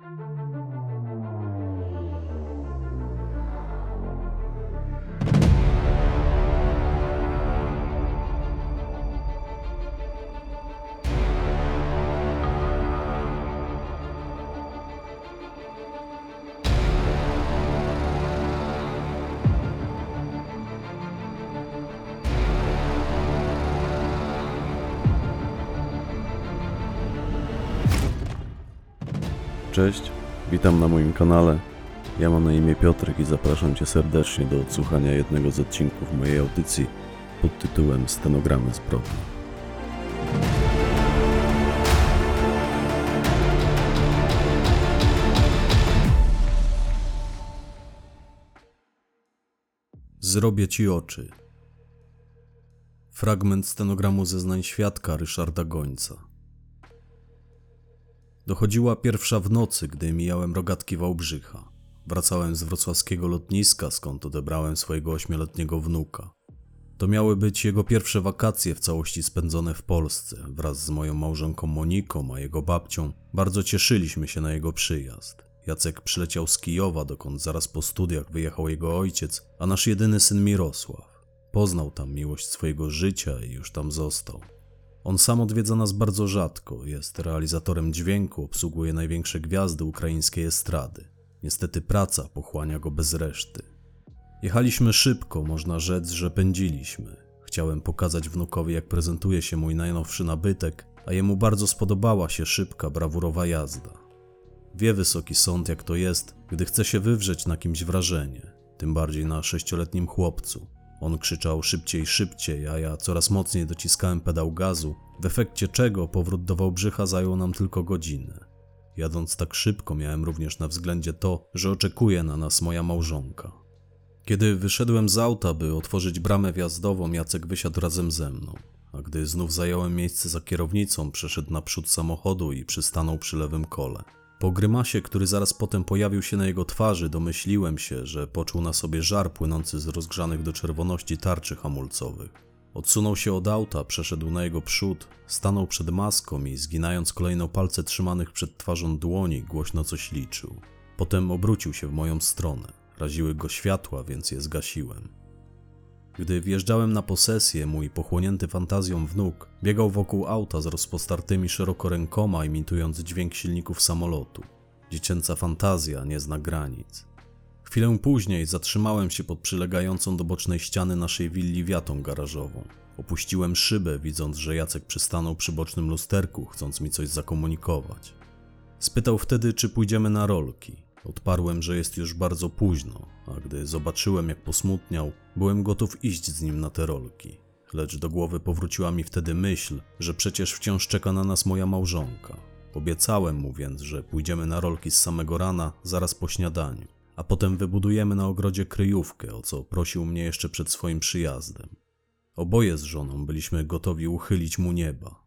Cześć, witam na moim kanale. Ja mam na imię Piotrek i zapraszam Cię serdecznie do odsłuchania jednego z odcinków mojej audycji pod tytułem Stenogramy zbrodni. Zrobię Ci oczy. Fragment stenogramu zeznań świadka Ryszarda Gońca. Dochodziła pierwsza w nocy, gdy mijałem rogatki Wałbrzycha. Wracałem z wrocławskiego lotniska, skąd odebrałem swojego 8-letniego wnuka. To miały być jego pierwsze wakacje w całości spędzone w Polsce. Wraz z moją małżonką Moniką, a jego babcią bardzo cieszyliśmy się na jego przyjazd. Jacek przyleciał z Kijowa, dokąd zaraz po studiach wyjechał jego ojciec, a nasz jedyny syn Mirosław. Poznał tam miłość swojego życia i już tam został. On sam odwiedza nas bardzo rzadko, jest realizatorem dźwięku, obsługuje największe gwiazdy ukraińskiej estrady. Niestety praca pochłania go bez reszty. Jechaliśmy szybko, można rzec, że pędziliśmy. Chciałem pokazać wnukowi, jak prezentuje się mój najnowszy nabytek, a jemu bardzo spodobała się szybka, brawurowa jazda. Wie Wysoki Sąd, jak to jest, gdy chce się wywrzeć na kimś wrażenie, tym bardziej na 6-letnim chłopcu. On krzyczał szybciej, szybciej, a ja coraz mocniej dociskałem pedał gazu, w efekcie czego powrót do Wałbrzycha zajął nam tylko godzinę. Jadąc tak szybko miałem również na względzie to, że oczekuje na nas moja małżonka. Kiedy wyszedłem z auta, by otworzyć bramę wjazdową, Jacek wysiadł razem ze mną, a gdy znów zająłem miejsce za kierownicą, przeszedł naprzód samochodu i przystanął przy lewym kole. Po grymasie, który zaraz potem pojawił się na jego twarzy, domyśliłem się, że poczuł na sobie żar płynący z rozgrzanych do czerwoności tarczy hamulcowych. Odsunął się od auta, przeszedł na jego przód, stanął przed maską i zginając kolejno palce trzymanych przed twarzą dłoni, głośno coś liczył. Potem obrócił się w moją stronę. Raziły go światła, więc je zgasiłem. Gdy wjeżdżałem na posesję, mój pochłonięty fantazją wnuk biegał wokół auta z rozpostartymi szeroko rękoma, imitując dźwięk silników samolotu. Dziecięca fantazja nie zna granic. Chwilę później zatrzymałem się pod przylegającą do bocznej ściany naszej willi wiatą garażową. Opuściłem szybę, widząc, że Jacek przystanął przy bocznym lusterku, chcąc mi coś zakomunikować. Spytał wtedy, czy pójdziemy na rolki. Odparłem, że jest już bardzo późno, a gdy zobaczyłem, jak posmutniał, byłem gotów iść z nim na te rolki. Lecz do głowy powróciła mi wtedy myśl, że przecież wciąż czeka na nas moja małżonka. Obiecałem mu więc, że pójdziemy na rolki z samego rana, zaraz po śniadaniu, a potem wybudujemy na ogrodzie kryjówkę, o co prosił mnie jeszcze przed swoim przyjazdem. Oboje z żoną byliśmy gotowi uchylić mu nieba.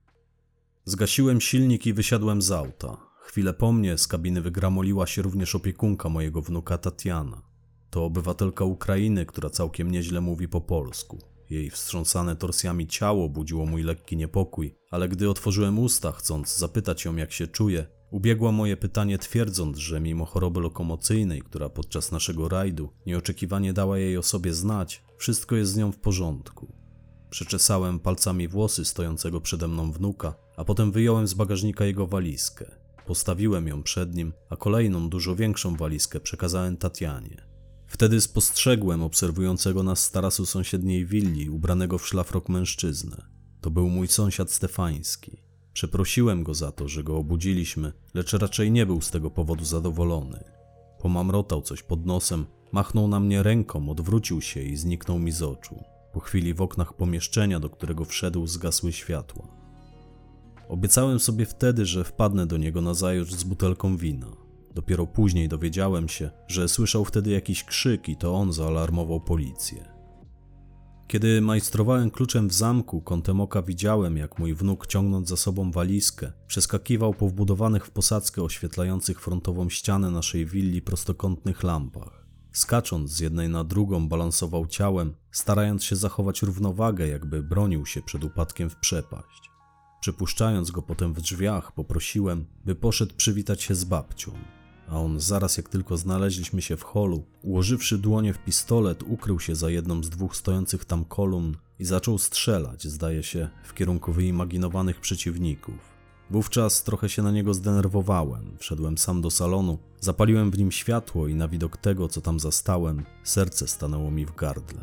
Zgasiłem silnik i wysiadłem z auta. Chwilę po mnie z kabiny wygramoliła się również opiekunka mojego wnuka Tatiana. To obywatelka Ukrainy, która całkiem nieźle mówi po polsku. Jej wstrząsane torsjami ciało budziło mój lekki niepokój, ale gdy otworzyłem usta, chcąc zapytać ją, jak się czuje, ubiegła moje pytanie, twierdząc, że mimo choroby lokomocyjnej, która podczas naszego rajdu nieoczekiwanie dała jej o sobie znać, wszystko jest z nią w porządku. Przeczesałem palcami włosy stojącego przede mną wnuka, a potem wyjąłem z bagażnika jego walizkę. Postawiłem ją przed nim, a kolejną, dużo większą walizkę przekazałem Tatianie. Wtedy spostrzegłem obserwującego nas z tarasu sąsiedniej willi, ubranego w szlafrok mężczyznę. To był mój sąsiad Stefański. Przeprosiłem go za to, że go obudziliśmy, lecz raczej nie był z tego powodu zadowolony. Pomamrotał coś pod nosem, machnął na mnie ręką, odwrócił się i zniknął mi z oczu. Po chwili w oknach pomieszczenia, do którego wszedł, zgasły światła. Obiecałem sobie wtedy, że wpadnę do niego nazajutrz z butelką wina. Dopiero później dowiedziałem się, że słyszał wtedy jakiś krzyk i to on zaalarmował policję. Kiedy majstrowałem kluczem w zamku, kątem oka widziałem, jak mój wnuk, ciągnąc za sobą walizkę, przeskakiwał po wbudowanych w posadzkę oświetlających frontową ścianę naszej willi prostokątnych lampach. Skacząc z jednej na drugą, balansował ciałem, starając się zachować równowagę, jakby bronił się przed upadkiem w przepaść. Przepuszczając go potem w drzwiach, poprosiłem, by poszedł przywitać się z babcią. A on zaraz jak tylko znaleźliśmy się w holu, ułożywszy dłonie w pistolet, ukrył się za jedną z 2 stojących tam kolumn i zaczął strzelać, zdaje się, w kierunku wyimaginowanych przeciwników. Wówczas trochę się na niego zdenerwowałem, wszedłem sam do salonu, zapaliłem w nim światło i na widok tego, co tam zastałem, serce stanęło mi w gardle.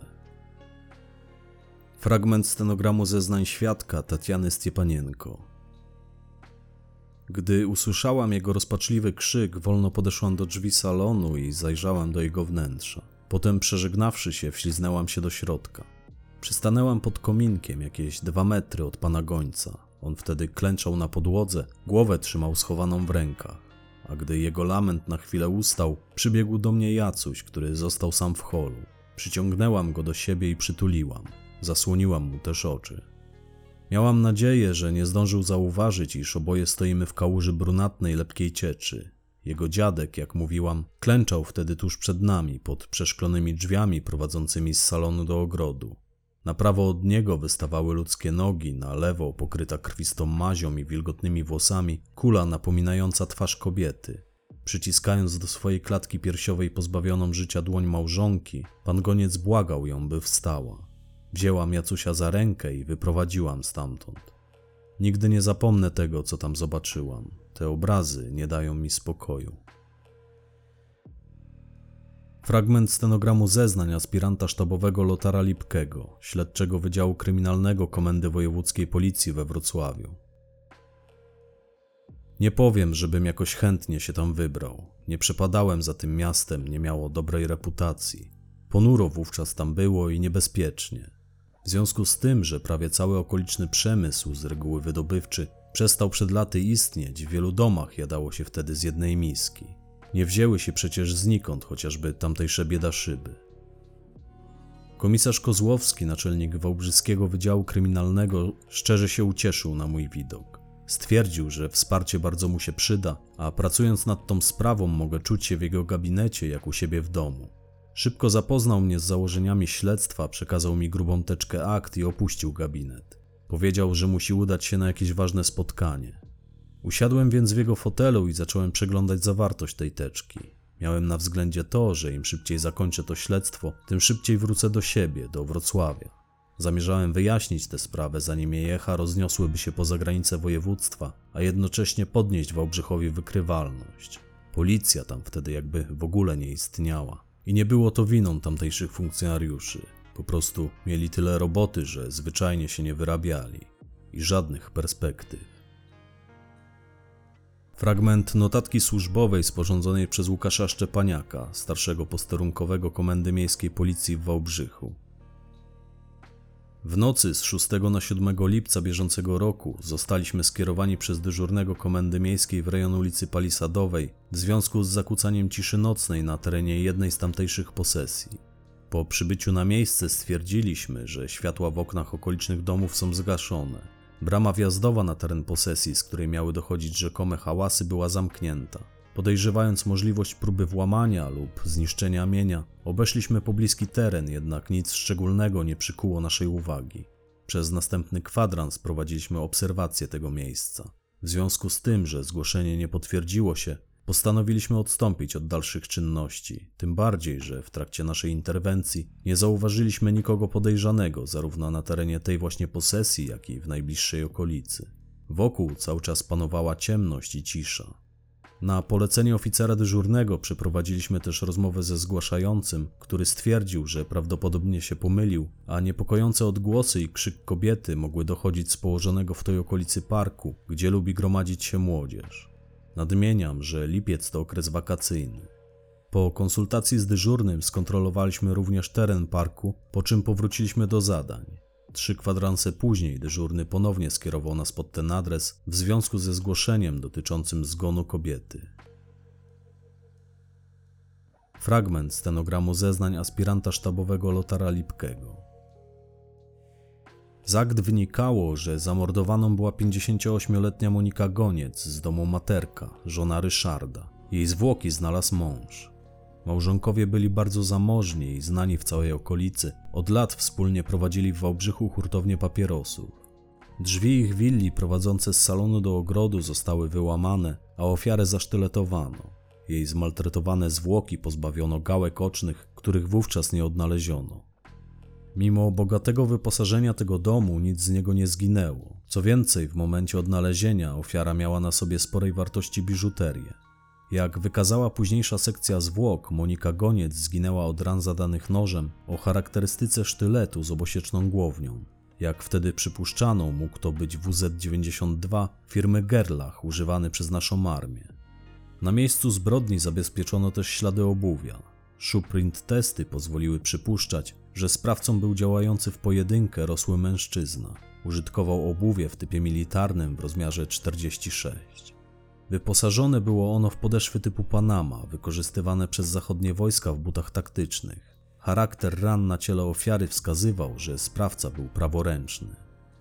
Fragment stenogramu zeznań świadka Tatiany Stepanienko. Gdy usłyszałam jego rozpaczliwy krzyk, wolno podeszłam do drzwi salonu i zajrzałam do jego wnętrza. Potem, przeżegnawszy się, wśliznęłam się do środka. Przystanęłam pod kominkiem, jakieś 2 metry od pana Gońca. On wtedy klęczał na podłodze, głowę trzymał schowaną w rękach. A gdy jego lament na chwilę ustał, przybiegł do mnie Jacuś, który został sam w holu. Przyciągnęłam go do siebie i przytuliłam. Zasłoniłam mu też oczy. Miałam nadzieję, że nie zdążył zauważyć, iż oboje stoimy w kałuży brunatnej, lepkiej cieczy. Jego dziadek, jak mówiłam, klęczał wtedy tuż przed nami, pod przeszklonymi drzwiami prowadzącymi z salonu do ogrodu. Na prawo od niego wystawały ludzkie nogi, na lewo, pokryta krwistą mazią i wilgotnymi włosami, kula napominająca twarz kobiety. Przyciskając do swojej klatki piersiowej pozbawioną życia dłoń małżonki, pan Goniec błagał ją, by wstała. Wzięłam Jacusia za rękę i wyprowadziłam stamtąd. Nigdy nie zapomnę tego, co tam zobaczyłam. Te obrazy nie dają mi spokoju. Fragment stenogramu zeznań aspiranta sztabowego Lotara Lipkego, śledczego Wydziału Kryminalnego Komendy Wojewódzkiej Policji we Wrocławiu. Nie powiem, żebym jakoś chętnie się tam wybrał. Nie przepadałem za tym miastem, nie miało dobrej reputacji. Ponuro wówczas tam było i niebezpiecznie. W związku z tym, że prawie cały okoliczny przemysł, z reguły wydobywczy, przestał przed laty istnieć, w wielu domach jadało się wtedy z jednej miski. Nie wzięły się przecież znikąd chociażby tamtejsze biedaszyby. Komisarz Kozłowski, naczelnik Wałbrzyskiego Wydziału Kryminalnego, szczerze się ucieszył na mój widok. Stwierdził, że wsparcie bardzo mu się przyda, a pracując nad tą sprawą mogę czuć się w jego gabinecie jak u siebie w domu. Szybko zapoznał mnie z założeniami śledztwa, przekazał mi grubą teczkę akt i opuścił gabinet. Powiedział, że musi udać się na jakieś ważne spotkanie. Usiadłem więc w jego fotelu i zacząłem przeglądać zawartość tej teczki. Miałem na względzie to, że im szybciej zakończę to śledztwo, tym szybciej wrócę do siebie, do Wrocławia. Zamierzałem wyjaśnić tę sprawę, zanim jej echa rozniosłyby się poza granice województwa, a jednocześnie podnieść Wałbrzychowi wykrywalność. Policja tam wtedy jakby w ogóle nie istniała. I nie było to winą tamtejszych funkcjonariuszy. Po prostu mieli tyle roboty, że zwyczajnie się nie wyrabiali. I żadnych perspektyw. Fragment notatki służbowej sporządzonej przez Łukasza Szczepaniaka, starszego posterunkowego Komendy Miejskiej Policji w Wałbrzychu. W nocy z 6 na 7 lipca bieżącego roku zostaliśmy skierowani przez dyżurnego Komendy Miejskiej w rejon ulicy Palisadowej w związku z zakłócaniem ciszy nocnej na terenie jednej z tamtejszych posesji. Po przybyciu na miejsce stwierdziliśmy, że światła w oknach okolicznych domów są zgaszone. Brama wjazdowa na teren posesji, z której miały dochodzić rzekome hałasy, była zamknięta. Podejrzewając możliwość próby włamania lub zniszczenia mienia, obeszliśmy pobliski teren, jednak nic szczególnego nie przykuło naszej uwagi. Przez następny kwadrans prowadziliśmy obserwację tego miejsca. W związku z tym, że zgłoszenie nie potwierdziło się, postanowiliśmy odstąpić od dalszych czynności, tym bardziej, że w trakcie naszej interwencji nie zauważyliśmy nikogo podejrzanego zarówno na terenie tej właśnie posesji, jak i w najbliższej okolicy. Wokół cały czas panowała ciemność i cisza. Na polecenie oficera dyżurnego przeprowadziliśmy też rozmowę ze zgłaszającym, który stwierdził, że prawdopodobnie się pomylił, a niepokojące odgłosy i krzyk kobiety mogły dochodzić z położonego w tej okolicy parku, gdzie lubi gromadzić się młodzież. Nadmieniam, że lipiec to okres wakacyjny. Po konsultacji z dyżurnym skontrolowaliśmy również teren parku, po czym powróciliśmy do zadań. 3 kwadranse później dyżurny ponownie skierował nas pod ten adres w związku ze zgłoszeniem dotyczącym zgonu kobiety. Fragment stenogramu zeznań aspiranta sztabowego Lotara Lipkego. Z akt wynikało, że zamordowaną była 58-letnia Monika Goniec z domu Materka, żona Ryszarda. Jej zwłoki znalazł mąż. Małżonkowie byli bardzo zamożni i znani w całej okolicy. Od lat wspólnie prowadzili w Wałbrzychu hurtownię papierosów. Drzwi ich willi prowadzące z salonu do ogrodu zostały wyłamane, a ofiarę zasztyletowano. Jej zmaltretowane zwłoki pozbawiono gałek ocznych, których wówczas nie odnaleziono. Mimo bogatego wyposażenia tego domu nic z niego nie zginęło. Co więcej, w momencie odnalezienia ofiara miała na sobie sporej wartości biżuterię. Jak wykazała późniejsza sekcja zwłok, Monika Goniec zginęła od ran zadanych nożem o charakterystyce sztyletu z obosieczną głownią. Jak wtedy przypuszczano, mógł to być WZ-92 firmy Gerlach używany przez naszą armię. Na miejscu zbrodni zabezpieczono też ślady obuwia. Shoeprint testy pozwoliły przypuszczać, że sprawcą był działający w pojedynkę rosły mężczyzna. Użytkował obuwie w typie militarnym w rozmiarze 46. Wyposażone było ono w podeszwy typu Panama, wykorzystywane przez zachodnie wojska w butach taktycznych. Charakter ran na ciele ofiary wskazywał, że sprawca był praworęczny.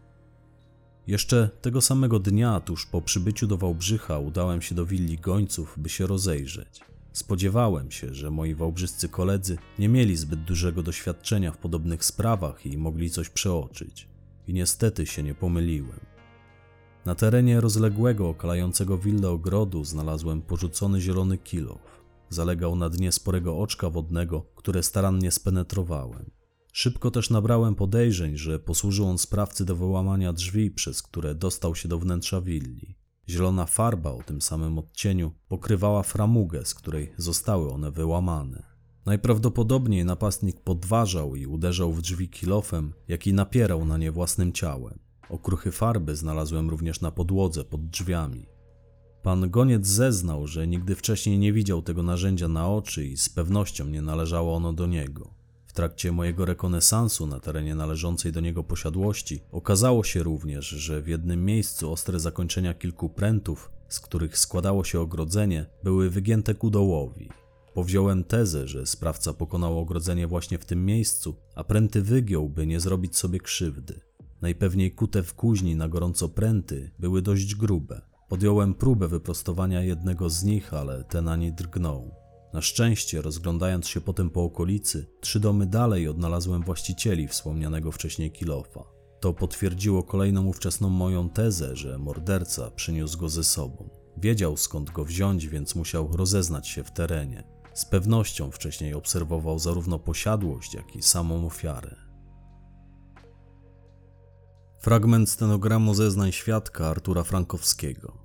Jeszcze tego samego dnia, tuż po przybyciu do Wałbrzycha, udałem się do willi Gońców, by się rozejrzeć. Spodziewałem się, że moi wałbrzyscy koledzy nie mieli zbyt dużego doświadczenia w podobnych sprawach i mogli coś przeoczyć. I niestety się nie pomyliłem. Na terenie rozległego, okalającego willę ogrodu znalazłem porzucony zielony kilof. Zalegał na dnie sporego oczka wodnego, które starannie spenetrowałem. Szybko też nabrałem podejrzeń, że posłużył on sprawcy do wyłamania drzwi, przez które dostał się do wnętrza willi. Zielona farba o tym samym odcieniu pokrywała framugę, z której zostały one wyłamane. Najprawdopodobniej napastnik podważał i uderzał w drzwi kilofem, jak i napierał na nie własnym ciałem. Okruchy farby znalazłem również na podłodze pod drzwiami. Pan Goniec zeznał, że nigdy wcześniej nie widział tego narzędzia na oczy i z pewnością nie należało ono do niego. W trakcie mojego rekonesansu na terenie należącej do niego posiadłości okazało się również, że w jednym miejscu ostre zakończenia kilku prętów, z których składało się ogrodzenie, były wygięte ku dołowi. Powziąłem tezę, że sprawca pokonał ogrodzenie właśnie w tym miejscu, a pręty wygiął, by nie zrobić sobie krzywdy. Najpewniej kute w kuźni na gorąco pręty były dość grube. Podjąłem próbę wyprostowania jednego z nich, ale ten ani drgnął. Na szczęście, rozglądając się potem po okolicy, 3 domy dalej odnalazłem właścicieli wspomnianego wcześniej kilofa. To potwierdziło kolejną ówczesną moją tezę, że morderca przyniósł go ze sobą. Wiedział, skąd go wziąć, więc musiał rozeznać się w terenie. Z pewnością wcześniej obserwował zarówno posiadłość, jak i samą ofiarę. Fragment stenogramu zeznań świadka Artura Frankowskiego.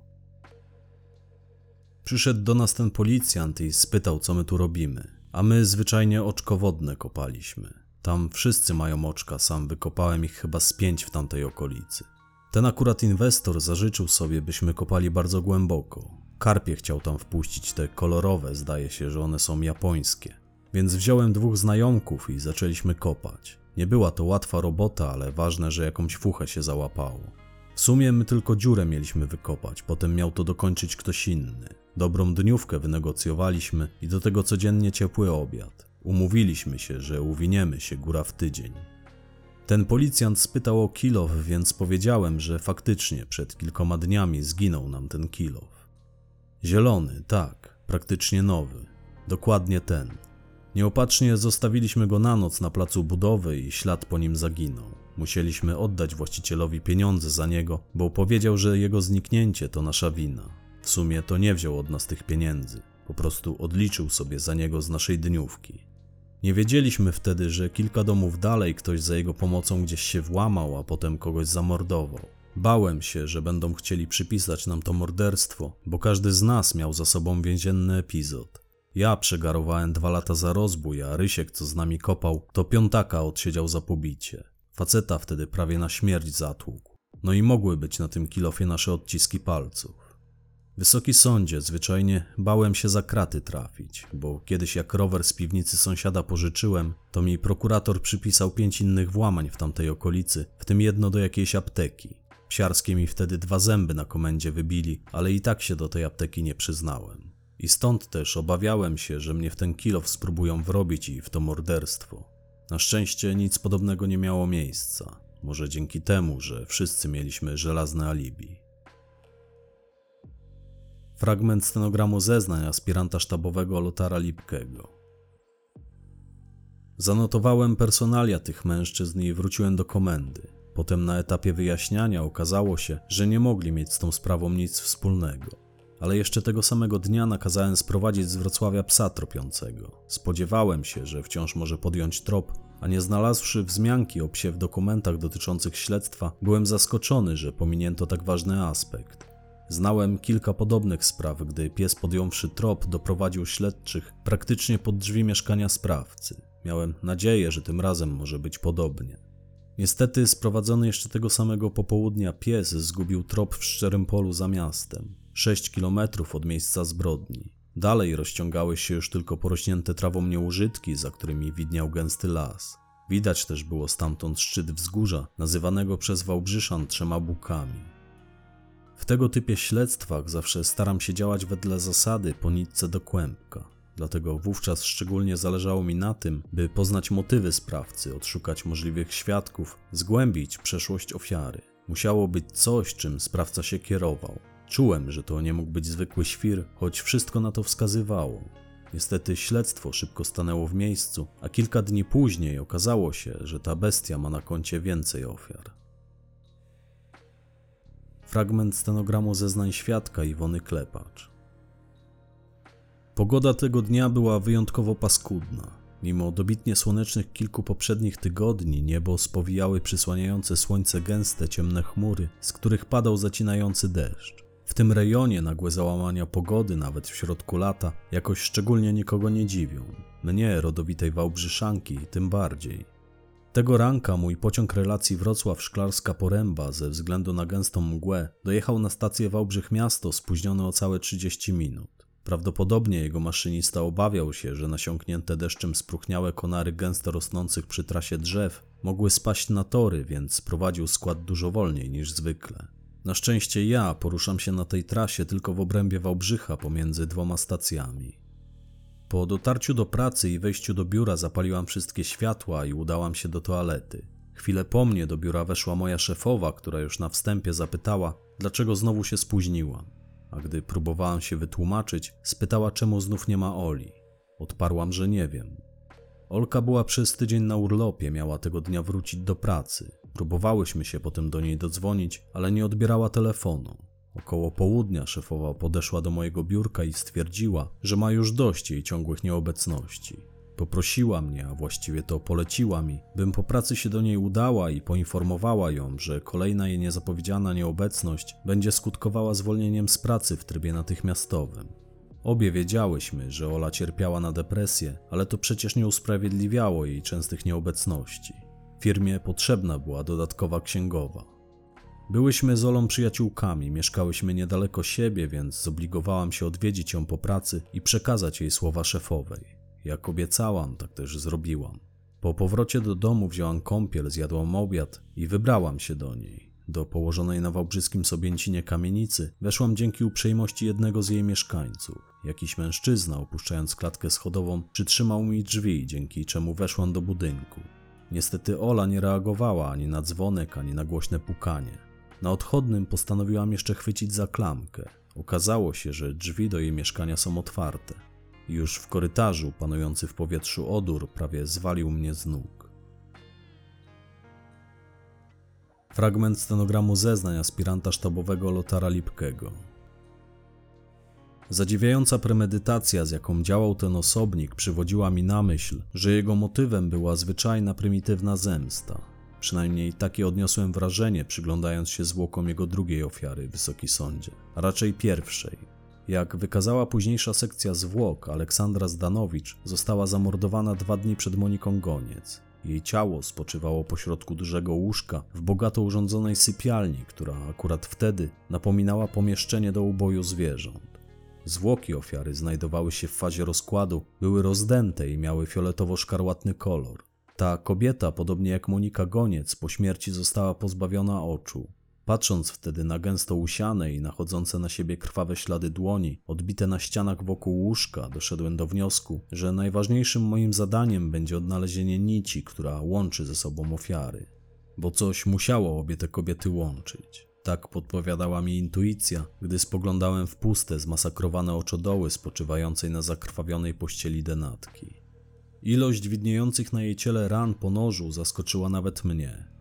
Przyszedł do nas ten policjant i spytał, co my tu robimy, a my zwyczajnie oczko wodne kopaliśmy. Tam wszyscy mają oczka, sam wykopałem ich chyba z 5 w tamtej okolicy. Ten akurat inwestor zażyczył sobie, byśmy kopali bardzo głęboko. Karpie chciał tam wpuścić te kolorowe, zdaje się, że one są japońskie. Więc wziąłem 2 znajomków i zaczęliśmy kopać. Nie była to łatwa robota, ale ważne, że jakąś fuchę się załapało. W sumie my tylko dziurę mieliśmy wykopać, potem miał to dokończyć ktoś inny. Dobrą dniówkę wynegocjowaliśmy i do tego codziennie ciepły obiad. Umówiliśmy się, że uwiniemy się góra w tydzień. Ten policjant spytał o kilof, więc powiedziałem, że faktycznie przed kilkoma dniami zginął nam ten kilof. Zielony, tak, praktycznie nowy. Dokładnie ten. Nieopatrznie zostawiliśmy go na noc na placu budowy i ślad po nim zaginął. Musieliśmy oddać właścicielowi pieniądze za niego, bo powiedział, że jego zniknięcie to nasza wina. W sumie to nie wziął od nas tych pieniędzy, po prostu odliczył sobie za niego z naszej dniówki. Nie wiedzieliśmy wtedy, że kilka domów dalej ktoś za jego pomocą gdzieś się włamał, a potem kogoś zamordował. Bałem się, że będą chcieli przypisać nam to morderstwo, bo każdy z nas miał za sobą więzienny epizod. Ja przegarowałem 2 lata za rozbój, a Rysiek, co z nami kopał, to 5 odsiedział za pobicie. Faceta wtedy prawie na śmierć zatłukł. No i mogły być na tym kilofie nasze odciski palców. Wysoki sądzie, zwyczajnie bałem się za kraty trafić, bo kiedyś jak rower z piwnicy sąsiada pożyczyłem, to mi prokurator przypisał 5 innych włamań w tamtej okolicy, w tym jedno do jakiejś apteki. Psiarskie mi wtedy 2 zęby na komendzie wybili, ale i tak się do tej apteki nie przyznałem. I stąd też obawiałem się, że mnie w ten kilof spróbują wrobić i w to morderstwo. Na szczęście nic podobnego nie miało miejsca. Może dzięki temu, że wszyscy mieliśmy żelazne alibi. Fragment stenogramu zeznań aspiranta sztabowego Lotara Lipkego. Zanotowałem personalia tych mężczyzn i wróciłem do komendy. Potem na etapie wyjaśniania okazało się, że nie mogli mieć z tą sprawą nic wspólnego. Ale jeszcze tego samego dnia nakazałem sprowadzić z Wrocławia psa tropiącego. Spodziewałem się, że wciąż może podjąć trop, a nie znalazłszy wzmianki o psie w dokumentach dotyczących śledztwa, byłem zaskoczony, że pominięto tak ważny aspekt. Znałem kilka podobnych spraw, gdy pies podjąwszy trop doprowadził śledczych praktycznie pod drzwi mieszkania sprawcy. Miałem nadzieję, że tym razem może być podobnie. Niestety sprowadzony jeszcze tego samego popołudnia pies zgubił trop w szczerym polu za miastem, 6 kilometrów od miejsca zbrodni. Dalej rozciągały się już tylko porośnięte trawą nieużytki, za którymi widniał gęsty las. Widać też było stamtąd szczyt wzgórza, nazywanego przez Wałbrzyszan 3 Bukami. W tego typie śledztwach zawsze staram się działać wedle zasady po nitce do kłębka. Dlatego wówczas szczególnie zależało mi na tym, by poznać motywy sprawcy, odszukać możliwych świadków, zgłębić przeszłość ofiary. Musiało być coś, czym sprawca się kierował. Czułem, że to nie mógł być zwykły świr, choć wszystko na to wskazywało. Niestety śledztwo szybko stanęło w miejscu, a kilka dni później okazało się, że ta bestia ma na koncie więcej ofiar. Fragment stenogramu zeznań świadka Iwony Klepacz. Pogoda tego dnia była wyjątkowo paskudna. Mimo dobitnie słonecznych kilku poprzednich tygodni niebo spowijały przysłaniające słońce gęste, ciemne chmury, z których padał zacinający deszcz. W tym rejonie nagłe załamania pogody, nawet w środku lata, jakoś szczególnie nikogo nie dziwią. Mnie, rodowitej Wałbrzyszanki, tym bardziej. Tego ranka mój pociąg relacji Wrocław-Szklarska Poręba ze względu na gęstą mgłę dojechał na stację Wałbrzych Miasto spóźniony o całe 30 minut. Prawdopodobnie jego maszynista obawiał się, że nasiąknięte deszczem spróchniałe konary gęsto rosnących przy trasie drzew mogły spaść na tory, więc prowadził skład dużo wolniej niż zwykle. Na szczęście ja poruszam się na tej trasie tylko w obrębie Wałbrzycha pomiędzy 2 stacjami. Po dotarciu do pracy i wejściu do biura zapaliłam wszystkie światła i udałam się do toalety. Chwilę po mnie do biura weszła moja szefowa, która już na wstępie zapytała, dlaczego znowu się spóźniłam. A gdy próbowałam się wytłumaczyć, spytała, czemu znów nie ma Oli. Odparłam, że nie wiem. Olka była przez tydzień na urlopie, miała tego dnia wrócić do pracy. Próbowałyśmy się potem do niej dodzwonić, ale nie odbierała telefonu. Około południa szefowa podeszła do mojego biurka i stwierdziła, że ma już dość jej ciągłych nieobecności. Poprosiła mnie, a właściwie to poleciła mi, bym po pracy się do niej udała i poinformowała ją, że kolejna jej niezapowiedziana nieobecność będzie skutkowała zwolnieniem z pracy w trybie natychmiastowym. Obie wiedziałyśmy, że Ola cierpiała na depresję, ale to przecież nie usprawiedliwiało jej częstych nieobecności. Firmie potrzebna była dodatkowa księgowa. Byłyśmy z Olą przyjaciółkami, mieszkałyśmy niedaleko siebie, więc zobligowałam się odwiedzić ją po pracy i przekazać jej słowa szefowej. Jak obiecałam, tak też zrobiłam. Po powrocie do domu wzięłam kąpiel, zjadłam obiad i wybrałam się do niej. Do położonej na wałbrzyskim Sobięcinie kamienicy weszłam dzięki uprzejmości jednego z jej mieszkańców. Jakiś mężczyzna, opuszczając klatkę schodową, przytrzymał mi drzwi, dzięki czemu weszłam do budynku. Niestety Ola nie reagowała ani na dzwonek, ani na głośne pukanie. Na odchodnym postanowiłam jeszcze chwycić za klamkę. Okazało się, że drzwi do jej mieszkania są otwarte. Już w korytarzu panujący w powietrzu odór prawie zwalił mnie z nóg. Fragment stenogramu zeznań aspiranta sztabowego Lotara Lipkego. Zadziwiająca premedytacja, z jaką działał ten osobnik, przywodziła mi na myśl, że jego motywem była zwyczajna, prymitywna zemsta. Przynajmniej takie odniosłem wrażenie, przyglądając się zwłokom jego drugiej ofiary, Wysoki Sądzie, a raczej pierwszej. Jak wykazała późniejsza sekcja zwłok, Aleksandra Zdanowicz została zamordowana 2 dni przed Moniką Goniec. Jej ciało spoczywało pośrodku dużego łóżka w bogato urządzonej sypialni, która akurat wtedy napominała pomieszczenie do uboju zwierząt. Zwłoki ofiary znajdowały się w fazie rozkładu, były rozdęte i miały fioletowo-szkarłatny kolor. Ta kobieta, podobnie jak Monika Goniec, po śmierci została pozbawiona oczu. Patrząc wtedy na gęsto usiane i nachodzące na siebie krwawe ślady dłoni, odbite na ścianach wokół łóżka, doszedłem do wniosku, że najważniejszym moim zadaniem będzie odnalezienie nici, która łączy ze sobą ofiary. Bo coś musiało obie te kobiety łączyć. Tak podpowiadała mi intuicja, gdy spoglądałem w puste, zmasakrowane oczodoły spoczywającej na zakrwawionej pościeli denatki. Ilość widniejących na jej ciele ran po nożu zaskoczyła nawet mnie.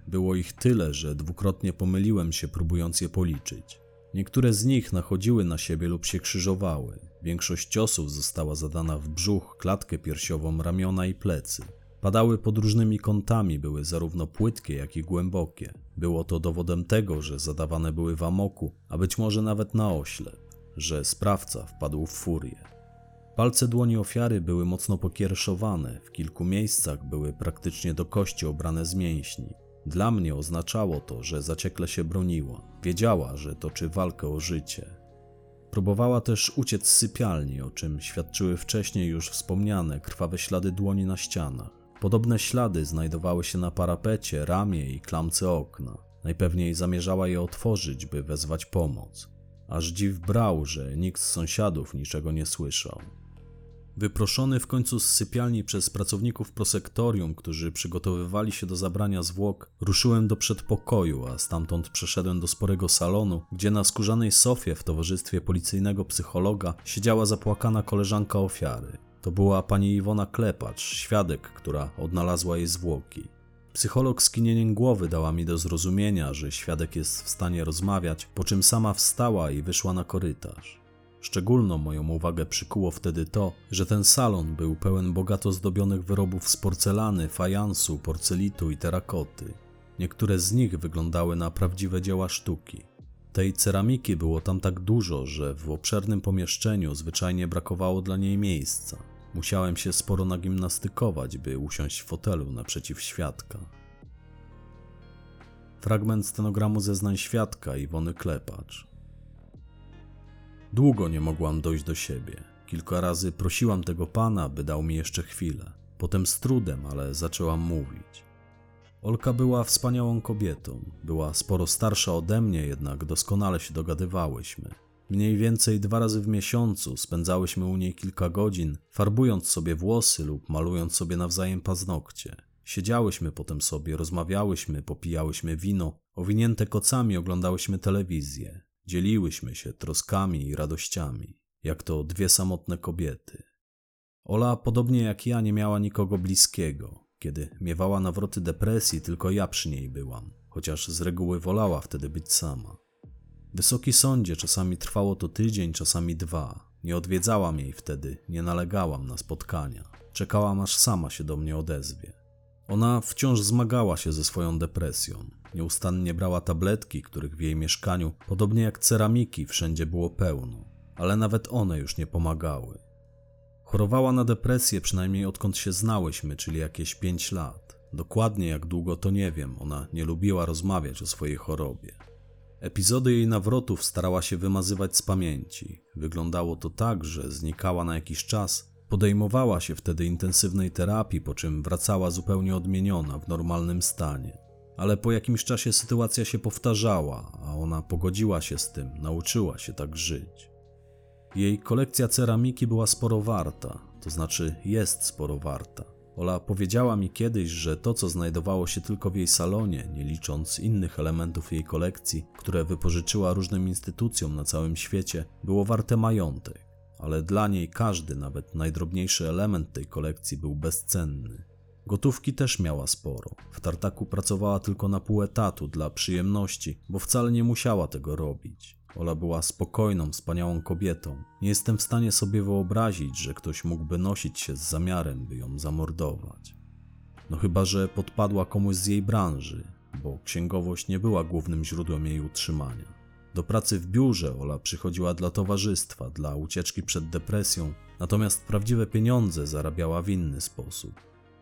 Było ich tyle, że dwukrotnie pomyliłem się, próbując je policzyć. Niektóre z nich nachodziły na siebie lub się krzyżowały. Większość ciosów została zadana w brzuch, klatkę piersiową, ramiona i plecy. Padały pod różnymi kątami, były zarówno płytkie, jak i głębokie. Było to dowodem tego, że zadawane były w amoku, a być może nawet na oślep, że sprawca wpadł w furię. Palce dłoni ofiary były mocno pokiereszowane, w kilku miejscach były praktycznie do kości obrane z mięśni. Dla mnie oznaczało to, że zaciekle się broniła. Wiedziała, że toczy walkę o życie. Próbowała też uciec z sypialni, o czym świadczyły wcześniej już wspomniane krwawe ślady dłoni na ścianach. Podobne ślady znajdowały się na parapecie, ramie i klamce okna. Najpewniej zamierzała je otworzyć, by wezwać pomoc. Aż dziw brał, że nikt z sąsiadów niczego nie słyszał. Wyproszony w końcu z sypialni przez pracowników prosektorium, którzy przygotowywali się do zabrania zwłok, ruszyłem do przedpokoju, a stamtąd przeszedłem do sporego salonu, gdzie na skórzanej sofie w towarzystwie policyjnego psychologa siedziała zapłakana koleżanka ofiary. To była pani Iwona Klepacz, świadek, która odnalazła jej zwłoki. Psycholog skinieniem głowy dała mi do zrozumienia, że świadek jest w stanie rozmawiać, po czym sama wstała i wyszła na korytarz. Szczególną moją uwagę przykuło wtedy to, że ten salon był pełen bogato zdobionych wyrobów z porcelany, fajansu, porcelitu i terakoty. Niektóre z nich wyglądały na prawdziwe dzieła sztuki. Tej ceramiki było tam tak dużo, że w obszernym pomieszczeniu zwyczajnie brakowało dla niej miejsca. Musiałem się sporo nagimnastykować, by usiąść w fotelu naprzeciw świadka. Fragment stenogramu zeznań świadka Iwony Klepacz. Długo nie mogłam dojść do siebie. Kilka razy prosiłam tego pana, by dał mi jeszcze chwilę. Potem z trudem, ale zaczęłam mówić. Olka była wspaniałą kobietą. Była sporo starsza ode mnie, jednak doskonale się dogadywałyśmy. Mniej więcej 2 razy w miesiącu spędzałyśmy u niej kilka godzin, farbując sobie włosy lub malując sobie nawzajem paznokcie. Siedziałyśmy potem sobie, rozmawiałyśmy, popijałyśmy wino, owinięte kocami oglądałyśmy telewizję. Dzieliłyśmy się troskami i radościami, jak to 2 samotne kobiety. Ola, podobnie jak ja, nie miała nikogo bliskiego. Kiedy miewała nawroty depresji, tylko ja przy niej byłam, chociaż z reguły wolała wtedy być sama. Wysoki sądzie czasami trwało to tydzień, czasami 2. Nie odwiedzałam jej wtedy, nie nalegałam na spotkania. Czekałam, aż sama się do mnie odezwie. Ona wciąż zmagała się ze swoją depresją. Nieustannie brała tabletki, których w jej mieszkaniu, podobnie jak ceramiki, wszędzie było pełno, ale nawet one już nie pomagały. Chorowała na depresję przynajmniej odkąd się znałyśmy, czyli jakieś 5 lat. Dokładnie jak długo to nie wiem, ona nie lubiła rozmawiać o swojej chorobie. Epizody jej nawrotów starała się wymazywać z pamięci. Wyglądało to tak, że znikała na jakiś czas, podejmowała się wtedy intensywnej terapii, po czym wracała zupełnie odmieniona, w normalnym stanie. Ale po jakimś czasie sytuacja się powtarzała, a ona pogodziła się z tym, nauczyła się tak żyć. Jej kolekcja ceramiki była sporo warta, to znaczy jest sporo warta. Ola powiedziała mi kiedyś, że to, co znajdowało się tylko w jej salonie, nie licząc innych elementów jej kolekcji, które wypożyczyła różnym instytucjom na całym świecie, było warte majątek, ale dla niej każdy, nawet najdrobniejszy element tej kolekcji był bezcenny. Gotówki też miała sporo. W tartaku pracowała tylko na pół etatu dla przyjemności, bo wcale nie musiała tego robić. Ola była spokojną, wspaniałą kobietą. Nie jestem w stanie sobie wyobrazić, że ktoś mógłby nosić się z zamiarem, by ją zamordować. No chyba, że podpadła komuś z jej branży, bo księgowość nie była głównym źródłem jej utrzymania. Do pracy w biurze Ola przychodziła dla towarzystwa, dla ucieczki przed depresją, natomiast prawdziwe pieniądze zarabiała w inny sposób.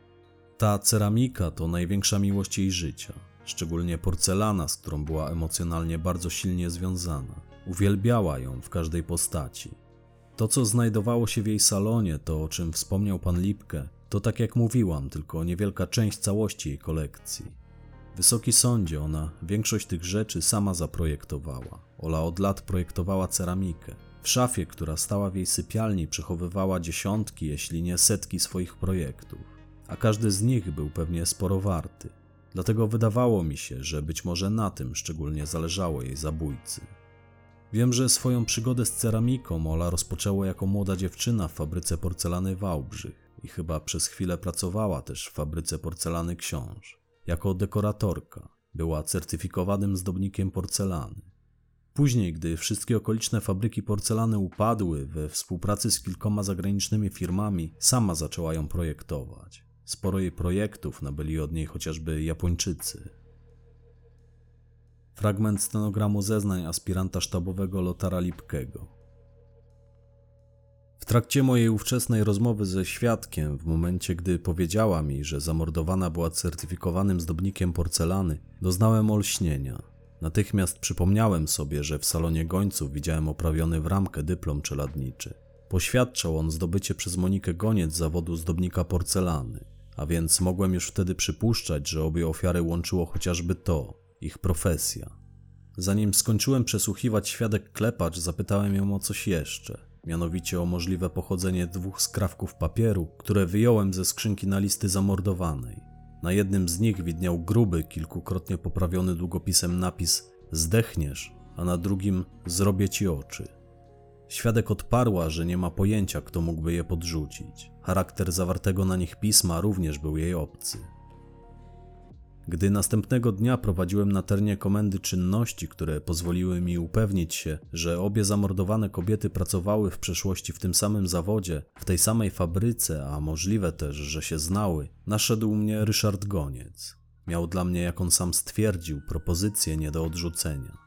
Ta ceramika to największa miłość jej życia, szczególnie porcelana, z którą była emocjonalnie bardzo silnie związana. Uwielbiała ją w każdej postaci. To, co znajdowało się w jej salonie, to, o czym wspomniał pan Lipke, to tak jak mówiłam, tylko niewielka część całości jej kolekcji. Wysoki sądzie, ona większość tych rzeczy sama zaprojektowała. Ola od lat projektowała ceramikę. W szafie, która stała w jej sypialni, przechowywała dziesiątki, jeśli nie setki swoich projektów, a każdy z nich był pewnie sporo warty. Dlatego wydawało mi się, że być może na tym szczególnie zależało jej zabójcy. Wiem, że swoją przygodę z ceramiką Ola rozpoczęła jako młoda dziewczyna w fabryce porcelany Wałbrzych i chyba przez chwilę pracowała też w fabryce porcelany Książ, jako dekoratorka. Była certyfikowanym zdobnikiem porcelany. Później, gdy wszystkie okoliczne fabryki porcelany upadły, we współpracy z kilkoma zagranicznymi firmami, sama zaczęła ją projektować. Sporo jej projektów nabyli od niej chociażby Japończycy. Fragment stenogramu zeznań aspiranta sztabowego Lothara Lipkego. W trakcie mojej ówczesnej rozmowy ze świadkiem, w momencie gdy powiedziała mi, że zamordowana była certyfikowanym zdobnikiem porcelany, doznałem olśnienia. Natychmiast przypomniałem sobie, że w salonie gońców widziałem oprawiony w ramkę dyplom czeladniczy. Poświadczał on zdobycie przez Monikę Goniec zawodu zdobnika porcelany, a więc mogłem już wtedy przypuszczać, że obie ofiary łączyło chociażby to, ich profesja. Zanim skończyłem przesłuchiwać świadek Klepacz, zapytałem ją o coś jeszcze. Mianowicie o możliwe pochodzenie 2 skrawków papieru, które wyjąłem ze skrzynki na listy zamordowanej. Na jednym z nich widniał gruby, kilkukrotnie poprawiony długopisem napis „Zdechniesz”, a na drugim „Zrobię ci oczy”. Świadek odparła, że nie ma pojęcia, kto mógłby je podrzucić. Charakter zawartego na nich pisma również był jej obcy. Gdy następnego dnia prowadziłem na terenie komendy czynności, które pozwoliły mi upewnić się, że obie zamordowane kobiety pracowały w przeszłości w tym samym zawodzie, w tej samej fabryce, a możliwe też, że się znały, naszedł mnie Ryszard Goniec. Miał dla mnie, jak on sam stwierdził, propozycję nie do odrzucenia.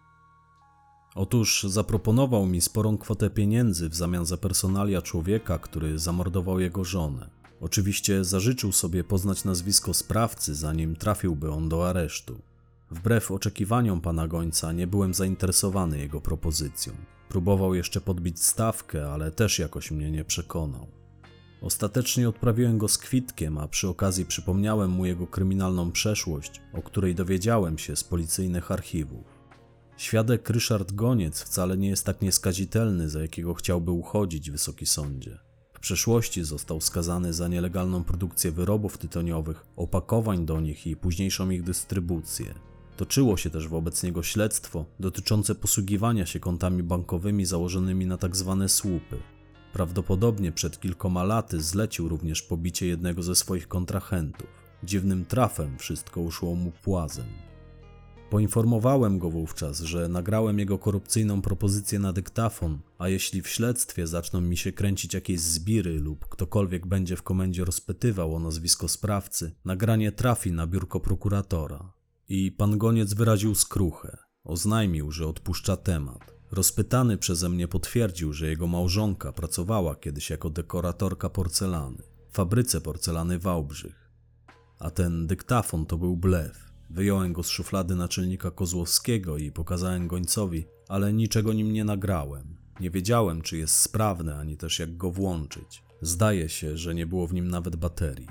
Otóż zaproponował mi sporą kwotę pieniędzy w zamian za personalia człowieka, który zamordował jego żonę. Oczywiście zażyczył sobie poznać nazwisko sprawcy, zanim trafiłby on do aresztu. Wbrew oczekiwaniom pana Gońca nie byłem zainteresowany jego propozycją. Próbował jeszcze podbić stawkę, ale też jakoś mnie nie przekonał. Ostatecznie odprawiłem go z kwitkiem, a przy okazji przypomniałem mu jego kryminalną przeszłość, o której dowiedziałem się z policyjnych archiwów. Świadek Ryszard Goniec wcale nie jest tak nieskazitelny, za jakiego chciałby uchodzić, Wysoki Sądzie. W przeszłości został skazany za nielegalną produkcję wyrobów tytoniowych, opakowań do nich i późniejszą ich dystrybucję. Toczyło się też wobec niego śledztwo dotyczące posługiwania się kontami bankowymi założonymi na tzw. słupy. Prawdopodobnie przed kilkoma laty zlecił również pobicie jednego ze swoich kontrahentów. Dziwnym trafem wszystko uszło mu płazem. Poinformowałem go wówczas, że nagrałem jego korupcyjną propozycję na dyktafon, a jeśli w śledztwie zaczną mi się kręcić jakieś zbiry lub ktokolwiek będzie w komendzie rozpytywał o nazwisko sprawcy, nagranie trafi na biurko prokuratora. I pan Goniec wyraził skruchę. Oznajmił, że odpuszcza temat. Rozpytany przeze mnie potwierdził, że jego małżonka pracowała kiedyś jako dekoratorka porcelany w fabryce porcelany Wałbrzych. A ten dyktafon to był blef. Wyjąłem go z szuflady naczelnika Kozłowskiego i pokazałem Gońcowi, ale niczego nim nie nagrałem. Nie wiedziałem, czy jest sprawny, ani też jak go włączyć. Zdaje się, że nie było w nim nawet baterii.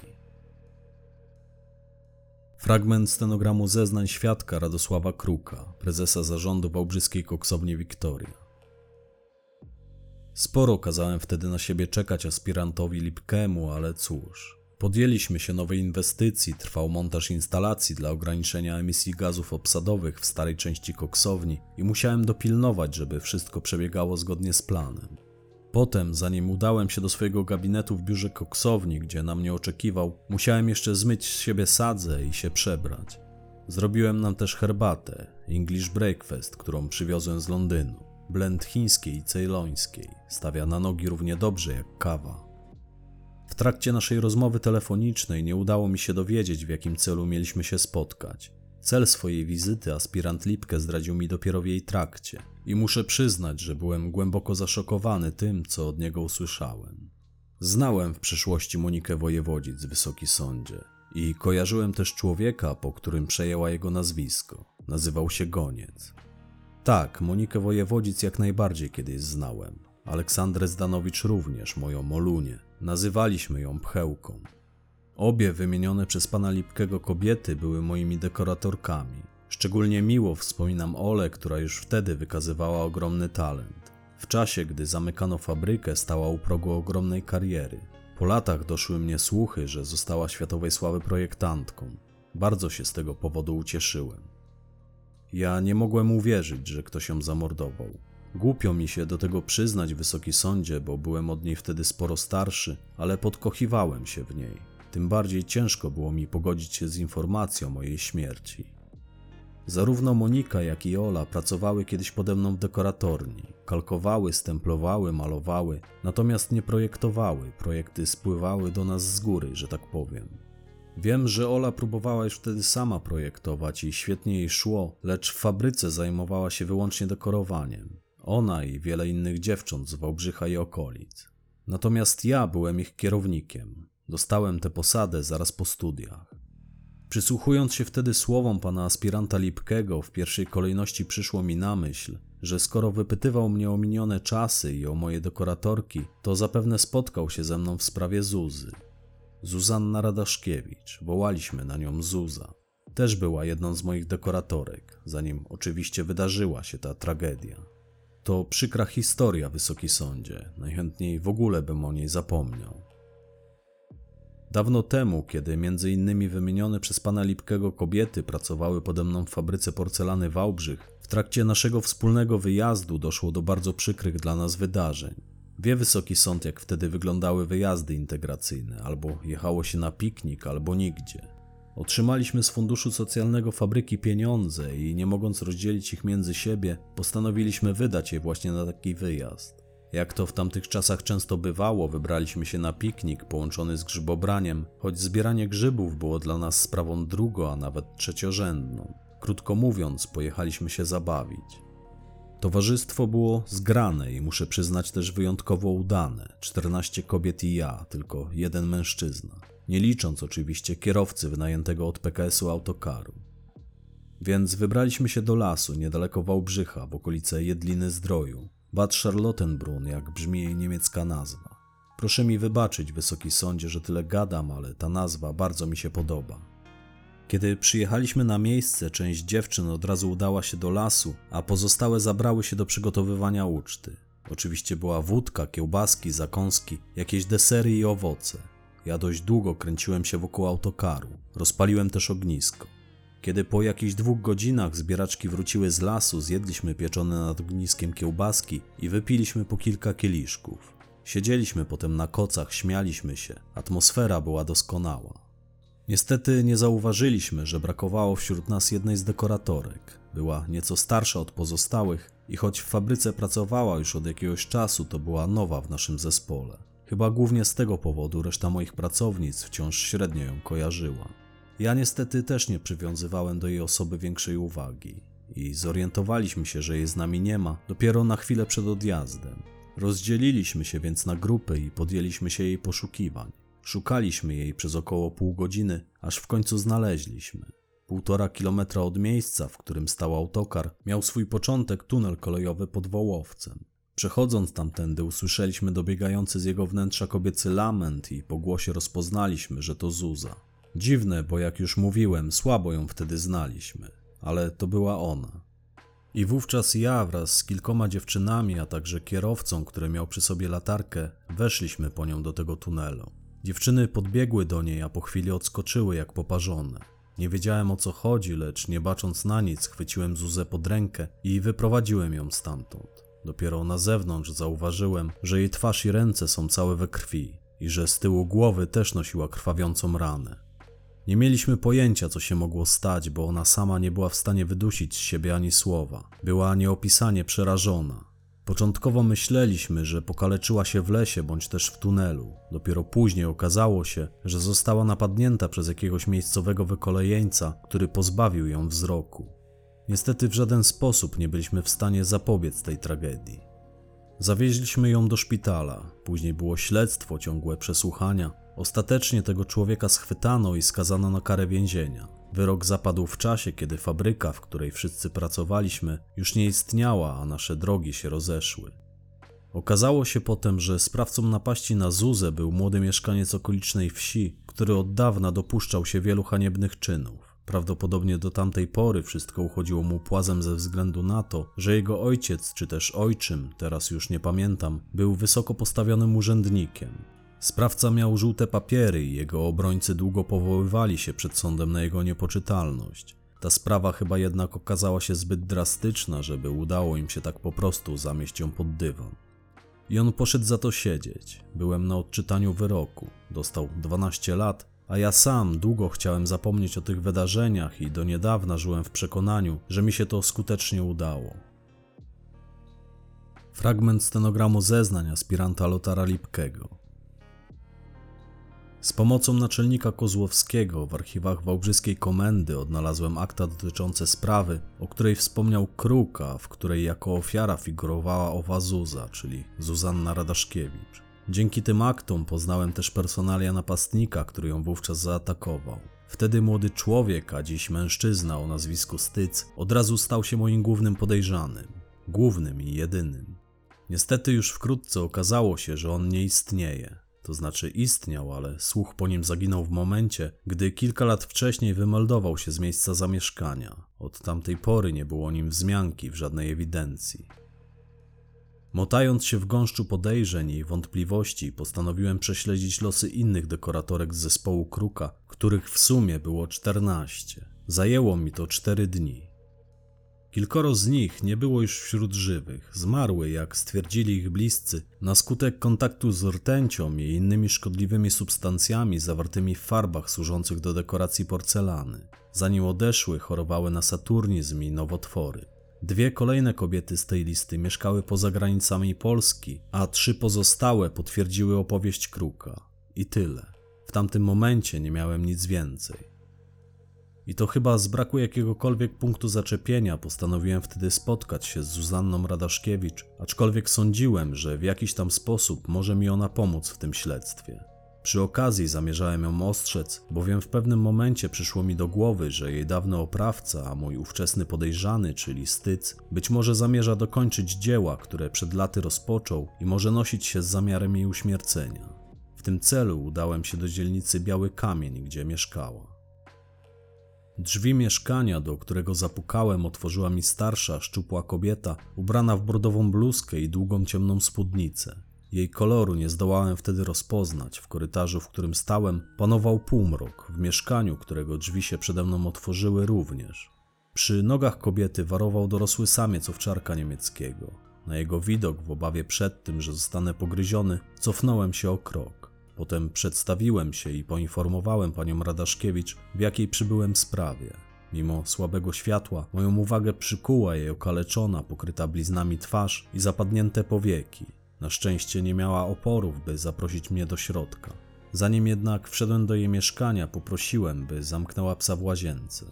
Fragment stenogramu zeznań świadka Radosława Kruka, prezesa zarządu wałbrzyskiej koksowni Wiktoria. Sporo kazałem wtedy na siebie czekać aspirantowi Lipkemu, ale cóż... Podjęliśmy się nowej inwestycji, trwał montaż instalacji dla ograniczenia emisji gazów obsadowych w starej części koksowni i musiałem dopilnować, żeby wszystko przebiegało zgodnie z planem. Potem, zanim udałem się do swojego gabinetu w biurze koksowni, gdzie na mnie oczekiwał, musiałem jeszcze zmyć z siebie sadzę i się przebrać. Zrobiłem nam też herbatę, English Breakfast, którą przywiozłem z Londynu. Blend chińskiej i cejlońskiej, stawia na nogi równie dobrze jak kawa. W trakcie naszej rozmowy telefonicznej nie udało mi się dowiedzieć, w jakim celu mieliśmy się spotkać. Cel swojej wizyty aspirant Lipke zdradził mi dopiero w jej trakcie i muszę przyznać, że byłem głęboko zaszokowany tym, co od niego usłyszałem. Znałem w przeszłości Monikę Wojewodzic, Wysoki Sądzie, i kojarzyłem też człowieka, po którym przejęła jego nazwisko. Nazywał się Goniec. Tak, Monikę Wojewodzic jak najbardziej kiedyś znałem. Aleksandrę Zdanowicz również, moją Molunię. Nazywaliśmy ją Pchełką. Obie wymienione przez pana Lipkego kobiety były moimi dekoratorkami. Szczególnie miło wspominam Olę, która już wtedy wykazywała ogromny talent. W czasie, gdy zamykano fabrykę, stała u progu ogromnej kariery. Po latach doszły mnie słuchy, że została światowej sławy projektantką. Bardzo się z tego powodu ucieszyłem. Ja nie mogłem uwierzyć, że ktoś ją zamordował. Głupio mi się do tego przyznać, Wysoki Sądzie, bo byłem od niej wtedy sporo starszy, ale podkochiwałem się w niej. Tym bardziej ciężko było mi pogodzić się z informacją o jej śmierci. Zarówno Monika, jak i Ola pracowały kiedyś pode mną w dekoratorni. Kalkowały, stemplowały, malowały, natomiast nie projektowały. Projekty spływały do nas z góry, że tak powiem. Wiem, że Ola próbowała już wtedy sama projektować i świetnie jej szło, lecz w fabryce zajmowała się wyłącznie dekorowaniem. Ona i wiele innych dziewcząt z Wałbrzycha i okolic. Natomiast ja byłem ich kierownikiem. Dostałem tę posadę zaraz po studiach. Przysłuchując się wtedy słowom pana aspiranta Lipkego, w pierwszej kolejności przyszło mi na myśl, że skoro wypytywał mnie o minione czasy i o moje dekoratorki, to zapewne spotkał się ze mną w sprawie Zuzy. Zuzanna Radaszkiewicz, wołaliśmy na nią Zuza. Też była jedną z moich dekoratorek, zanim oczywiście wydarzyła się ta tragedia. To przykra historia, Wysoki Sądzie, najchętniej w ogóle bym o niej zapomniał. Dawno temu, kiedy między innymi wymienione przez pana Lipkego kobiety pracowały pode mną w fabryce porcelany Wałbrzych, w trakcie naszego wspólnego wyjazdu doszło do bardzo przykrych dla nas wydarzeń. Wie Wysoki Sąd, jak wtedy wyglądały wyjazdy integracyjne, albo jechało się na piknik, albo nigdzie. Otrzymaliśmy z funduszu socjalnego fabryki pieniądze i nie mogąc rozdzielić ich między siebie, postanowiliśmy wydać je właśnie na taki wyjazd. Jak to w tamtych czasach często bywało, wybraliśmy się na piknik połączony z grzybobraniem, choć zbieranie grzybów było dla nas sprawą drugo, a nawet trzeciorzędną. Krótko mówiąc, pojechaliśmy się zabawić. Towarzystwo było zgrane i muszę przyznać też wyjątkowo udane. 14 kobiet i ja, tylko jeden mężczyzna. Nie licząc oczywiście kierowcy wynajętego od PKS-u autokaru. Więc wybraliśmy się do lasu niedaleko Wałbrzycha, w okolice Jedliny-Zdroju. Bad Charlottenbrunn, jak brzmi jej niemiecka nazwa. Proszę mi wybaczyć, Wysoki Sądzie, że tyle gadam, ale ta nazwa bardzo mi się podoba. Kiedy przyjechaliśmy na miejsce, część dziewczyn od razu udała się do lasu, a pozostałe zabrały się do przygotowywania uczty. Oczywiście była wódka, kiełbaski, zakąski, jakieś desery i owoce. Ja dość długo kręciłem się wokół autokaru. Rozpaliłem też ognisko. Kiedy po jakichś 2 godzinach zbieraczki wróciły z lasu, zjedliśmy pieczone nad ogniskiem kiełbaski i wypiliśmy po kilka kieliszków. Siedzieliśmy potem na kocach, śmialiśmy się. Atmosfera była doskonała. Niestety nie zauważyliśmy, że brakowało wśród nas jednej z dekoratorek. Była nieco starsza od pozostałych i choć w fabryce pracowała już od jakiegoś czasu, to była nowa w naszym zespole. Chyba głównie z tego powodu reszta moich pracownic wciąż średnio ją kojarzyła. Ja niestety też nie przywiązywałem do jej osoby większej uwagi i zorientowaliśmy się, że jej z nami nie ma dopiero na chwilę przed odjazdem. Rozdzieliliśmy się więc na grupy i podjęliśmy się jej poszukiwań. Szukaliśmy jej przez około pół godziny, aż w końcu znaleźliśmy. 1,5 kilometra od miejsca, w którym stał autokar, miał swój początek tunel kolejowy pod Wołowcem. Przechodząc tamtędy usłyszeliśmy dobiegający z jego wnętrza kobiecy lament i po głosie rozpoznaliśmy, że to Zuza. Dziwne, bo jak już mówiłem, słabo ją wtedy znaliśmy, ale to była ona. I wówczas ja wraz z kilkoma dziewczynami, a także kierowcą, który miał przy sobie latarkę, weszliśmy po nią do tego tunelu. Dziewczyny podbiegły do niej, a po chwili odskoczyły jak poparzone. Nie wiedziałem o co chodzi, lecz nie bacząc na nic, chwyciłem Zuzę pod rękę i wyprowadziłem ją stamtąd. Dopiero na zewnątrz zauważyłem, że jej twarz i ręce są całe we krwi i że z tyłu głowy też nosiła krwawiącą ranę. Nie mieliśmy pojęcia, co się mogło stać, bo ona sama nie była w stanie wydusić z siebie ani słowa. Była nieopisanie przerażona. Początkowo myśleliśmy, że pokaleczyła się w lesie bądź też w tunelu. Dopiero później okazało się, że została napadnięta przez jakiegoś miejscowego wykolejeńca, który pozbawił ją wzroku. Niestety w żaden sposób nie byliśmy w stanie zapobiec tej tragedii. Zawieźliśmy ją do szpitala, później było śledztwo, ciągłe przesłuchania. Ostatecznie tego człowieka schwytano i skazano na karę więzienia. Wyrok zapadł w czasie, kiedy fabryka, w której wszyscy pracowaliśmy, już nie istniała, a nasze drogi się rozeszły. Okazało się potem, że sprawcą napaści na Zuzę był młody mieszkaniec okolicznej wsi, który od dawna dopuszczał się wielu haniebnych czynów. Prawdopodobnie do tamtej pory wszystko uchodziło mu płazem ze względu na to, że jego ojciec, czy też ojczym, teraz już nie pamiętam, był wysoko postawionym urzędnikiem. Sprawca miał żółte papiery i jego obrońcy długo powoływali się przed sądem na jego niepoczytalność. Ta sprawa chyba jednak okazała się zbyt drastyczna, żeby udało im się tak po prostu zamieść ją pod dywan. I on poszedł za to siedzieć. Byłem na odczytaniu wyroku. Dostał 12 lat, a ja sam długo chciałem zapomnieć o tych wydarzeniach i do niedawna żyłem w przekonaniu, że mi się to skutecznie udało. Fragment stenogramu zeznań aspiranta Lothara Lipkego. Z pomocą naczelnika Kozłowskiego w archiwach wałbrzyskiej komendy odnalazłem akta dotyczące sprawy, o której wspomniał Kruk, a w której jako ofiara figurowała owa Zuza, czyli Zuzanna Radaszkiewicz. Dzięki tym aktom poznałem też personalia napastnika, który ją wówczas zaatakował. Wtedy młody człowiek, a dziś mężczyzna o nazwisku Styc, od razu stał się moim głównym podejrzanym. Głównym i jedynym. Niestety już wkrótce okazało się, że on nie istnieje. To znaczy istniał, ale słuch po nim zaginął w momencie, gdy kilka lat wcześniej wymeldował się z miejsca zamieszkania. Od tamtej pory nie było o nim wzmianki w żadnej ewidencji. Motając się w gąszczu podejrzeń i wątpliwości, postanowiłem prześledzić losy innych dekoratorek z zespołu Kruka, których w sumie było 14. Zajęło mi to 4 dni. Kilkoro z nich nie było już wśród żywych, zmarły, jak stwierdzili ich bliscy, na skutek kontaktu z rtęcią i innymi szkodliwymi substancjami zawartymi w farbach służących do dekoracji porcelany. Zanim odeszły, chorowały na saturnizm i nowotwory. 2 kolejne kobiety z tej listy mieszkały poza granicami Polski, a 3 pozostałe potwierdziły opowieść Kruka. I tyle. W tamtym momencie nie miałem nic więcej. I to chyba z braku jakiegokolwiek punktu zaczepienia postanowiłem wtedy spotkać się z Zuzanną Radaszkiewicz, aczkolwiek sądziłem, że w jakiś tam sposób może mi ona pomóc w tym śledztwie. Przy okazji zamierzałem ją ostrzec, bowiem w pewnym momencie przyszło mi do głowy, że jej dawny oprawca, a mój ówczesny podejrzany, czyli Styc, być może zamierza dokończyć dzieła, które przed laty rozpoczął i może nosić się z zamiarem jej uśmiercenia. W tym celu udałem się do dzielnicy Biały Kamień, gdzie mieszkała. Drzwi mieszkania, do którego zapukałem, otworzyła mi starsza, szczupła kobieta, ubrana w brodową bluzkę i długą ciemną spódnicę. Jej koloru nie zdołałem wtedy rozpoznać. W korytarzu, w którym stałem, panował półmrok. W mieszkaniu, którego drzwi się przede mną otworzyły, również. Przy nogach kobiety warował dorosły samiec owczarka niemieckiego. Na jego widok, w obawie przed tym, że zostanę pogryziony, cofnąłem się o krok. Potem przedstawiłem się i poinformowałem panią Radaszkiewicz, w jakiej przybyłem sprawie. Mimo słabego światła, moją uwagę przykuła jej okaleczona, pokryta bliznami twarz i zapadnięte powieki. Na szczęście nie miała oporów, by zaprosić mnie do środka. Zanim jednak wszedłem do jej mieszkania, poprosiłem, by zamknęła psa w łazience.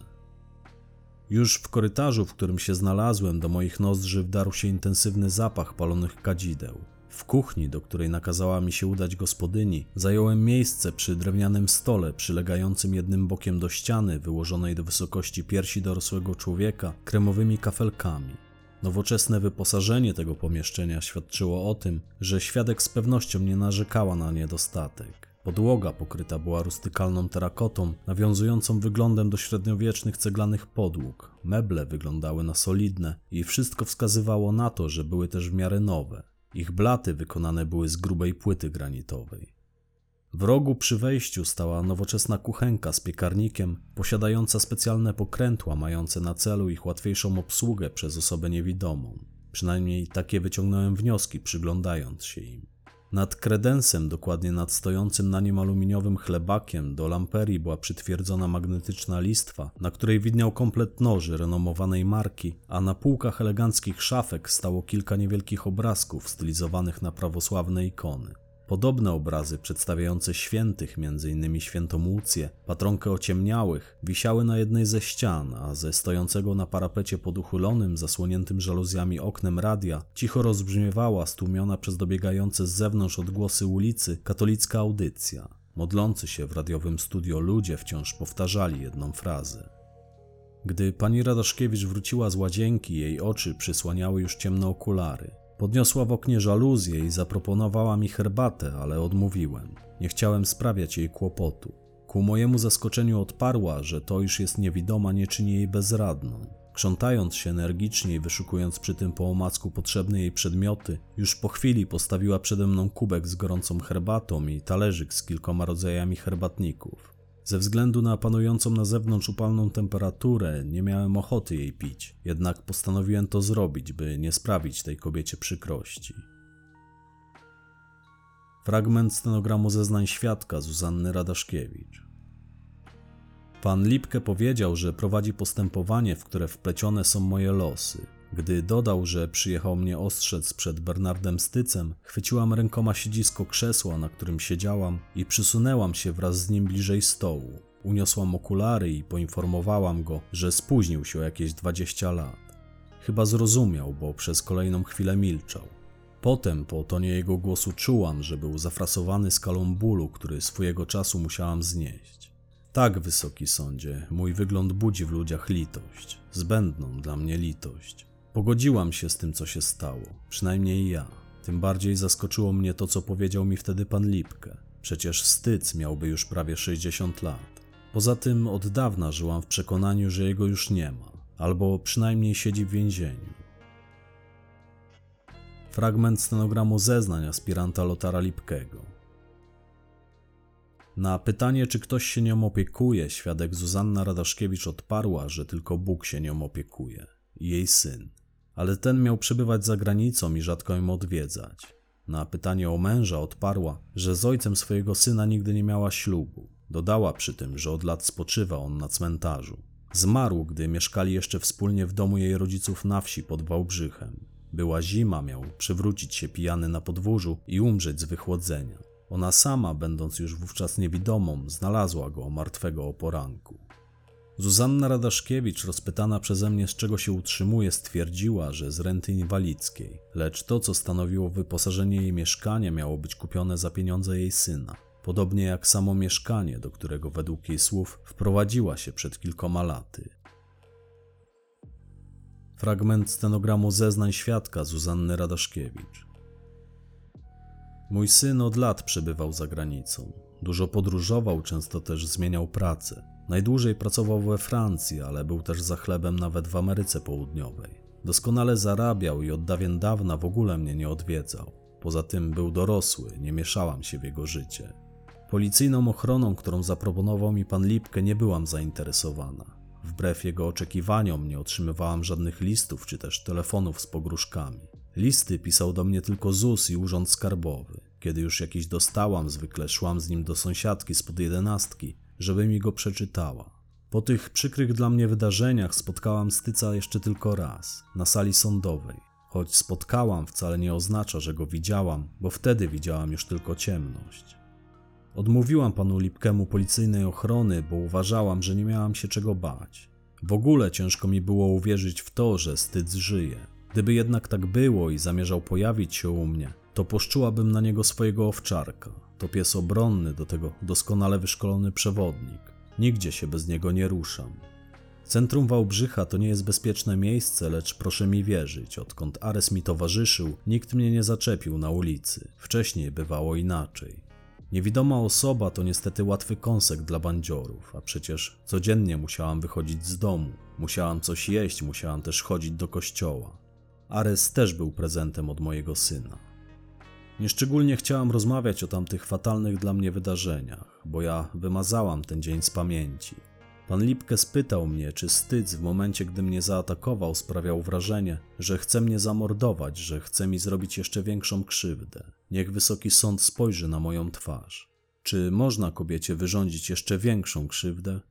Już w korytarzu, w którym się znalazłem, do moich nozdrzy wdarł się intensywny zapach palonych kadzideł. W kuchni, do której nakazała mi się udać gospodyni, zająłem miejsce przy drewnianym stole przylegającym jednym bokiem do ściany, wyłożonej do wysokości piersi dorosłego człowieka, kremowymi kafelkami. Nowoczesne wyposażenie tego pomieszczenia świadczyło o tym, że świadek z pewnością nie narzekała na niedostatek. Podłoga pokryta była rustykalną terakotą, nawiązującą wyglądem do średniowiecznych ceglanych podłóg. Meble wyglądały na solidne i wszystko wskazywało na to, że były też w miarę nowe. Ich blaty wykonane były z grubej płyty granitowej. W rogu przy wejściu stała nowoczesna kuchenka z piekarnikiem, posiadająca specjalne pokrętła mające na celu ich łatwiejszą obsługę przez osobę niewidomą. Przynajmniej takie wyciągnąłem wnioski, przyglądając się im. Nad kredensem, dokładnie nad stojącym na nim aluminiowym chlebakiem, do lamperii była przytwierdzona magnetyczna listwa, na której widniał komplet noży renomowanej marki, a na półkach eleganckich szafek stało kilka niewielkich obrazków stylizowanych na prawosławne ikony. Podobne obrazy przedstawiające świętych, m.in. świętą Łucję, patronkę ociemniałych, wisiały na jednej ze ścian, a ze stojącego na parapecie pod uchylonym, zasłoniętym żaluzjami oknem radia cicho rozbrzmiewała stłumiona przez dobiegające z zewnątrz odgłosy ulicy katolicka audycja. Modlący się w radiowym studio ludzie wciąż powtarzali jedną frazę. Gdy pani Radaszkiewicz wróciła z łazienki, jej oczy przysłaniały już ciemne okulary. Podniosła w oknie żaluzję i zaproponowała mi herbatę, ale odmówiłem. Nie chciałem sprawiać jej kłopotu. Ku mojemu zaskoczeniu odparła, że to już jest niewidoma, nie czyni jej bezradną. Krzątając się energicznie i wyszukując przy tym po omacku potrzebne jej przedmioty, już po chwili postawiła przede mną kubek z gorącą herbatą i talerzyk z kilkoma rodzajami herbatników. Ze względu na panującą na zewnątrz upalną temperaturę nie miałem ochoty jej pić, jednak postanowiłem to zrobić, by nie sprawić tej kobiecie przykrości. Fragment stenogramu zeznań świadka Zuzanny Radaszkiewicz. Pan Lipke powiedział, że prowadzi postępowanie, w które wplecione są moje losy. Gdy dodał, że przyjechał mnie ostrzec przed Bernardem Stycem, chwyciłam rękoma siedzisko krzesła, na którym siedziałam i przysunęłam się wraz z nim bliżej stołu. Uniosłam okulary i poinformowałam go, że spóźnił się o jakieś 20 lat. Chyba zrozumiał, bo przez kolejną chwilę milczał. Potem po tonie jego głosu czułam, że był zafrasowany skalą bólu, który swojego czasu musiałam znieść. Tak, wysoki sądzie, mój wygląd budzi w ludziach litość, zbędną dla mnie litość. Pogodziłam się z tym, co się stało, przynajmniej ja. Tym bardziej zaskoczyło mnie to, co powiedział mi wtedy pan Lipke. Przecież Styc miałby już prawie 60 lat. Poza tym od dawna żyłam w przekonaniu, że jego już nie ma, albo przynajmniej siedzi w więzieniu. Fragment stenogramu zeznań aspiranta Lothara Lipkego. Na pytanie, czy ktoś się nią opiekuje, świadek Zuzanna Radaszkiewicz odparła, że tylko Bóg się nią opiekuje i jej syn. Ale ten miał przebywać za granicą i rzadko ją odwiedzać. Na pytanie o męża odparła, że z ojcem swojego syna nigdy nie miała ślubu. Dodała przy tym, że od lat spoczywa on na cmentarzu. Zmarł, gdy mieszkali jeszcze wspólnie w domu jej rodziców na wsi pod Wałbrzychem. Była zima, miał przewrócić się pijany na podwórzu i umrzeć z wychłodzenia. Ona sama, będąc już wówczas niewidomą, znalazła go martwego o poranku. Zuzanna Radaszkiewicz, rozpytana przeze mnie, z czego się utrzymuje, stwierdziła, że z renty inwalidzkiej, lecz to, co stanowiło wyposażenie jej mieszkania, miało być kupione za pieniądze jej syna. Podobnie jak samo mieszkanie, do którego według jej słów wprowadziła się przed kilkoma laty. Fragment stenogramu zeznań świadka Zuzanny Radaszkiewicz. Mój syn od lat przebywał za granicą. Dużo podróżował, często też zmieniał pracę. Najdłużej pracował we Francji, ale był też za chlebem nawet w Ameryce Południowej. Doskonale zarabiał i od dawien dawna w ogóle mnie nie odwiedzał. Poza tym był dorosły, nie mieszałam się w jego życie. Policyjną ochroną, którą zaproponował mi pan Lipke, nie byłam zainteresowana. Wbrew jego oczekiwaniom nie otrzymywałam żadnych listów czy też telefonów z pogróżkami. Listy pisał do mnie tylko ZUS i Urząd Skarbowy. Kiedy już jakiś dostałam, zwykle szłam z nim do sąsiadki spod 11, żeby mi go przeczytała. Po tych przykrych dla mnie wydarzeniach spotkałam Styca jeszcze tylko raz, na sali sądowej. Choć spotkałam, wcale nie oznacza, że go widziałam, bo wtedy widziałam już tylko ciemność. Odmówiłam panu Lipkemu policyjnej ochrony, bo uważałam, że nie miałam się czego bać. W ogóle ciężko mi było uwierzyć w to, że Styc żyje. Gdyby jednak tak było i zamierzał pojawić się u mnie, to poszczułabym na niego swojego owczarka. To pies obronny, do tego doskonale wyszkolony przewodnik. Nigdzie się bez niego nie ruszam. Centrum Wałbrzycha to nie jest bezpieczne miejsce, lecz proszę mi wierzyć, odkąd Ares mi towarzyszył, nikt mnie nie zaczepił na ulicy. Wcześniej bywało inaczej. Niewidoma osoba to niestety łatwy kąsek dla bandziorów, a przecież codziennie musiałam wychodzić z domu. Musiałam coś jeść, musiałam też chodzić do kościoła. Ares też był prezentem od mojego syna. Nieszczególnie chciałam rozmawiać o tamtych fatalnych dla mnie wydarzeniach, bo ja wymazałam ten dzień z pamięci. Pan Lipke spytał mnie, czy Styc w momencie, gdy mnie zaatakował, sprawiał wrażenie, że chce mnie zamordować, że chce mi zrobić jeszcze większą krzywdę. Niech wysoki sąd spojrzy na moją twarz. Czy można kobiecie wyrządzić jeszcze większą krzywdę?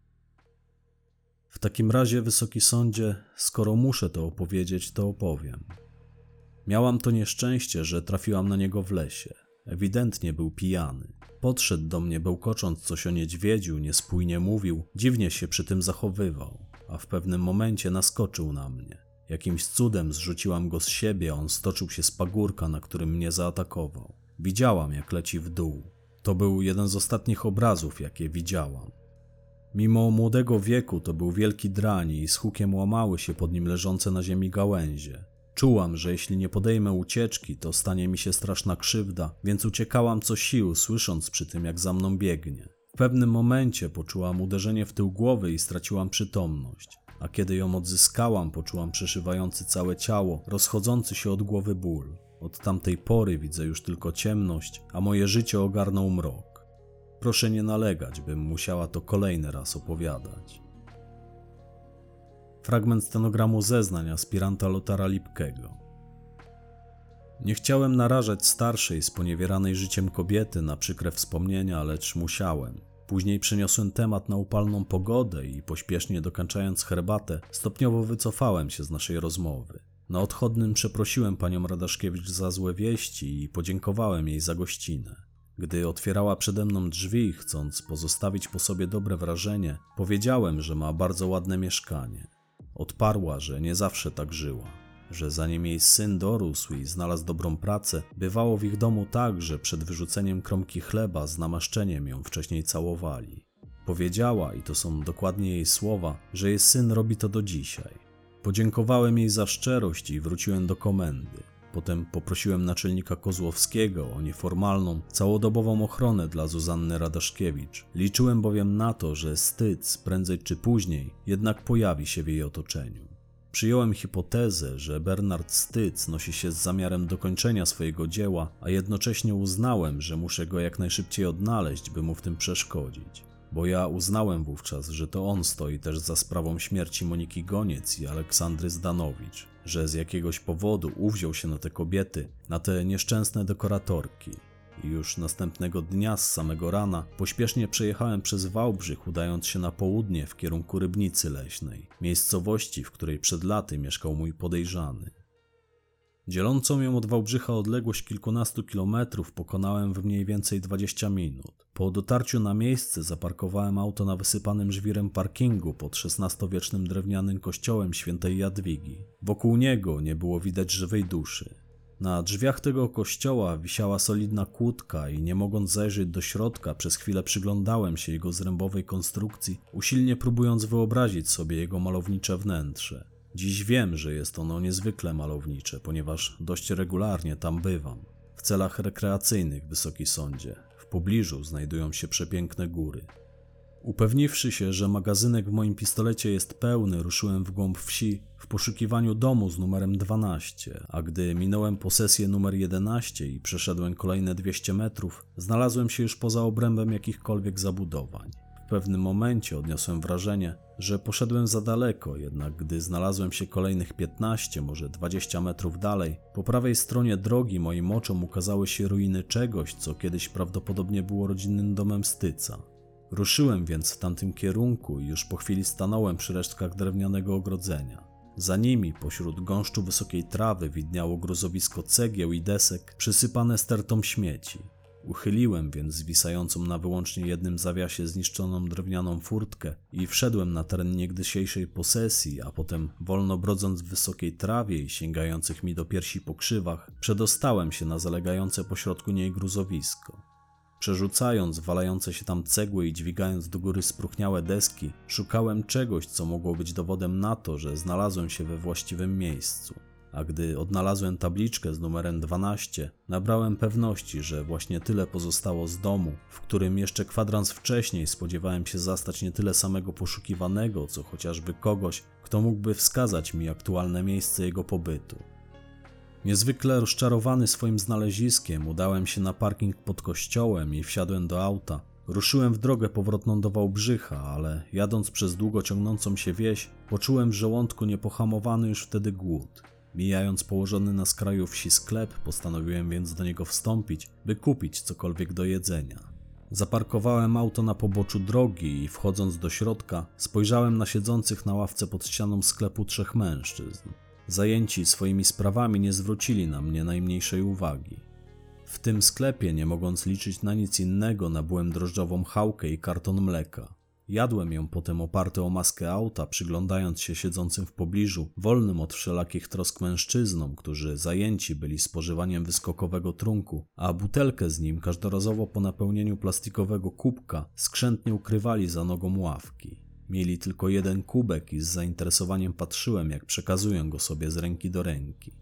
W takim razie, wysoki sądzie, skoro muszę to opowiedzieć, to opowiem. Miałam to nieszczęście, że trafiłam na niego w lesie. Ewidentnie był pijany. Podszedł do mnie bełkocząc coś o niedźwiedziu, niespójnie mówił, dziwnie się przy tym zachowywał, a w pewnym momencie naskoczył na mnie. Jakimś cudem zrzuciłam go z siebie, a on stoczył się z pagórka, na którym mnie zaatakował. Widziałam, jak leci w dół. To był jeden z ostatnich obrazów, jakie widziałam. Mimo młodego wieku to był wielki drań i z hukiem łamały się pod nim leżące na ziemi gałęzie. Czułam, że jeśli nie podejmę ucieczki, to stanie mi się straszna krzywda, więc uciekałam co sił, słysząc przy tym, jak za mną biegnie. W pewnym momencie poczułam uderzenie w tył głowy i straciłam przytomność, a kiedy ją odzyskałam, poczułam przeszywający całe ciało, rozchodzący się od głowy ból. Od tamtej pory widzę już tylko ciemność, a moje życie ogarnął mrok. Proszę nie nalegać, bym musiała to kolejny raz opowiadać. Fragment stenogramu zeznań aspiranta Lothara Lipkego. Nie chciałem narażać starszej, sponiewieranej życiem kobiety na przykre wspomnienia, lecz musiałem. Później przeniosłem temat na upalną pogodę i pośpiesznie dokończając herbatę, stopniowo wycofałem się z naszej rozmowy. Na odchodnym przeprosiłem panią Radaszkiewicz za złe wieści i podziękowałem jej za gościnę. Gdy otwierała przede mną drzwi, chcąc pozostawić po sobie dobre wrażenie, powiedziałem, że ma bardzo ładne mieszkanie. Odparła, że nie zawsze tak żyła, że zanim jej syn dorósł i znalazł dobrą pracę, bywało w ich domu tak, że przed wyrzuceniem kromki chleba z namaszczeniem ją wcześniej całowali. Powiedziała, i to są dokładnie jej słowa, że jej syn robi to do dzisiaj. Podziękowałem jej za szczerość i wróciłem do komendy. Potem poprosiłem naczelnika Kozłowskiego o nieformalną, całodobową ochronę dla Zuzanny Radaszkiewicz. Liczyłem bowiem na to, że Styc prędzej czy później jednak pojawi się w jej otoczeniu. Przyjąłem hipotezę, że Bernard Styc nosi się z zamiarem dokończenia swojego dzieła, a jednocześnie uznałem, że muszę go jak najszybciej odnaleźć, by mu w tym przeszkodzić. Bo ja uznałem wówczas, że to on stoi też za sprawą śmierci Moniki Goniec i Aleksandry Zdanowicz, że z jakiegoś powodu uwziął się na te kobiety, na te nieszczęsne dekoratorki. I już następnego dnia z samego rana pośpiesznie przejechałem przez Wałbrzych, udając się na południe w kierunku Rybnicy Leśnej, miejscowości, w której przed laty mieszkał mój podejrzany. Dzielącą ją od Wałbrzycha odległość kilkunastu kilometrów pokonałem w mniej więcej 20 minut. Po dotarciu na miejsce zaparkowałem auto na wysypanym żwirem parkingu pod XVI-wiecznym drewnianym kościołem świętej Jadwigi. Wokół niego nie było widać żywej duszy. Na drzwiach tego kościoła wisiała solidna kłódka i nie mogąc zajrzeć do środka, przez chwilę przyglądałem się jego zrębowej konstrukcji, usilnie próbując wyobrazić sobie jego malownicze wnętrze. Dziś wiem, że jest ono niezwykle malownicze, ponieważ dość regularnie tam bywam. W celach rekreacyjnych, Wysoki Sądzie. W pobliżu znajdują się przepiękne góry. Upewniwszy się, że magazynek w moim pistolecie jest pełny, ruszyłem w głąb wsi w poszukiwaniu domu z numerem 12, a gdy minąłem posesję numer 11 i przeszedłem kolejne 200 metrów, znalazłem się już poza obrębem jakichkolwiek zabudowań. W pewnym momencie odniosłem wrażenie, że poszedłem za daleko, jednak gdy znalazłem się kolejnych 15, może 20 metrów dalej, po prawej stronie drogi moim oczom ukazały się ruiny czegoś, co kiedyś prawdopodobnie było rodzinnym domem Styca. Ruszyłem więc w tamtym kierunku i już po chwili stanąłem przy resztkach drewnianego ogrodzenia. Za nimi, pośród gąszczu wysokiej trawy, widniało gruzowisko cegieł i desek przysypane stertą śmieci. Uchyliłem więc zwisającą na wyłącznie jednym zawiasie zniszczoną drewnianą furtkę i wszedłem na teren niegdysiejszej posesji, a potem, wolno brodząc w wysokiej trawie i sięgających mi do piersi pokrzywach, przedostałem się na zalegające pośrodku niej gruzowisko. Przerzucając walające się tam cegły i dźwigając do góry spróchniałe deski, szukałem czegoś, co mogło być dowodem na to, że znalazłem się we właściwym miejscu. A gdy odnalazłem tabliczkę z numerem 12, nabrałem pewności, że właśnie tyle pozostało z domu, w którym jeszcze kwadrans wcześniej spodziewałem się zastać nie tyle samego poszukiwanego, co chociażby kogoś, kto mógłby wskazać mi aktualne miejsce jego pobytu. Niezwykle rozczarowany swoim znaleziskiem, udałem się na parking pod kościołem i wsiadłem do auta. Ruszyłem w drogę powrotną do Wałbrzycha, ale jadąc przez długo ciągnącą się wieś, poczułem w żołądku niepohamowany już wtedy głód. Mijając położony na skraju wsi sklep, postanowiłem więc do niego wstąpić, by kupić cokolwiek do jedzenia. Zaparkowałem auto na poboczu drogi i wchodząc do środka, spojrzałem na siedzących na ławce pod ścianą sklepu 3 mężczyzn. Zajęci swoimi sprawami nie zwrócili na mnie najmniejszej uwagi. W tym sklepie, nie mogąc liczyć na nic innego, nabyłem drożdżową chałkę i karton mleka. Jadłem ją potem oparty o maskę auta, przyglądając się siedzącym w pobliżu, wolnym od wszelakich trosk mężczyznom, którzy zajęci byli spożywaniem wyskokowego trunku, a butelkę z nim każdorazowo po napełnieniu plastikowego kubka skrzętnie ukrywali za nogą ławki. Mieli tylko jeden kubek i z zainteresowaniem patrzyłem, jak przekazują go sobie z ręki do ręki.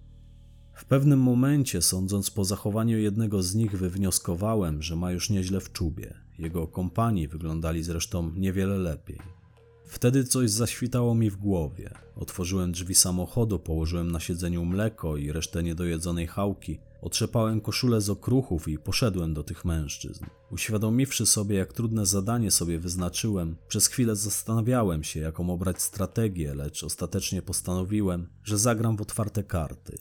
W pewnym momencie, sądząc po zachowaniu jednego z nich, wywnioskowałem, że ma już nieźle w czubie. Jego kompanii wyglądali zresztą niewiele lepiej. Wtedy coś zaświtało mi w głowie. Otworzyłem drzwi samochodu, położyłem na siedzeniu mleko i resztę niedojedzonej chałki, otrzepałem koszulę z okruchów i poszedłem do tych mężczyzn. Uświadomiwszy sobie, jak trudne zadanie sobie wyznaczyłem, przez chwilę zastanawiałem się, jaką obrać strategię, lecz ostatecznie postanowiłem, że zagram w otwarte karty.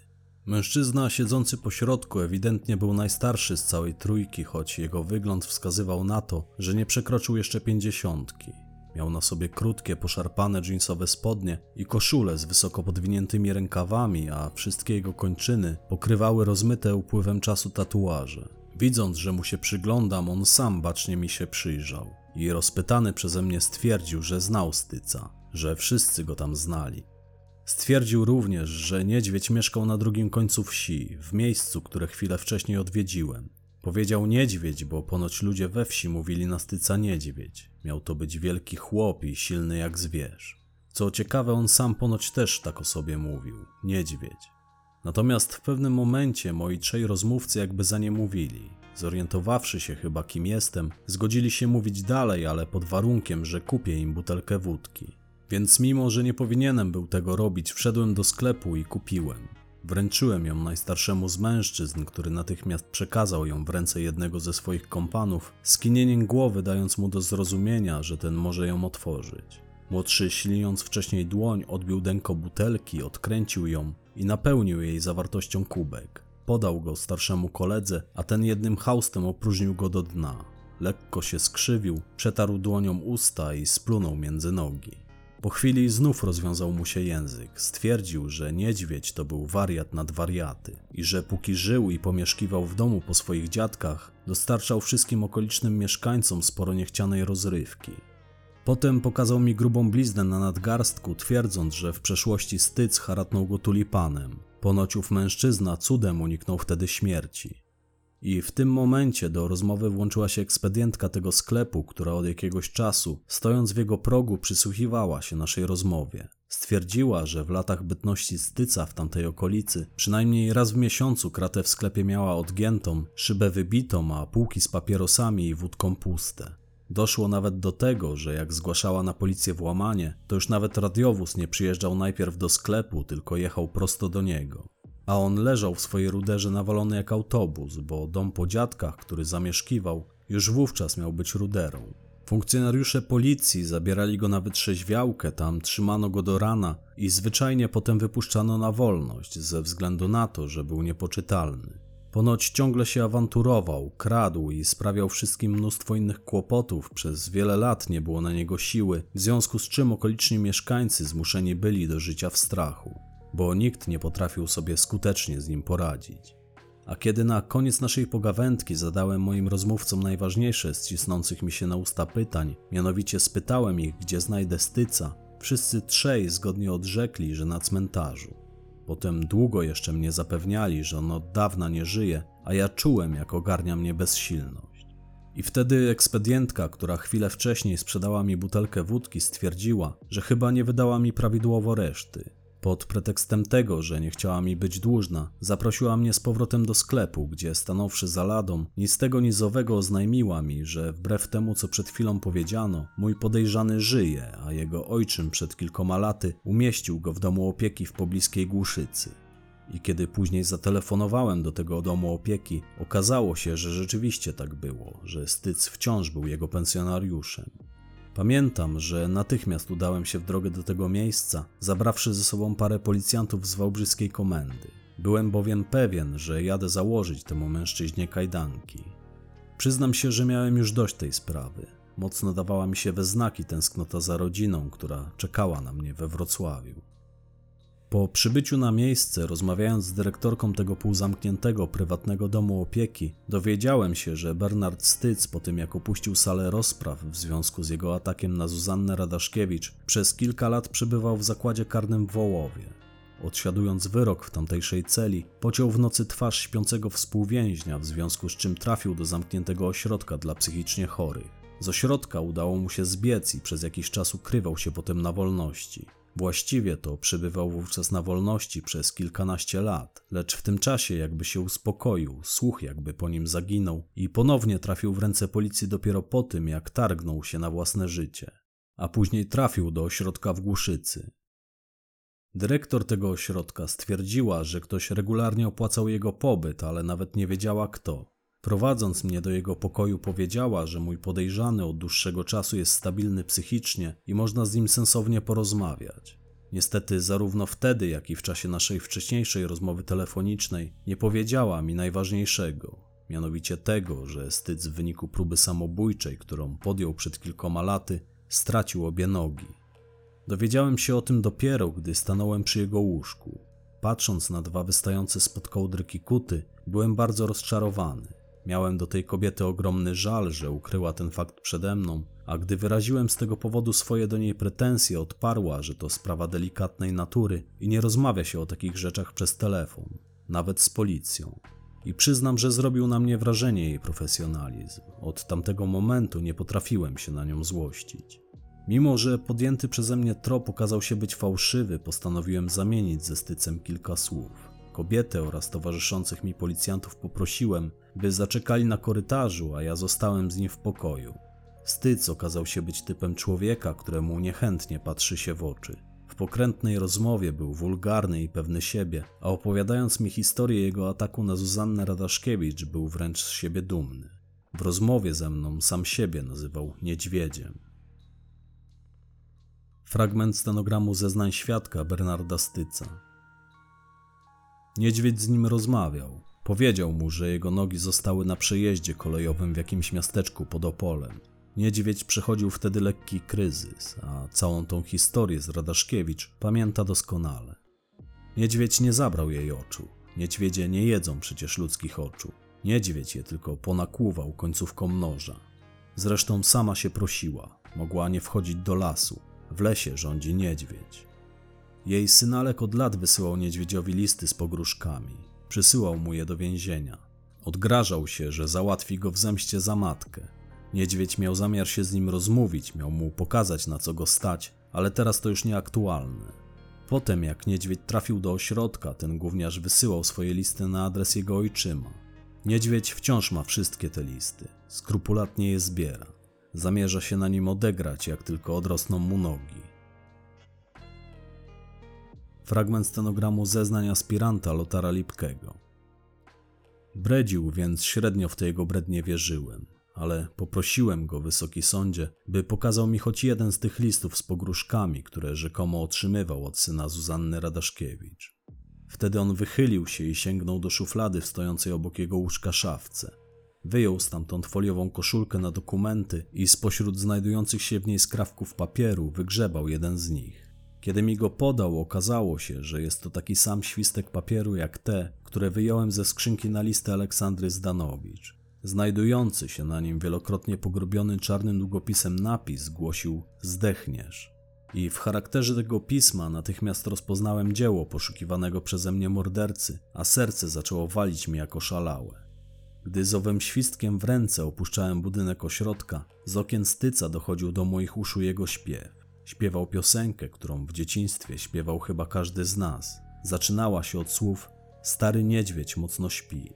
Mężczyzna siedzący po środku ewidentnie był najstarszy z całej trójki, choć jego wygląd wskazywał na to, że nie przekroczył jeszcze 50. Miał na sobie krótkie, poszarpane dżinsowe spodnie i koszulę z wysoko podwiniętymi rękawami, a wszystkie jego kończyny pokrywały rozmyte upływem czasu tatuaże. Widząc, że mu się przyglądam, on sam bacznie mi się przyjrzał i rozpytany przeze mnie stwierdził, że znał Styca, że wszyscy go tam znali. Stwierdził również, że niedźwiedź mieszkał na drugim końcu wsi, w miejscu, które chwilę wcześniej odwiedziłem. Powiedział niedźwiedź, bo ponoć ludzie we wsi mówili na Styca niedźwiedź. Miał to być wielki chłop i silny jak zwierz. Co ciekawe, on sam ponoć też tak o sobie mówił, niedźwiedź. Natomiast w pewnym momencie moi trzej rozmówcy jakby za nie mówili. Zorientowawszy się chyba kim jestem, zgodzili się mówić dalej, ale pod warunkiem, że kupię im butelkę wódki. Więc mimo, że nie powinienem był tego robić, wszedłem do sklepu i kupiłem. Wręczyłem ją najstarszemu z mężczyzn, który natychmiast przekazał ją w ręce jednego ze swoich kompanów, skinieniem głowy dając mu do zrozumienia, że ten może ją otworzyć. Młodszy, śliniąc wcześniej dłoń, odbił denko butelki, odkręcił ją i napełnił jej zawartością kubek. Podał go starszemu koledze, a ten jednym haustem opróżnił go do dna. Lekko się skrzywił, przetarł dłonią usta i splunął między nogi. Po chwili znów rozwiązał mu się język. Stwierdził, że niedźwiedź to był wariat nad wariaty i że póki żył i pomieszkiwał w domu po swoich dziadkach, dostarczał wszystkim okolicznym mieszkańcom sporo niechcianej rozrywki. Potem pokazał mi grubą bliznę na nadgarstku, twierdząc, że w przeszłości Styc haratnął go tulipanem. Ponoć ów mężczyzna cudem uniknął wtedy śmierci. I w tym momencie do rozmowy włączyła się ekspedientka tego sklepu, która od jakiegoś czasu, stojąc w jego progu, przysłuchiwała się naszej rozmowie. Stwierdziła, że w latach bytności Styca w tamtej okolicy przynajmniej raz w miesiącu kratę w sklepie miała odgiętą, szybę wybitą, a półki z papierosami i wódką puste. Doszło nawet do tego, że jak zgłaszała na policję włamanie, to już nawet radiowóz nie przyjeżdżał najpierw do sklepu, tylko jechał prosto do niego. A on leżał w swojej ruderze nawalony jak autobus, bo dom po dziadkach, który zamieszkiwał, już wówczas miał być ruderą. Funkcjonariusze policji zabierali go na wytrzeźwiałkę, tam trzymano go do rana i zwyczajnie potem wypuszczano na wolność ze względu na to, że był niepoczytalny. Ponoć ciągle się awanturował, kradł i sprawiał wszystkim mnóstwo innych kłopotów, przez wiele lat nie było na niego siły, w związku z czym okoliczni mieszkańcy zmuszeni byli do życia w strachu, bo nikt nie potrafił sobie skutecznie z nim poradzić. A kiedy na koniec naszej pogawędki zadałem moim rozmówcom najważniejsze z cisnących mi się na usta pytań, mianowicie spytałem ich, gdzie znajdę Styca, wszyscy trzej zgodnie odrzekli, że na cmentarzu. Potem długo jeszcze mnie zapewniali, że on od dawna nie żyje, a ja czułem, jak ogarnia mnie bezsilność. I wtedy ekspedientka, która chwilę wcześniej sprzedała mi butelkę wódki, stwierdziła, że chyba nie wydała mi prawidłowo reszty. Pod pretekstem tego, że nie chciała mi być dłużna, zaprosiła mnie z powrotem do sklepu, gdzie stanąwszy za ladą, ni z tego ni z owego oznajmiła mi, że wbrew temu, co przed chwilą powiedziano, mój podejrzany żyje, a jego ojczym przed kilkoma laty umieścił go w domu opieki w pobliskiej Głuszycy. I kiedy później zatelefonowałem do tego domu opieki, okazało się, że rzeczywiście tak było, że Styc wciąż był jego pensjonariuszem. Pamiętam, że natychmiast udałem się w drogę do tego miejsca, zabrawszy ze sobą parę policjantów z wałbrzyskiej komendy. Byłem bowiem pewien, że jadę założyć temu mężczyźnie kajdanki. Przyznam się, że miałem już dość tej sprawy. Mocno dawała mi się we znaki tęsknota za rodziną, która czekała na mnie we Wrocławiu. Po przybyciu na miejsce, rozmawiając z dyrektorką tego półzamkniętego, prywatnego domu opieki, dowiedziałem się, że Bernard Styc po tym jak opuścił salę rozpraw w związku z jego atakiem na Zuzannę Radaszkiewicz, przez kilka lat przebywał w zakładzie karnym w Wołowie. Odsiadując wyrok w tamtejszej celi, pociął w nocy twarz śpiącego współwięźnia, w związku z czym trafił do zamkniętego ośrodka dla psychicznie chorych. Z ośrodka udało mu się zbiec i przez jakiś czas ukrywał się potem na wolności. Właściwie to przebywał wówczas na wolności przez kilkanaście lat, lecz w tym czasie jakby się uspokoił, słuch jakby po nim zaginął i ponownie trafił w ręce policji dopiero po tym, jak targnął się na własne życie. A później trafił do ośrodka w Głuszycy. Dyrektor tego ośrodka stwierdziła, że ktoś regularnie opłacał jego pobyt, ale nawet nie wiedziała kto. Prowadząc mnie do jego pokoju, powiedziała, że mój podejrzany od dłuższego czasu jest stabilny psychicznie i można z nim sensownie porozmawiać. Niestety zarówno wtedy, jak i w czasie naszej wcześniejszej rozmowy telefonicznej nie powiedziała mi najważniejszego, mianowicie tego, że Styc w wyniku próby samobójczej, którą podjął przed kilkoma laty, stracił obie nogi. Dowiedziałem się o tym dopiero, gdy stanąłem przy jego łóżku. Patrząc na dwa wystające spod kołdry kikuty, byłem bardzo rozczarowany. Miałem do tej kobiety ogromny żal, że ukryła ten fakt przede mną, a gdy wyraziłem z tego powodu swoje do niej pretensje, odparła, że to sprawa delikatnej natury i nie rozmawia się o takich rzeczach przez telefon, nawet z policją. I przyznam, że zrobił na mnie wrażenie jej profesjonalizm. Od tamtego momentu nie potrafiłem się na nią złościć. Mimo że podjęty przeze mnie trop okazał się być fałszywy, postanowiłem zamienić ze Stycem kilka słów. Kobietę oraz towarzyszących mi policjantów poprosiłem, by zaczekali na korytarzu, a ja zostałem z nim w pokoju. Styc okazał się być typem człowieka, któremu niechętnie patrzy się w oczy. W pokrętnej rozmowie był wulgarny i pewny siebie, a opowiadając mi historię jego ataku na Zuzannę Radaszkiewicz, był wręcz z siebie dumny. W rozmowie ze mną sam siebie nazywał niedźwiedziem. Fragment stenogramu zeznań świadka Bernarda Styca. Niedźwiedź z nim rozmawiał. Powiedział mu, że jego nogi zostały na przejeździe kolejowym w jakimś miasteczku pod Opolem. Niedźwiedź przechodził wtedy lekki kryzys, a całą tą historię z Radaszkiewicz pamięta doskonale. Niedźwiedź nie zabrał jej oczu. Niedźwiedzie nie jedzą przecież ludzkich oczu. Niedźwiedź je tylko ponakłuwał końcówką noża. Zresztą sama się prosiła. Mogła nie wchodzić do lasu. W lesie rządzi niedźwiedź. Jej synalek od lat wysyłał niedźwiedziowi listy z pogróżkami. Przysyłał mu je do więzienia. Odgrażał się, że załatwi go w zemście za matkę. Niedźwiedź miał zamiar się z nim rozmówić, miał mu pokazać, na co go stać, ale teraz to już nieaktualne. Potem, jak niedźwiedź trafił do ośrodka, ten gówniarz wysyłał swoje listy na adres jego ojczyma. Niedźwiedź wciąż ma wszystkie te listy. Skrupulatnie je zbiera. Zamierza się na nim odegrać, jak tylko odrosną mu nogi. Fragment stenogramu zeznań aspiranta Lotara Lipkego. Bredził, więc średnio w te jego brednie wierzyłem, ale poprosiłem go, Wysoki Sądzie, by pokazał mi choć jeden z tych listów z pogróżkami, które rzekomo otrzymywał od syna Zuzanny Radaszkiewicz. Wtedy on wychylił się i sięgnął do szuflady w stojącej obok jego łóżka szafce. Wyjął stamtąd foliową koszulkę na dokumenty i spośród znajdujących się w niej skrawków papieru wygrzebał jeden z nich. Kiedy mi go podał, okazało się, że jest to taki sam świstek papieru jak te, które wyjąłem ze skrzynki na listy Aleksandry Zdanowicz. Znajdujący się na nim wielokrotnie pogrubiony czarnym długopisem napis głosił „Zdechniesz”. I w charakterze tego pisma natychmiast rozpoznałem dzieło poszukiwanego przeze mnie mordercy, a serce zaczęło walić mi jako szalałe. Gdy z owym świstkiem w ręce opuszczałem budynek ośrodka, z okien Styca dochodził do moich uszu jego śpiew. Śpiewał piosenkę, którą w dzieciństwie śpiewał chyba każdy z nas. Zaczynała się od słów „Stary niedźwiedź mocno śpi”.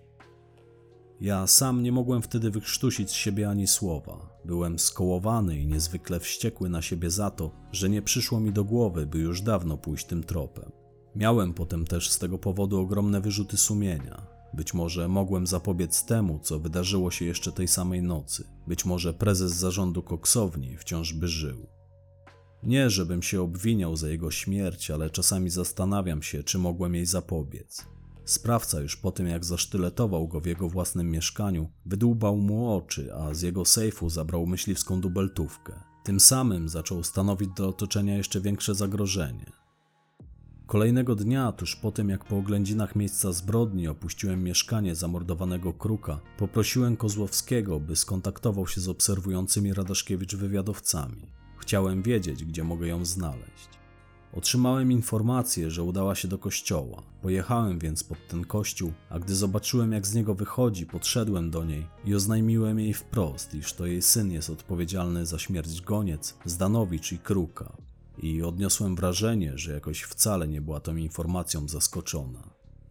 Ja sam nie mogłem wtedy wykrztusić z siebie ani słowa. Byłem skołowany i niezwykle wściekły na siebie za to, że nie przyszło mi do głowy, by już dawno pójść tym tropem. Miałem potem też z tego powodu ogromne wyrzuty sumienia. Być może mogłem zapobiec temu, co wydarzyło się jeszcze tej samej nocy. Być może prezes zarządu koksowni wciąż by żył. Nie, żebym się obwiniał za jego śmierć, ale czasami zastanawiam się, czy mogłem jej zapobiec. Sprawca już po tym, jak zasztyletował go w jego własnym mieszkaniu, wydłubał mu oczy, a z jego sejfu zabrał myśliwską dubeltówkę. Tym samym zaczął stanowić dla otoczenia jeszcze większe zagrożenie. Kolejnego dnia, tuż po tym jak po oględzinach miejsca zbrodni opuściłem mieszkanie zamordowanego Kruka, poprosiłem Kozłowskiego, by skontaktował się z obserwującymi Radaszkiewicz wywiadowcami. Chciałem wiedzieć, gdzie mogę ją znaleźć. Otrzymałem informację, że udała się do kościoła. Pojechałem więc pod ten kościół, a gdy zobaczyłem, jak z niego wychodzi, podszedłem do niej i oznajmiłem jej wprost, iż to jej syn jest odpowiedzialny za śmierć Goniec, Zdanowicz i Kruka. I odniosłem wrażenie, że jakoś wcale nie była tą informacją zaskoczona.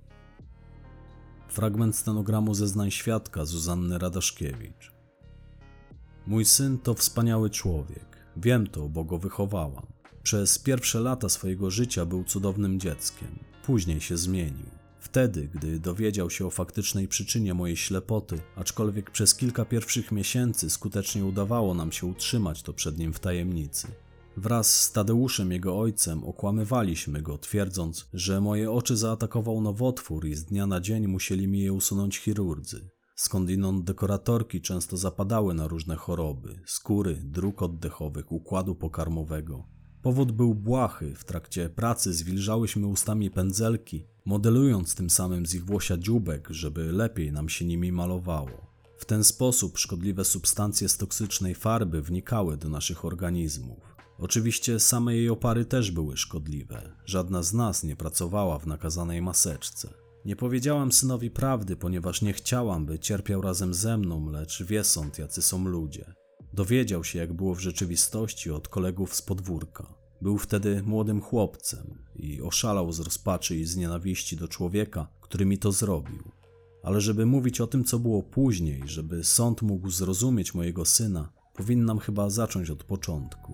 Fragment stenogramu zeznań świadka Zuzanny Radaszkiewicz. Mój syn to wspaniały człowiek. Wiem to, bo go wychowałam. Przez pierwsze lata swojego życia był cudownym dzieckiem. Później się zmienił. Wtedy, gdy dowiedział się o faktycznej przyczynie mojej ślepoty, aczkolwiek przez kilka pierwszych miesięcy skutecznie udawało nam się utrzymać to przed nim w tajemnicy. Wraz z Tadeuszem, jego ojcem, okłamywaliśmy go, twierdząc, że moje oczy zaatakował nowotwór i z dnia na dzień musieli mi je usunąć chirurdzy. Skądinąd dekoratorki często zapadały na różne choroby, skóry, dróg oddechowych, układu pokarmowego. Powód był błahy, w trakcie pracy zwilżałyśmy ustami pędzelki, modelując tym samym z ich włosia dzióbek, żeby lepiej nam się nimi malowało. W ten sposób szkodliwe substancje z toksycznej farby wnikały do naszych organizmów. Oczywiście same jej opary też były szkodliwe. Żadna z nas nie pracowała w nakazanej maseczce. Nie powiedziałam synowi prawdy, ponieważ nie chciałam, by cierpiał razem ze mną, lecz wie sąd, jacy są ludzie. Dowiedział się, jak było w rzeczywistości, od kolegów z podwórka. Był wtedy młodym chłopcem i oszalał z rozpaczy i z nienawiści do człowieka, który mi to zrobił. Ale żeby mówić o tym, co było później, żeby sąd mógł zrozumieć mojego syna, powinnam chyba zacząć od początku.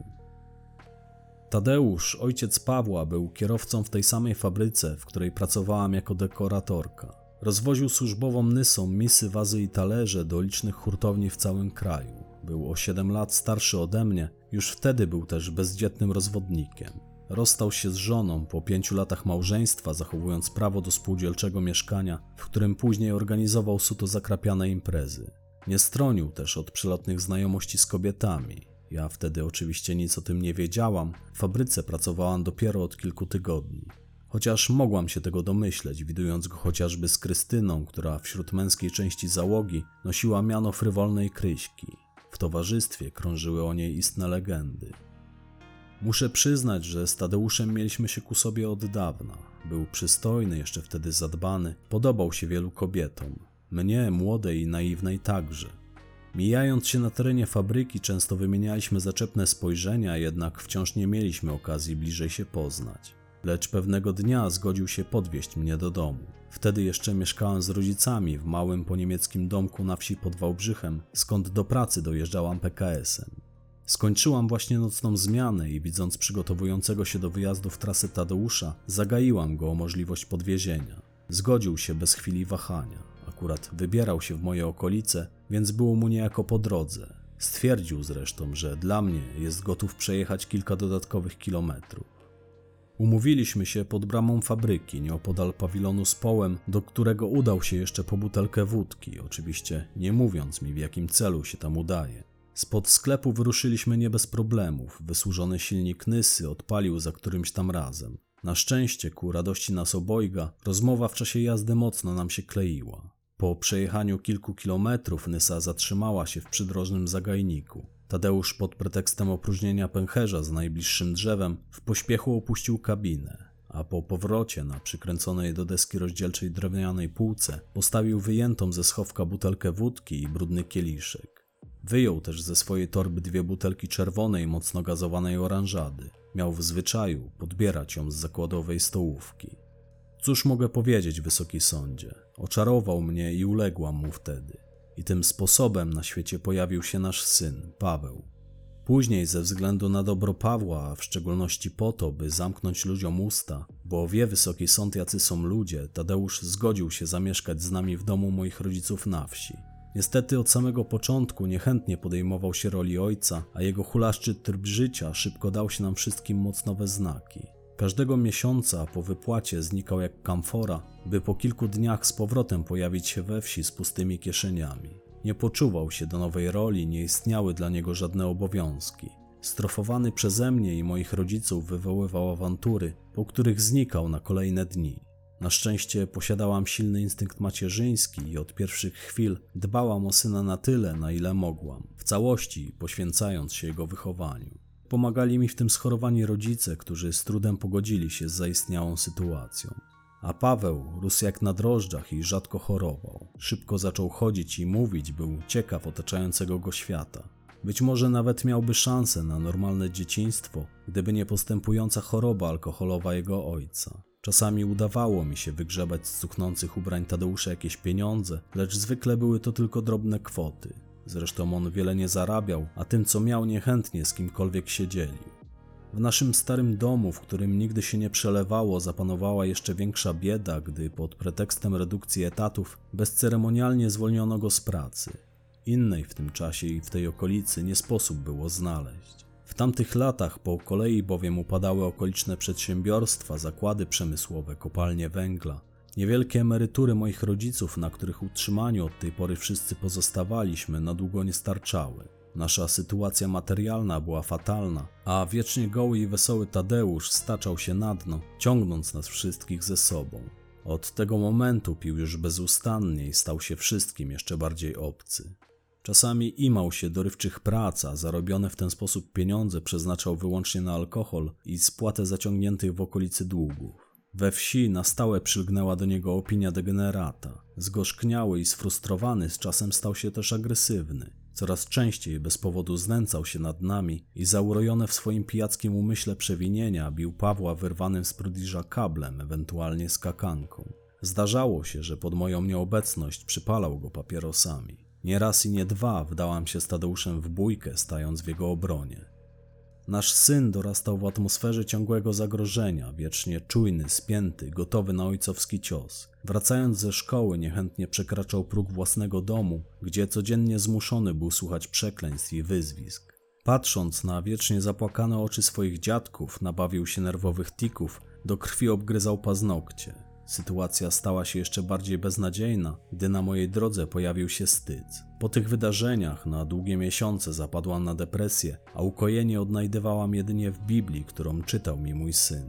Tadeusz, ojciec Pawła, był kierowcą w tej samej fabryce, w której pracowałam jako dekoratorka. Rozwoził służbową nysą misy, wazy i talerze do licznych hurtowni w całym kraju. Był o 7 lat starszy ode mnie, już wtedy był też bezdzietnym rozwodnikiem. Rozstał się z żoną po 5 latach małżeństwa, zachowując prawo do spółdzielczego mieszkania, w którym później organizował suto zakrapiane imprezy. Nie stronił też od przelotnych znajomości z kobietami. Ja wtedy oczywiście nic o tym nie wiedziałam, w fabryce pracowałam dopiero od kilku tygodni. Chociaż mogłam się tego domyśleć, widując go chociażby z Krystyną, która wśród męskiej części załogi nosiła miano frywolnej Kryśki. W towarzystwie krążyły o niej istne legendy. Muszę przyznać, że z Tadeuszem mieliśmy się ku sobie od dawna. Był przystojny, jeszcze wtedy zadbany, podobał się wielu kobietom. Mnie, młodej i naiwnej także. Mijając się na terenie fabryki, często wymienialiśmy zaczepne spojrzenia, jednak wciąż nie mieliśmy okazji bliżej się poznać. Lecz pewnego dnia zgodził się podwieźć mnie do domu. Wtedy jeszcze mieszkałem z rodzicami w małym poniemieckim domku na wsi pod Wałbrzychem, skąd do pracy dojeżdżałam PKS-em. Skończyłam właśnie nocną zmianę i widząc przygotowującego się do wyjazdu w trasę Tadeusza, zagaiłam go o możliwość podwiezienia. Zgodził się bez chwili wahania. Akurat wybierał się w moje okolice, więc było mu niejako po drodze. Stwierdził zresztą, że dla mnie jest gotów przejechać kilka dodatkowych kilometrów. Umówiliśmy się pod bramą fabryki, nieopodal pawilonu z połem, do którego udał się jeszcze po butelkę wódki, oczywiście nie mówiąc mi, w jakim celu się tam udaje. Spod sklepu wyruszyliśmy nie bez problemów. Wysłużony silnik nysy odpalił za którymś tam razem. Na szczęście, ku radości nas obojga, rozmowa w czasie jazdy mocno nam się kleiła. Po przejechaniu kilku kilometrów nysa zatrzymała się w przydrożnym zagajniku. Tadeusz pod pretekstem opróżnienia pęcherza z najbliższym drzewem w pośpiechu opuścił kabinę, a po powrocie na przykręconej do deski rozdzielczej drewnianej półce postawił wyjętą ze schowka butelkę wódki i brudny kieliszek. Wyjął też ze swojej torby 2 butelki czerwonej, mocno gazowanej oranżady. Miał w zwyczaju podbierać ją z zakładowej stołówki. Cóż mogę powiedzieć, wysoki sądzie? Oczarował mnie i uległam mu wtedy. I tym sposobem na świecie pojawił się nasz syn, Paweł. Później ze względu na dobro Pawła, a w szczególności po to, by zamknąć ludziom usta, bo wie wysoki sąd, jacy są ludzie, Tadeusz zgodził się zamieszkać z nami w domu moich rodziców na wsi. Niestety od samego początku niechętnie podejmował się roli ojca, a jego hulaszczy tryb życia szybko dał się nam wszystkim mocno we znaki. Każdego miesiąca po wypłacie znikał jak kamfora, by po kilku dniach z powrotem pojawić się we wsi z pustymi kieszeniami. Nie poczuwał się do nowej roli, nie istniały dla niego żadne obowiązki. Strofowany przeze mnie i moich rodziców wywoływał awantury, po których znikał na kolejne dni. Na szczęście posiadałam silny instynkt macierzyński i od pierwszych chwil dbałam o syna na tyle, na ile mogłam, w całości poświęcając się jego wychowaniu. Pomagali mi w tym schorowani rodzice, którzy z trudem pogodzili się z zaistniałą sytuacją. A Paweł rósł jak na drożdżach i rzadko chorował. Szybko zaczął chodzić i mówić, był ciekaw otaczającego go świata. Być może nawet miałby szansę na normalne dzieciństwo, gdyby nie postępująca choroba alkoholowa jego ojca. Czasami udawało mi się wygrzebać z cuchnących ubrań Tadeusza jakieś pieniądze, lecz zwykle były to tylko drobne kwoty. Zresztą on wiele nie zarabiał, a tym co miał niechętnie z kimkolwiek się dzielił. W naszym starym domu, w którym nigdy się nie przelewało, zapanowała jeszcze większa bieda, gdy pod pretekstem redukcji etatów bezceremonialnie zwolniono go z pracy. Innej w tym czasie i w tej okolicy nie sposób było znaleźć. W tamtych latach po kolei bowiem upadały okoliczne przedsiębiorstwa, zakłady przemysłowe, kopalnie węgla. Niewielkie emerytury moich rodziców, na których utrzymaniu od tej pory wszyscy pozostawaliśmy, na długo nie starczały. Nasza sytuacja materialna była fatalna, a wiecznie goły i wesoły Tadeusz staczał się na dno, ciągnąc nas wszystkich ze sobą. Od tego momentu pił już bezustannie i stał się wszystkim jeszcze bardziej obcy. Czasami imał się dorywczych prac, a zarobione w ten sposób pieniądze przeznaczał wyłącznie na alkohol i spłatę zaciągniętych w okolicy długów. We wsi na stałe przylgnęła do niego opinia degenerata. Zgorzkniały i sfrustrowany z czasem stał się też agresywny. Coraz częściej bez powodu znęcał się nad nami i zaurojone w swoim pijackim umyśle przewinienia bił Pawła wyrwanym z prudiża kablem, ewentualnie skakanką. Zdarzało się, że pod moją nieobecność przypalał go papierosami. Nie raz i nie dwa wdałam się z Tadeuszem w bójkę, stając w jego obronie. Nasz syn dorastał w atmosferze ciągłego zagrożenia, wiecznie czujny, spięty, gotowy na ojcowski cios. Wracając ze szkoły niechętnie przekraczał próg własnego domu, gdzie codziennie zmuszony był słuchać przekleństw i wyzwisk. Patrząc na wiecznie zapłakane oczy swoich dziadków, nabawił się nerwowych tików, do krwi obgryzał paznokcie. Sytuacja stała się jeszcze bardziej beznadziejna, gdy na mojej drodze pojawił się Styc. Po tych wydarzeniach na długie miesiące zapadłam na depresję, a ukojenie odnajdywałam jedynie w Biblii, którą czytał mi mój syn.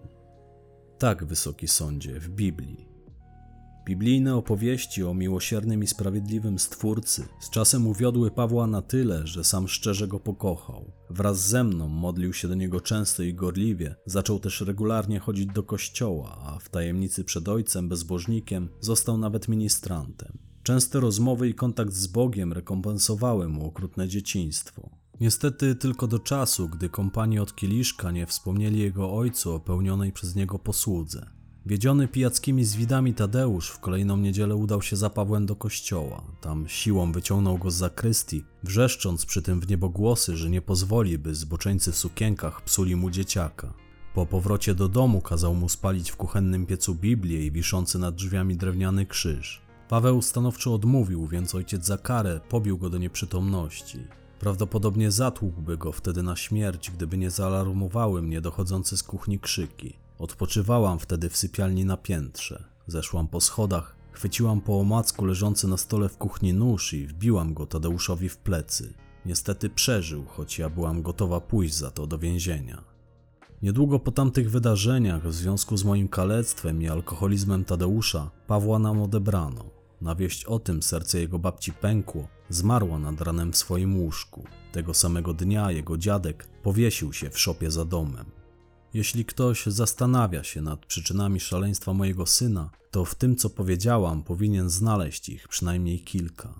Tak, Wysoki Sądzie, w Biblii. Biblijne opowieści o miłosiernym i sprawiedliwym Stwórcy z czasem uwiodły Pawła na tyle, że sam szczerze go pokochał. Wraz ze mną modlił się do niego często i gorliwie, zaczął też regularnie chodzić do kościoła, a w tajemnicy przed ojcem bezbożnikiem został nawet ministrantem. Częste rozmowy i kontakt z Bogiem rekompensowały mu okrutne dzieciństwo. Niestety tylko do czasu, gdy kompanii od kieliszka nie wspomnieli jego ojcu o pełnionej przez niego posłudze. Wiedziony pijackimi zwidami Tadeusz w kolejną niedzielę udał się za Pawłem do kościoła. Tam siłą wyciągnął go z zakrystii, wrzeszcząc przy tym w niebogłosy, że nie pozwoli, by zboczeńcy w sukienkach psuli mu dzieciaka. Po powrocie do domu kazał mu spalić w kuchennym piecu Biblię i wiszący nad drzwiami drewniany krzyż. Paweł stanowczo odmówił, więc ojciec za karę pobił go do nieprzytomności. Prawdopodobnie zatłukłby go wtedy na śmierć, gdyby nie zaalarmowały mnie dochodzące z kuchni krzyki. Odpoczywałam wtedy w sypialni na piętrze. Zeszłam po schodach, chwyciłam po omacku leżący na stole w kuchni nóż i wbiłam go Tadeuszowi w plecy. Niestety przeżył, choć ja byłam gotowa pójść za to do więzienia. Niedługo po tamtych wydarzeniach, w związku z moim kalectwem i alkoholizmem Tadeusza, Pawła nam odebrano. Na wieść o tym serce jego babci pękło, zmarła nad ranem w swoim łóżku. Tego samego dnia jego dziadek powiesił się w szopie za domem. Jeśli ktoś zastanawia się nad przyczynami szaleństwa mojego syna, to w tym, co powiedziałam, powinien znaleźć ich przynajmniej kilka.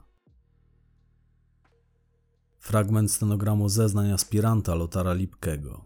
Fragment stenogramu zeznań aspiranta Lothara Lipkego.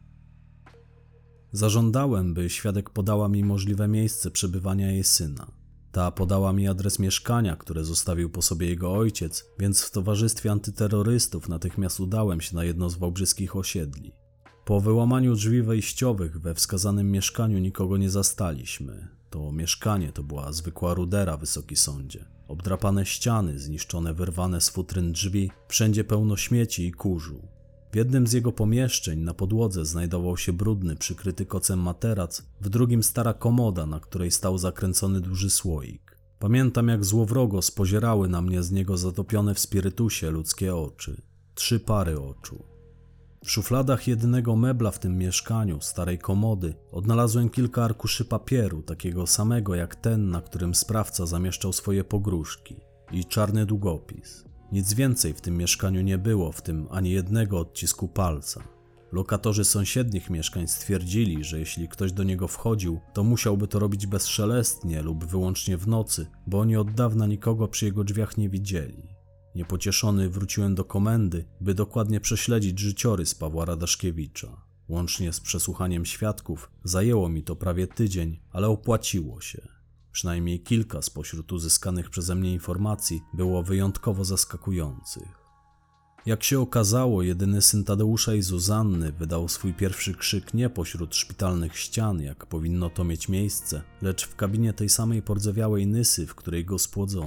Zażądałem, by świadek podała mi możliwe miejsce przebywania jej syna. Ta podała mi adres mieszkania, które zostawił po sobie jego ojciec, więc w towarzystwie antyterrorystów natychmiast udałem się na jedno z wałbrzyskich osiedli. Po wyłamaniu drzwi wejściowych we wskazanym mieszkaniu nikogo nie zastaliśmy. To mieszkanie to była zwykła rudera, Wysoki Sądzie. Obdrapane ściany, zniszczone, wyrwane z futryn drzwi, wszędzie pełno śmieci i kurzu. W jednym z jego pomieszczeń na podłodze znajdował się brudny, przykryty kocem materac, w drugim stara komoda, na której stał zakręcony duży słoik. Pamiętam, jak złowrogo spozierały na mnie z niego zatopione w spirytusie ludzkie oczy. 3 pary oczu. W szufladach jedynego mebla w tym mieszkaniu, starej komody, odnalazłem kilka arkuszy papieru, takiego samego jak ten, na którym sprawca zamieszczał swoje pogróżki, i czarny długopis. Nic więcej w tym mieszkaniu nie było, w tym ani jednego odcisku palca. Lokatorzy sąsiednich mieszkań stwierdzili, że jeśli ktoś do niego wchodził, to musiałby to robić bezszelestnie lub wyłącznie w nocy, bo oni od dawna nikogo przy jego drzwiach nie widzieli. Niepocieszony wróciłem do komendy, by dokładnie prześledzić życiorys Pawła Radaszkiewicza. Łącznie z przesłuchaniem świadków zajęło mi to prawie tydzień, ale opłaciło się. Przynajmniej kilka spośród uzyskanych przeze mnie informacji było wyjątkowo zaskakujących. Jak się okazało, jedyny syn Tadeusza i Zuzanny wydał swój pierwszy krzyk nie pośród szpitalnych ścian, jak powinno to mieć miejsce, lecz w kabinie tej samej pordzewiałej nysy, w której go spłodzono.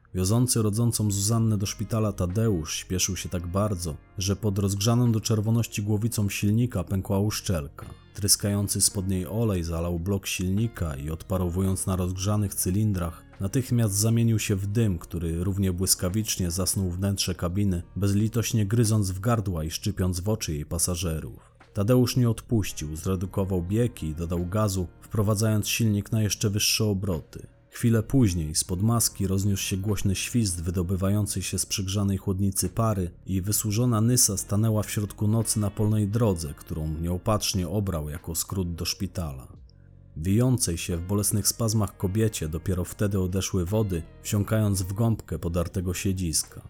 Wiozący rodzącą Zuzannę do szpitala Tadeusz śpieszył się tak bardzo, że pod rozgrzaną do czerwoności głowicą silnika pękła uszczelka. Tryskający spod niej olej zalał blok silnika i odparowując na rozgrzanych cylindrach, natychmiast zamienił się w dym, który równie błyskawicznie zasnuł wnętrze kabiny, bezlitośnie gryząc w gardła i szczypiąc w oczy jej pasażerów. Tadeusz nie odpuścił, zredukował bieg i dodał gazu, wprowadzając silnik na jeszcze wyższe obroty. Chwilę później spod maski rozniósł się głośny świst wydobywającej się z przygrzanej chłodnicy pary i wysłużona Nysa stanęła w środku nocy na polnej drodze, którą nieopatrznie obrał jako skrót do szpitala. Wijącej się w bolesnych spazmach kobiecie dopiero wtedy odeszły wody, wsiąkając w gąbkę podartego siedziska.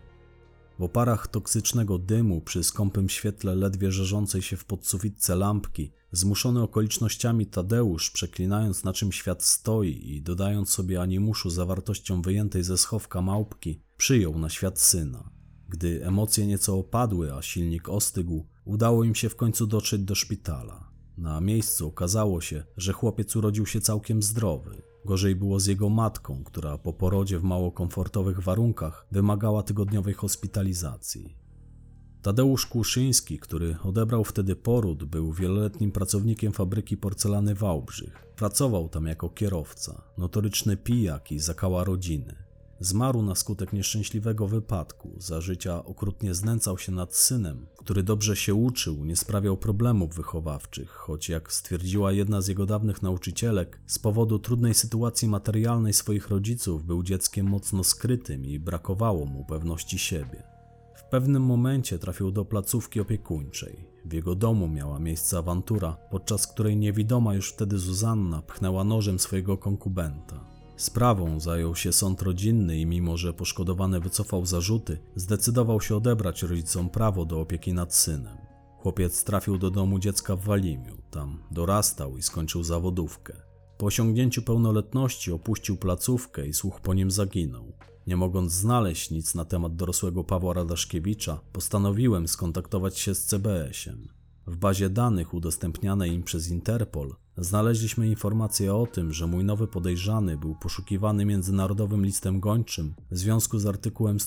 W oparach toksycznego dymu, przy skąpym świetle ledwie żarzącej się w podsufitce lampki, zmuszony okolicznościami Tadeusz, przeklinając na czym świat stoi i dodając sobie animuszu zawartością wyjętej ze schowka małpki, przyjął na świat syna. Gdy emocje nieco opadły, a silnik ostygł, udało im się w końcu dotrzeć do szpitala. Na miejscu okazało się, że chłopiec urodził się całkiem zdrowy. Gorzej było z jego matką, która po porodzie w mało komfortowych warunkach wymagała tygodniowej hospitalizacji. Tadeusz Kłuszyński, który odebrał wtedy poród, był wieloletnim pracownikiem fabryki porcelany Wałbrzych. Pracował tam jako kierowca, notoryczny pijak i zakała rodziny. Zmarł na skutek nieszczęśliwego wypadku, za życia okrutnie znęcał się nad synem, który dobrze się uczył, nie sprawiał problemów wychowawczych, choć jak stwierdziła jedna z jego dawnych nauczycielek, z powodu trudnej sytuacji materialnej swoich rodziców był dzieckiem mocno skrytym i brakowało mu pewności siebie. W pewnym momencie trafił do placówki opiekuńczej. W jego domu miała miejsce awantura, podczas której niewidoma już wtedy Zuzanna pchnęła nożem swojego konkubenta. Sprawą zajął się sąd rodzinny i mimo że poszkodowany wycofał zarzuty, zdecydował się odebrać rodzicom prawo do opieki nad synem. Chłopiec trafił do domu dziecka w Walimiu, tam dorastał i skończył zawodówkę. Po osiągnięciu pełnoletności opuścił placówkę i słuch po nim zaginął. Nie mogąc znaleźć nic na temat dorosłego Pawła Radaszkiewicza, postanowiłem skontaktować się z CBS-iem. W bazie danych udostępnianej im przez Interpol znaleźliśmy informację o tym, że mój nowy podejrzany był poszukiwany międzynarodowym listem gończym w związku z artykułem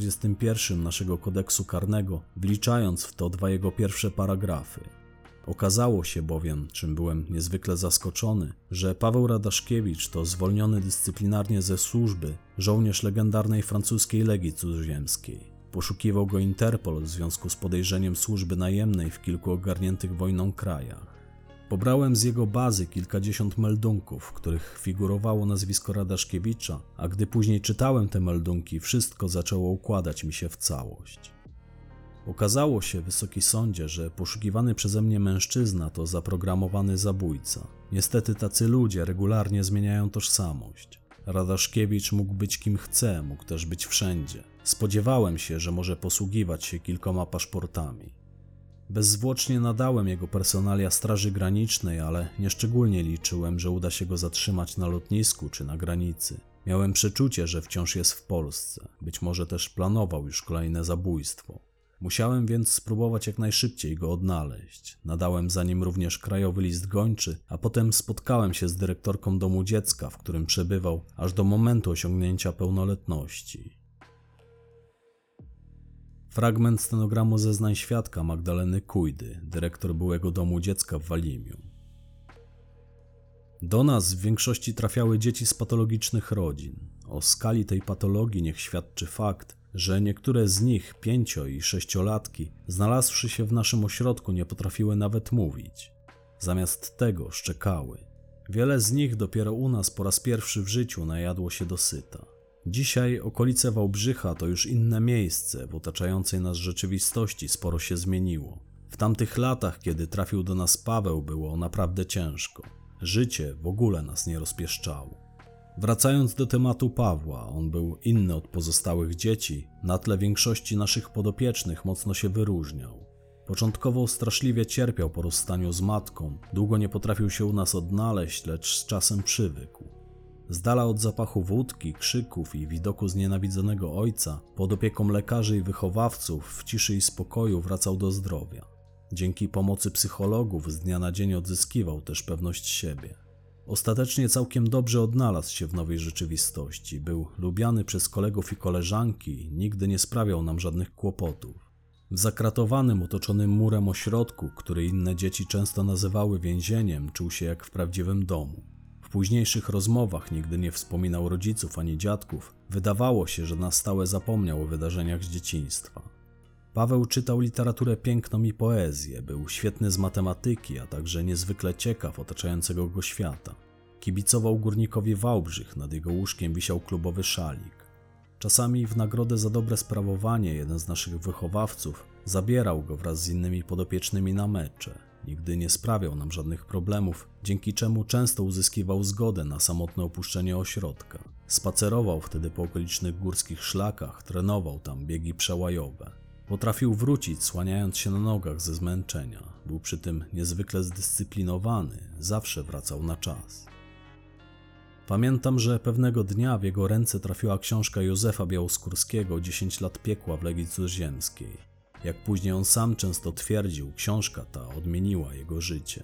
141 naszego kodeksu karnego, wliczając w to 2 jego pierwsze paragrafy. Okazało się bowiem, czym byłem niezwykle zaskoczony, że Paweł Radaszkiewicz to zwolniony dyscyplinarnie ze służby żołnierz legendarnej francuskiej Legii Cudzoziemskiej. Poszukiwał go Interpol w związku z podejrzeniem służby najemnej w kilku ogarniętych wojną krajach. Pobrałem z jego bazy kilkadziesiąt meldunków, w których figurowało nazwisko Radaszkiewicza, a gdy później czytałem te meldunki, wszystko zaczęło układać mi się w całość. Okazało się, Wysoki Sądzie, że poszukiwany przeze mnie mężczyzna to zaprogramowany zabójca. Niestety tacy ludzie regularnie zmieniają tożsamość. Radaszkiewicz mógł być kim chce, mógł też być wszędzie. Spodziewałem się, że może posługiwać się kilkoma paszportami. Bezzwłocznie nadałem jego personalia Straży Granicznej, ale nieszczególnie liczyłem, że uda się go zatrzymać na lotnisku czy na granicy. Miałem przeczucie, że wciąż jest w Polsce. Być może też planował już kolejne zabójstwo. Musiałem więc spróbować jak najszybciej go odnaleźć. Nadałem za nim również krajowy list gończy, a potem spotkałem się z dyrektorką domu dziecka, w którym przebywał aż do momentu osiągnięcia pełnoletności. Fragment stenogramu zeznań świadka Magdaleny Kujdy, dyrektor byłego domu dziecka w Walimiu. Do nas w większości trafiały dzieci z patologicznych rodzin. O skali tej patologii niech świadczy fakt, że niektóre z nich, 5- i 6-latki, znalazłszy się w naszym ośrodku, nie potrafiły nawet mówić. Zamiast tego szczekały. Wiele z nich dopiero u nas po raz pierwszy w życiu najadło się dosyta. Dzisiaj okolice Wałbrzycha to już inne miejsce, w otaczającej nas rzeczywistości sporo się zmieniło. W tamtych latach, kiedy trafił do nas Paweł, było naprawdę ciężko. Życie w ogóle nas nie rozpieszczało. Wracając do tematu Pawła, on był inny od pozostałych dzieci, na tle większości naszych podopiecznych mocno się wyróżniał. Początkowo straszliwie cierpiał po rozstaniu z matką, długo nie potrafił się u nas odnaleźć, lecz z czasem przywykł. Z dala od zapachu wódki, krzyków i widoku znienawidzonego ojca, pod opieką lekarzy i wychowawców, w ciszy i spokoju wracał do zdrowia. Dzięki pomocy psychologów z dnia na dzień odzyskiwał też pewność siebie. Ostatecznie całkiem dobrze odnalazł się w nowej rzeczywistości. Był lubiany przez kolegów i koleżanki, nigdy nie sprawiał nam żadnych kłopotów. W zakratowanym, otoczonym murem ośrodku, który inne dzieci często nazywały więzieniem, czuł się jak w prawdziwym domu. W późniejszych rozmowach nigdy nie wspominał rodziców ani dziadków. Wydawało się, że na stałe zapomniał o wydarzeniach z dzieciństwa. Paweł czytał literaturę piękną i poezję, był świetny z matematyki, a także niezwykle ciekaw otaczającego go świata. Kibicował Górnikowi Wałbrzych, nad jego łóżkiem wisiał klubowy szalik. Czasami w nagrodę za dobre sprawowanie jeden z naszych wychowawców zabierał go wraz z innymi podopiecznymi na mecze. Nigdy nie sprawiał nam żadnych problemów, dzięki czemu często uzyskiwał zgodę na samotne opuszczenie ośrodka. Spacerował wtedy po okolicznych górskich szlakach, trenował tam biegi przełajowe. Potrafił wrócić, słaniając się na nogach ze zmęczenia. Był przy tym niezwykle zdyscyplinowany, zawsze wracał na czas. Pamiętam, że pewnego dnia w jego ręce trafiła książka Józefa Białoskórskiego 10 lat piekła w Legii Cudzoziemskiej. Jak później on sam często twierdził, książka ta odmieniła jego życie.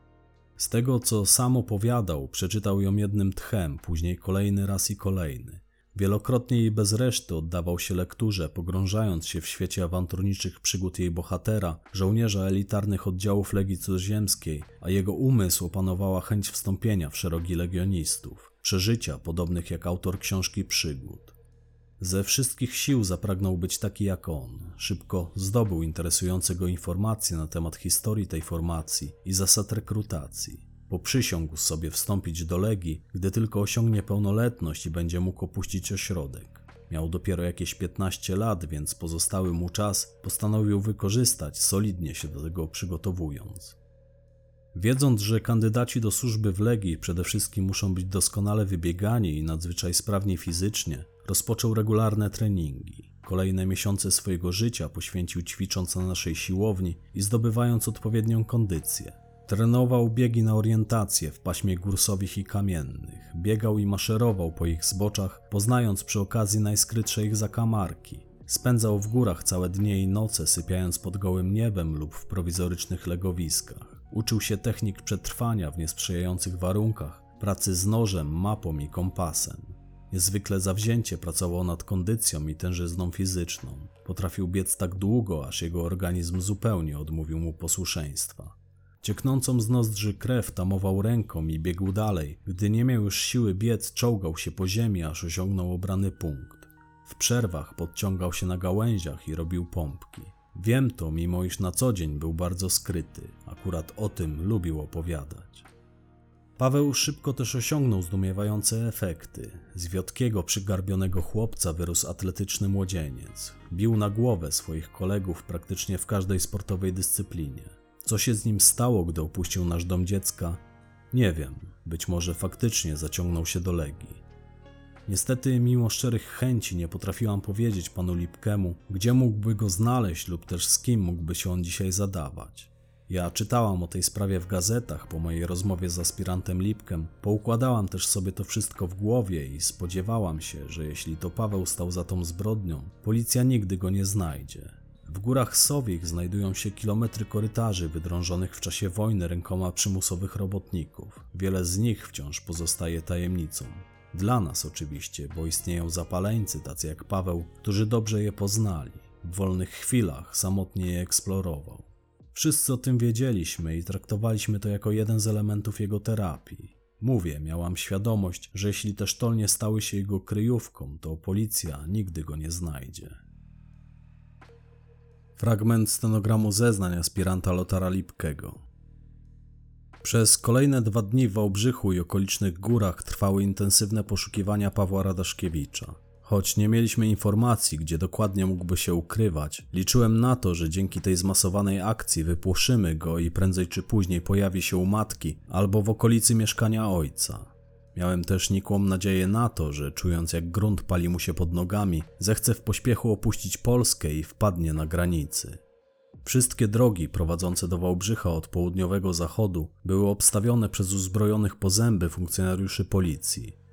Z tego, co sam opowiadał, przeczytał ją jednym tchem, później kolejny raz i kolejny. Wielokrotnie i bez reszty oddawał się lekturze, pogrążając się w świecie awanturniczych przygód jej bohatera, żołnierza elitarnych oddziałów Legii Cudzoziemskiej, a jego umysł opanowała chęć wstąpienia w szeregi legionistów, przeżycia podobnych jak autor książki przygód. Ze wszystkich sił zapragnął być taki jak on. Szybko zdobył interesujące go informacje na temat historii tej formacji i zasad rekrutacji. Poprzysiągł sobie wstąpić do Legii, gdy tylko osiągnie pełnoletność i będzie mógł opuścić ośrodek. Miał dopiero jakieś 15 lat, więc pozostały mu czas postanowił wykorzystać, solidnie się do tego przygotowując. Wiedząc, że kandydaci do służby w Legii przede wszystkim muszą być doskonale wybiegani i nadzwyczaj sprawni fizycznie, rozpoczął regularne treningi. Kolejne miesiące swojego życia poświęcił ćwicząc na naszej siłowni i zdobywając odpowiednią kondycję. Trenował biegi na orientację w paśmie górsowich i kamiennych. Biegał i maszerował po ich zboczach, poznając przy okazji najskrytsze ich zakamarki. Spędzał w górach całe dnie i noce, sypiając pod gołym niebem lub w prowizorycznych legowiskach. Uczył się technik przetrwania w niesprzyjających warunkach, pracy z nożem, mapą i kompasem. Niezwykle zawzięcie pracował nad kondycją i tężyzną fizyczną. Potrafił biec tak długo, aż jego organizm zupełnie odmówił mu posłuszeństwa. Cieknącą z nozdrzy krew tamował ręką i biegł dalej. Gdy nie miał już siły biec, czołgał się po ziemi, aż osiągnął obrany punkt. W przerwach podciągał się na gałęziach i robił pompki. Wiem to, mimo iż na co dzień był bardzo skryty. Akurat o tym lubił opowiadać. Paweł szybko też osiągnął zdumiewające efekty. Z wiotkiego, przygarbionego chłopca wyrósł atletyczny młodzieniec. Bił na głowę swoich kolegów praktycznie w każdej sportowej dyscyplinie. Co się z nim stało, gdy opuścił nasz dom dziecka? Nie wiem, być może faktycznie zaciągnął się do Legii. Niestety, mimo szczerych chęci, nie potrafiłam powiedzieć panu Lipkemu, gdzie mógłby go znaleźć lub też z kim mógłby się on dzisiaj zadawać. Ja czytałam o tej sprawie w gazetach po mojej rozmowie z aspirantem Lipkem, poukładałam też sobie to wszystko w głowie i spodziewałam się, że jeśli to Paweł stał za tą zbrodnią, policja nigdy go nie znajdzie. W górach Sowich znajdują się kilometry korytarzy wydrążonych w czasie wojny rękoma przymusowych robotników. Wiele z nich wciąż pozostaje tajemnicą. Dla nas oczywiście, bo istnieją zapaleńcy tacy jak Paweł, którzy dobrze je poznali. W wolnych chwilach samotnie je eksplorował. Wszyscy o tym wiedzieliśmy i traktowaliśmy to jako jeden z elementów jego terapii. Mówię, miałam świadomość, że jeśli te sztolnie stały się jego kryjówką, to policja nigdy go nie znajdzie. Fragment stenogramu zeznań aspiranta Lothara Lipkego. Przez kolejne 2 dni w Wałbrzychu i okolicznych górach trwały intensywne poszukiwania Pawła Radaszkiewicza. Choć nie mieliśmy informacji, gdzie dokładnie mógłby się ukrywać, liczyłem na to, że dzięki tej zmasowanej akcji wypłoszymy go i prędzej czy później pojawi się u matki albo w okolicy mieszkania ojca. Miałem też nikłą nadzieję na to, że czując jak grunt pali mu się pod nogami, zechce w pośpiechu opuścić Polskę i wpadnie na granicy. Wszystkie drogi prowadzące do Wałbrzycha od południowego zachodu były obstawione przez uzbrojonych po zęby funkcjonariuszy policji.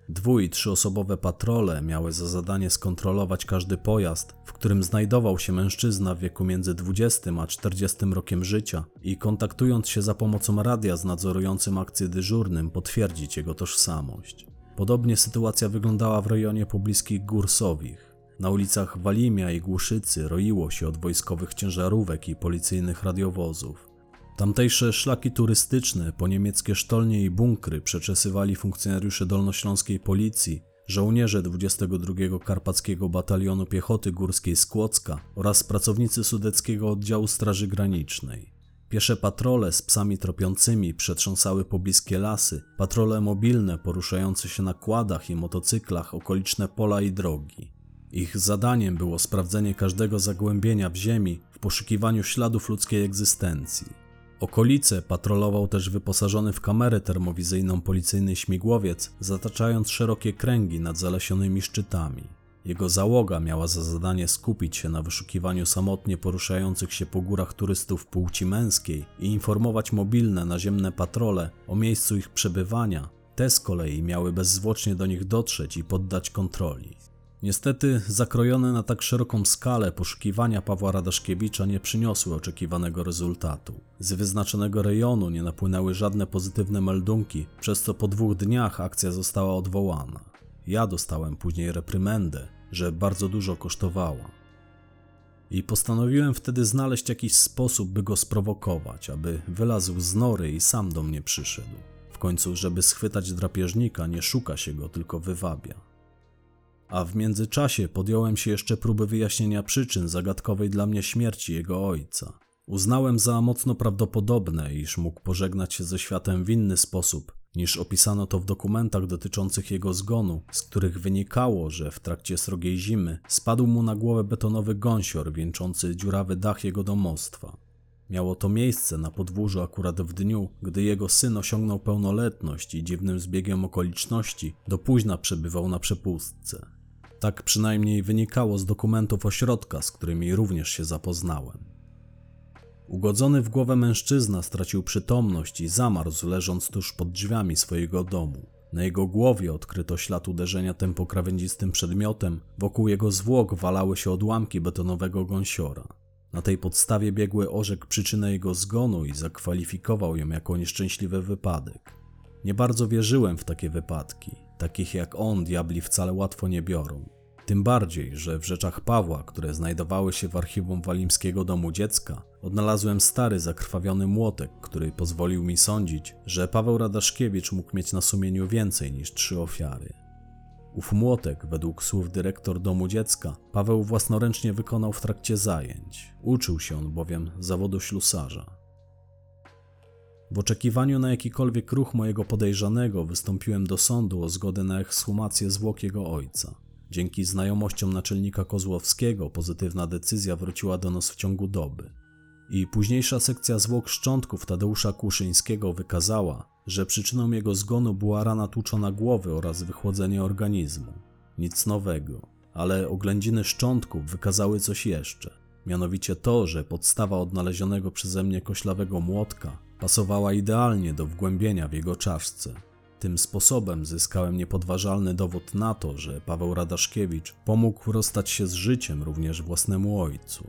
2- i 3-osobowe patrole miały za zadanie skontrolować każdy pojazd, w którym znajdował się mężczyzna w wieku między 20 a 40 rokiem życia i kontaktując się za pomocą radia z nadzorującym akcję dyżurnym potwierdzić jego tożsamość. Podobnie sytuacja wyglądała w rejonie pobliskich Gór Sowich. Na ulicach Walimia i Głuszycy roiło się od wojskowych ciężarówek i policyjnych radiowozów. Tamtejsze szlaki turystyczne, po niemieckie sztolnie i bunkry przeczesywali funkcjonariusze dolnośląskiej policji, żołnierze 22 Karpackiego Batalionu Piechoty Górskiej z Kłodzka oraz pracownicy Sudeckiego Oddziału Straży Granicznej. Piesze patrole z psami tropiącymi przetrząsały pobliskie lasy, patrole mobilne poruszające się na quadach i motocyklach okoliczne pola i drogi. Ich zadaniem było sprawdzenie każdego zagłębienia w ziemi w poszukiwaniu śladów ludzkiej egzystencji. Okolice patrolował też wyposażony w kamerę termowizyjną policyjny śmigłowiec, zataczając szerokie kręgi nad zalesionymi szczytami. Jego załoga miała za zadanie skupić się na wyszukiwaniu samotnie poruszających się po górach turystów płci męskiej i informować mobilne naziemne patrole o miejscu ich przebywania. Te z kolei miały bezzwłocznie do nich dotrzeć i poddać kontroli. Niestety zakrojone na tak szeroką skalę poszukiwania Pawła Radaszkiewicza nie przyniosły oczekiwanego rezultatu. Z wyznaczonego rejonu nie napłynęły żadne pozytywne meldunki, przez co po 2 dniach akcja została odwołana. Ja dostałem później reprymendę, że bardzo dużo kosztowała. I postanowiłem wtedy znaleźć jakiś sposób, by go sprowokować, aby wylazł z nory i sam do mnie przyszedł. W końcu, żeby schwytać drapieżnika, nie szuka się go, tylko wywabia. A w międzyczasie podjąłem się jeszcze próby wyjaśnienia przyczyn zagadkowej dla mnie śmierci jego ojca. Uznałem za mocno prawdopodobne, iż mógł pożegnać się ze światem w inny sposób, niż opisano to w dokumentach dotyczących jego zgonu, z których wynikało, że w trakcie srogiej zimy spadł mu na głowę betonowy gąsior wieńczący dziurawy dach jego domostwa. Miało to miejsce na podwórzu akurat w dniu, gdy jego syn osiągnął pełnoletność i dziwnym zbiegiem okoliczności do późna przebywał na przepustce. Tak przynajmniej wynikało z dokumentów ośrodka, z którymi również się zapoznałem. Ugodzony w głowę mężczyzna stracił przytomność i zamarzł, leżąc tuż pod drzwiami swojego domu. Na jego głowie odkryto ślad uderzenia tempokrawędzistym przedmiotem, wokół jego zwłok walały się odłamki betonowego gąsiora. Na tej podstawie biegły orzekł przyczynę jego zgonu i zakwalifikował ją jako nieszczęśliwy wypadek. Nie bardzo wierzyłem w takie wypadki. Takich jak on diabli wcale łatwo nie biorą. Tym bardziej, że w rzeczach Pawła, które znajdowały się w archiwum Walimskiego Domu Dziecka, odnalazłem stary, zakrwawiony młotek, który pozwolił mi sądzić, że Paweł Radaszkiewicz mógł mieć na sumieniu więcej niż 3 ofiary. Ów młotek, według słów dyrektor Domu Dziecka, Paweł własnoręcznie wykonał w trakcie zajęć. Uczył się on bowiem zawodu ślusarza. W oczekiwaniu na jakikolwiek ruch mojego podejrzanego wystąpiłem do sądu o zgodę na ekshumację zwłok jego ojca. Dzięki znajomościom naczelnika Kozłowskiego pozytywna decyzja wróciła do nas w ciągu doby. I późniejsza sekcja zwłok szczątków Tadeusza Kłuszyńskiego wykazała, że przyczyną jego zgonu była rana tłuczona głowy oraz wychłodzenie organizmu. Nic nowego, ale oględziny szczątków wykazały coś jeszcze. Mianowicie to, że podstawa odnalezionego przeze mnie koślawego młotka pasowała idealnie do wgłębienia w jego czaszce. Tym sposobem zyskałem niepodważalny dowód na to, że Paweł Radaszkiewicz pomógł rozstać się z życiem również własnemu ojcu.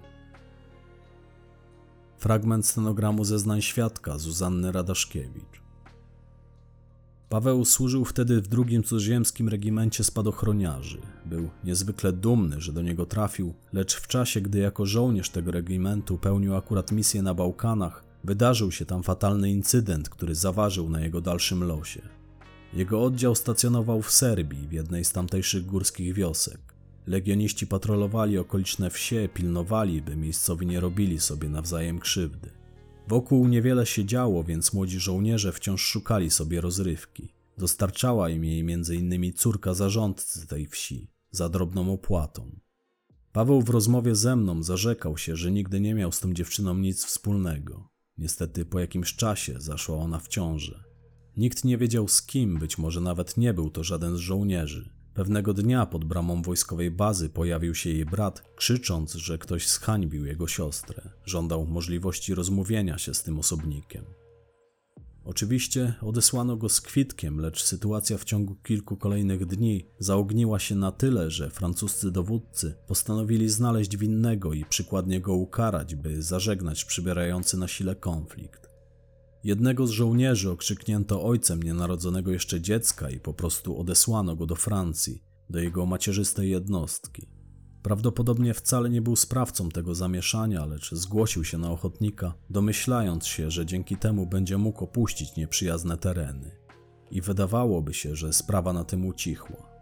Fragment stenogramu zeznań świadka Zuzanny Radaszkiewicz. Paweł służył wtedy w 2. Cudzoziemskim Regimencie Spadochroniarzy. Był niezwykle dumny, że do niego trafił, lecz w czasie, gdy jako żołnierz tego regimentu pełnił akurat misję na Bałkanach, wydarzył się tam fatalny incydent, który zaważył na jego dalszym losie. Jego oddział stacjonował w Serbii, w jednej z tamtejszych górskich wiosek. Legioniści patrolowali okoliczne wsie, pilnowali, by miejscowi nie robili sobie nawzajem krzywdy. Wokół niewiele się działo, więc młodzi żołnierze wciąż szukali sobie rozrywki. Dostarczała im jej m.in. córka zarządcy tej wsi, za drobną opłatą. Paweł w rozmowie ze mną zarzekał się, że nigdy nie miał z tą dziewczyną nic wspólnego. Niestety po jakimś czasie zaszła ona w ciążę. Nikt nie wiedział z kim, być może nawet nie był to żaden z żołnierzy. Pewnego dnia pod bramą wojskowej bazy pojawił się jej brat, krzycząc, że ktoś zhańbił jego siostrę. Żądał możliwości rozmówienia się z tym osobnikiem. Oczywiście odesłano go z kwitkiem, lecz sytuacja w ciągu kilku kolejnych dni zaogniła się na tyle, że francuscy dowódcy postanowili znaleźć winnego i przykładnie go ukarać, by zażegnać przybierający na sile konflikt. Jednego z żołnierzy okrzyknięto ojcem nienarodzonego jeszcze dziecka i po prostu odesłano go do Francji, do jego macierzystej jednostki. Prawdopodobnie wcale nie był sprawcą tego zamieszania, lecz zgłosił się na ochotnika, domyślając się, że dzięki temu będzie mógł opuścić nieprzyjazne tereny. I wydawałoby się, że sprawa na tym ucichła.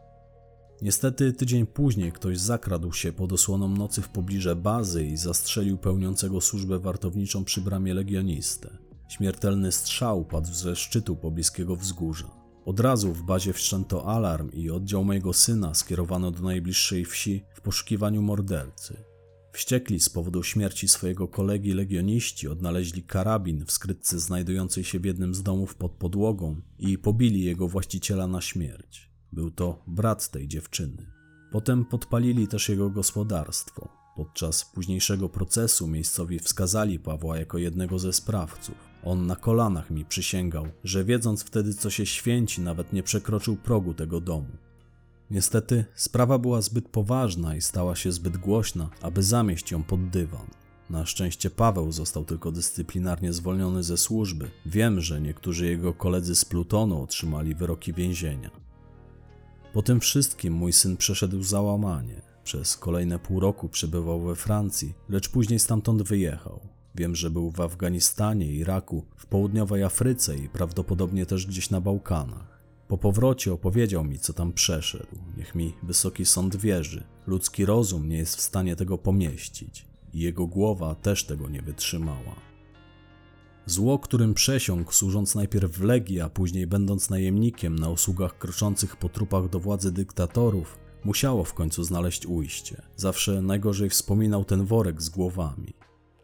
Niestety tydzień później ktoś zakradł się pod osłoną nocy w pobliże bazy i zastrzelił pełniącego służbę wartowniczą przy bramie legionistę. Śmiertelny strzał padł ze szczytu pobliskiego wzgórza. Od razu w bazie wszczęto alarm i oddział mojego syna skierowano do najbliższej wsi w poszukiwaniu mordercy. Wściekli z powodu śmierci swojego kolegi legioniści odnaleźli karabin w skrytce znajdującej się w jednym z domów pod podłogą i pobili jego właściciela na śmierć. Był to brat tej dziewczyny. Potem podpalili też jego gospodarstwo. Podczas późniejszego procesu miejscowi wskazali Pawła jako jednego ze sprawców. On na kolanach mi przysięgał, że wiedząc wtedy, co się święci, nawet nie przekroczył progu tego domu. Niestety sprawa była zbyt poważna i stała się zbyt głośna, aby zamieść ją pod dywan. Na szczęście Paweł został tylko dyscyplinarnie zwolniony ze służby. Wiem, że niektórzy jego koledzy z plutonu otrzymali wyroki więzienia. Po tym wszystkim mój syn przeszedł załamanie. Przez kolejne pół roku przebywał we Francji, lecz później stamtąd wyjechał. Wiem, że był w Afganistanie, Iraku, w południowej Afryce i prawdopodobnie też gdzieś na Bałkanach. Po powrocie opowiedział mi, co tam przeszedł. Niech mi Wysoki Sąd wierzy. Ludzki rozum nie jest w stanie tego pomieścić. I jego głowa też tego nie wytrzymała. Zło, którym przesiąkł, służąc najpierw w Legii, a później będąc najemnikiem na usługach kroczących po trupach do władzy dyktatorów, musiało w końcu znaleźć ujście. Zawsze najgorzej wspominał ten worek z głowami.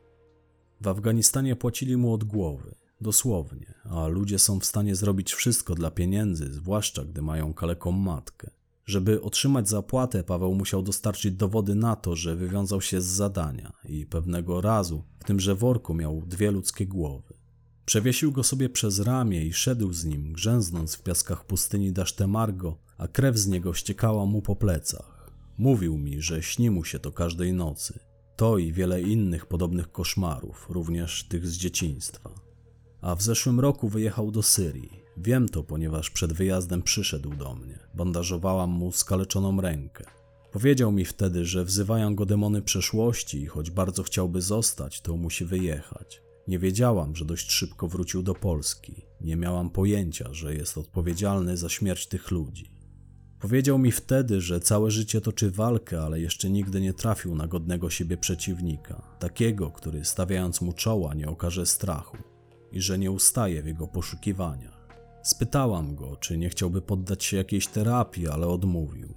W Afganistanie płacili mu od głowy, dosłownie, a ludzie są w stanie zrobić wszystko dla pieniędzy, zwłaszcza gdy mają kaleką matkę. Żeby otrzymać zapłatę, Paweł musiał dostarczyć dowody na to, że wywiązał się z zadania i pewnego razu w tymże worku miał 2 ludzkie głowy. Przewiesił go sobie przez ramię i szedł z nim, grzęznąc w piaskach pustyni Dasztemargo, a krew z niego ściekała mu po plecach. Mówił mi, że śni mu się to każdej nocy. To i wiele innych podobnych koszmarów, również tych z dzieciństwa. A w zeszłym roku wyjechał do Syrii. Wiem to, ponieważ przed wyjazdem przyszedł do mnie. Bandażowałam mu skaleczoną rękę. Powiedział mi wtedy, że wzywają go demony przeszłości i choć bardzo chciałby zostać, to musi wyjechać. Nie wiedziałam, że dość szybko wrócił do Polski. Nie miałam pojęcia, że jest odpowiedzialny za śmierć tych ludzi. Powiedział mi wtedy, że całe życie toczy walkę, ale jeszcze nigdy nie trafił na godnego siebie przeciwnika. Takiego, który stawiając mu czoła nie okaże strachu i że nie ustaje w jego poszukiwaniach. Spytałam go, czy nie chciałby poddać się jakiejś terapii, ale odmówił.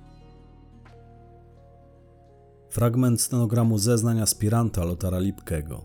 Fragment stenogramu zeznań aspiranta Lothara Lipkego.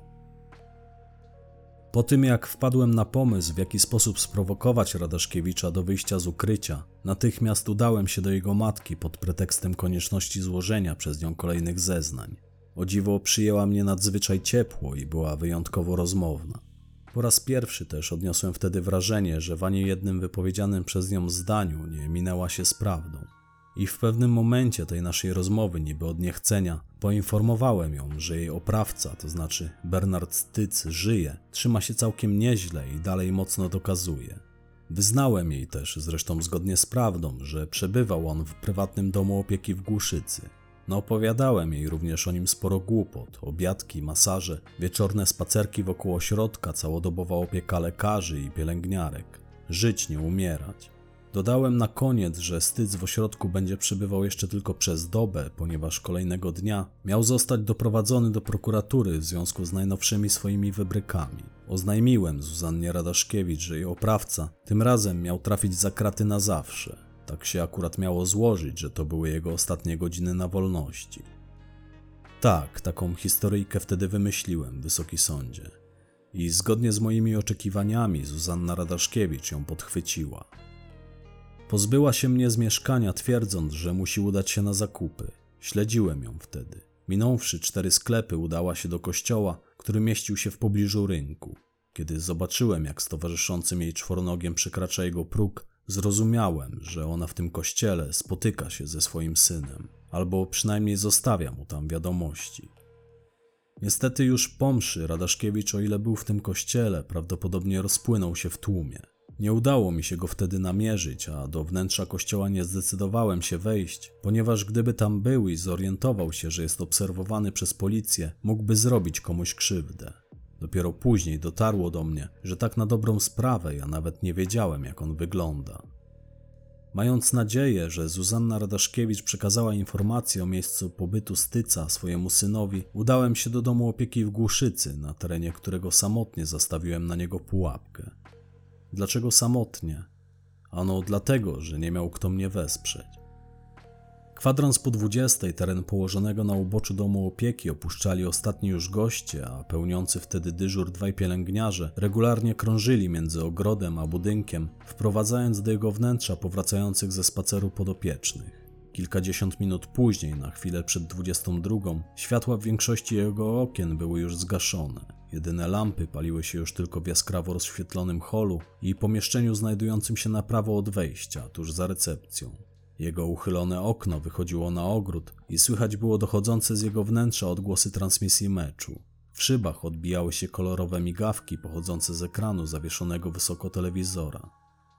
Po tym jak wpadłem na pomysł, w jaki sposób sprowokować Radaszkiewicza do wyjścia z ukrycia, natychmiast udałem się do jego matki pod pretekstem konieczności złożenia przez nią kolejnych zeznań. O dziwo przyjęła mnie nadzwyczaj ciepło i była wyjątkowo rozmowna. Po raz pierwszy też odniosłem wtedy wrażenie, że w ani jednym wypowiedzianym przez nią zdaniu nie minęła się z prawdą. I w pewnym momencie tej naszej rozmowy, niby od niechcenia, poinformowałem ją, że jej oprawca, to znaczy Bernard Styc, żyje, trzyma się całkiem nieźle i dalej mocno dokazuje. Wyznałem jej też, zresztą zgodnie z prawdą, że przebywał on w prywatnym domu opieki w Głuszycy. Opowiadałem jej również o nim sporo głupot, obiadki, masaże, wieczorne spacerki wokół ośrodka, całodobowa opieka lekarzy i pielęgniarek. Żyć, nie umierać. Dodałem na koniec, że Styc w ośrodku będzie przebywał jeszcze tylko przez dobę, ponieważ kolejnego dnia miał zostać doprowadzony do prokuratury w związku z najnowszymi swoimi wybrykami. Oznajmiłem Zuzannie Radaszkiewicz, że jej oprawca tym razem miał trafić za kraty na zawsze. Tak się akurat miało złożyć, że to były jego ostatnie godziny na wolności. Tak, taką historyjkę wtedy wymyśliłem, Wysoki Sądzie. I zgodnie z moimi oczekiwaniami Zuzanna Radaszkiewicz ją podchwyciła. Pozbyła się mnie z mieszkania, twierdząc, że musi udać się na zakupy. Śledziłem ją wtedy. Minąwszy 4 sklepy, udała się do kościoła, który mieścił się w pobliżu rynku. Kiedy zobaczyłem, jak z towarzyszącym jej czworonogiem przekracza jego próg, zrozumiałem, że ona w tym kościele spotyka się ze swoim synem, albo przynajmniej zostawia mu tam wiadomości. Niestety już po mszy Radaszkiewicz, o ile był w tym kościele, prawdopodobnie rozpłynął się w tłumie. Nie udało mi się go wtedy namierzyć, a do wnętrza kościoła nie zdecydowałem się wejść, ponieważ gdyby tam był i zorientował się, że jest obserwowany przez policję, mógłby zrobić komuś krzywdę. Dopiero później dotarło do mnie, że tak na dobrą sprawę ja nawet nie wiedziałem, jak on wygląda. Mając nadzieję, że Zuzanna Radaszkiewicz przekazała informację o miejscu pobytu Styca swojemu synowi, udałem się do domu opieki w Głuszycy, na terenie którego samotnie zastawiłem na niego pułapkę. Dlaczego samotnie? Ano dlatego, że nie miał kto mnie wesprzeć. Kwadrans po 20, teren położonego na uboczu domu opieki opuszczali ostatni już goście, a pełniący wtedy dyżur dwaj pielęgniarze regularnie krążyli między ogrodem a budynkiem, wprowadzając do jego wnętrza powracających ze spaceru podopiecznych. Kilkadziesiąt minut później, na chwilę przed 22, światła w większości jego okien były już zgaszone. Jedyne lampy paliły się już tylko w jaskrawo rozświetlonym holu i pomieszczeniu znajdującym się na prawo od wejścia, tuż za recepcją. Jego uchylone okno wychodziło na ogród i słychać było dochodzące z jego wnętrza odgłosy transmisji meczu. W szybach odbijały się kolorowe migawki pochodzące z ekranu zawieszonego wysoko telewizora.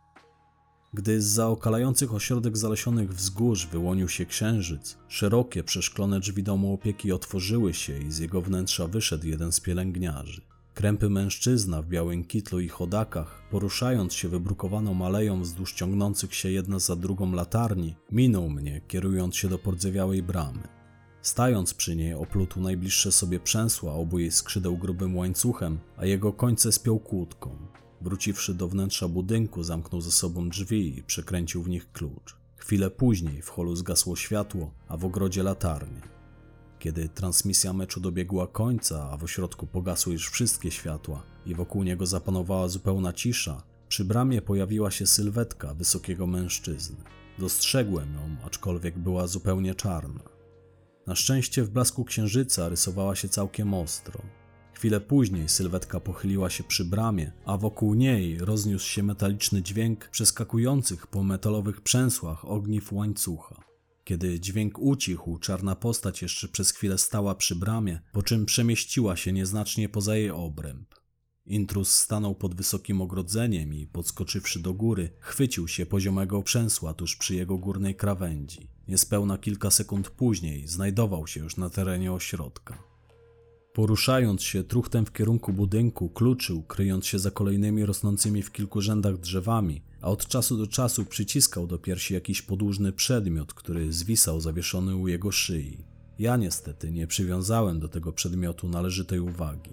Gdy zza okalających ośrodek zalesionych wzgórz wyłonił się księżyc, szerokie, przeszklone drzwi domu opieki otworzyły się i z jego wnętrza wyszedł jeden z pielęgniarzy. Krępy mężczyzna w białym kitlu i chodakach, poruszając się wybrukowaną aleją wzdłuż ciągnących się jedna za drugą latarni, minął mnie, kierując się do pordzewiałej bramy. Stając przy niej, oplótł najbliższe sobie przęsła obu jej skrzydeł grubym łańcuchem, a jego końce spiął kłódką. Wróciwszy do wnętrza budynku, zamknął ze sobą drzwi i przekręcił w nich klucz. Chwilę później w holu zgasło światło, a w ogrodzie latarnie. Kiedy transmisja meczu dobiegła końca, a w ośrodku pogasły już wszystkie światła i wokół niego zapanowała zupełna cisza, przy bramie pojawiła się sylwetka wysokiego mężczyzny. Dostrzegłem ją, aczkolwiek była zupełnie czarna. Na szczęście w blasku księżyca rysowała się całkiem ostro. Chwilę później sylwetka pochyliła się przy bramie, a wokół niej rozniósł się metaliczny dźwięk przeskakujących po metalowych przęsłach ogniw łańcucha. Kiedy dźwięk ucichł, czarna postać jeszcze przez chwilę stała przy bramie, po czym przemieściła się nieznacznie poza jej obręb. Intruz stanął pod wysokim ogrodzeniem i, podskoczywszy do góry, chwycił się poziomego przęsła tuż przy jego górnej krawędzi. Niespełna kilka sekund później znajdował się już na terenie ośrodka. Poruszając się truchtem w kierunku budynku, kluczył, kryjąc się za kolejnymi rosnącymi w kilku rzędach drzewami, a od czasu do czasu przyciskał do piersi jakiś podłużny przedmiot, który zwisał zawieszony u jego szyi. Ja niestety nie przywiązałem do tego przedmiotu należytej uwagi.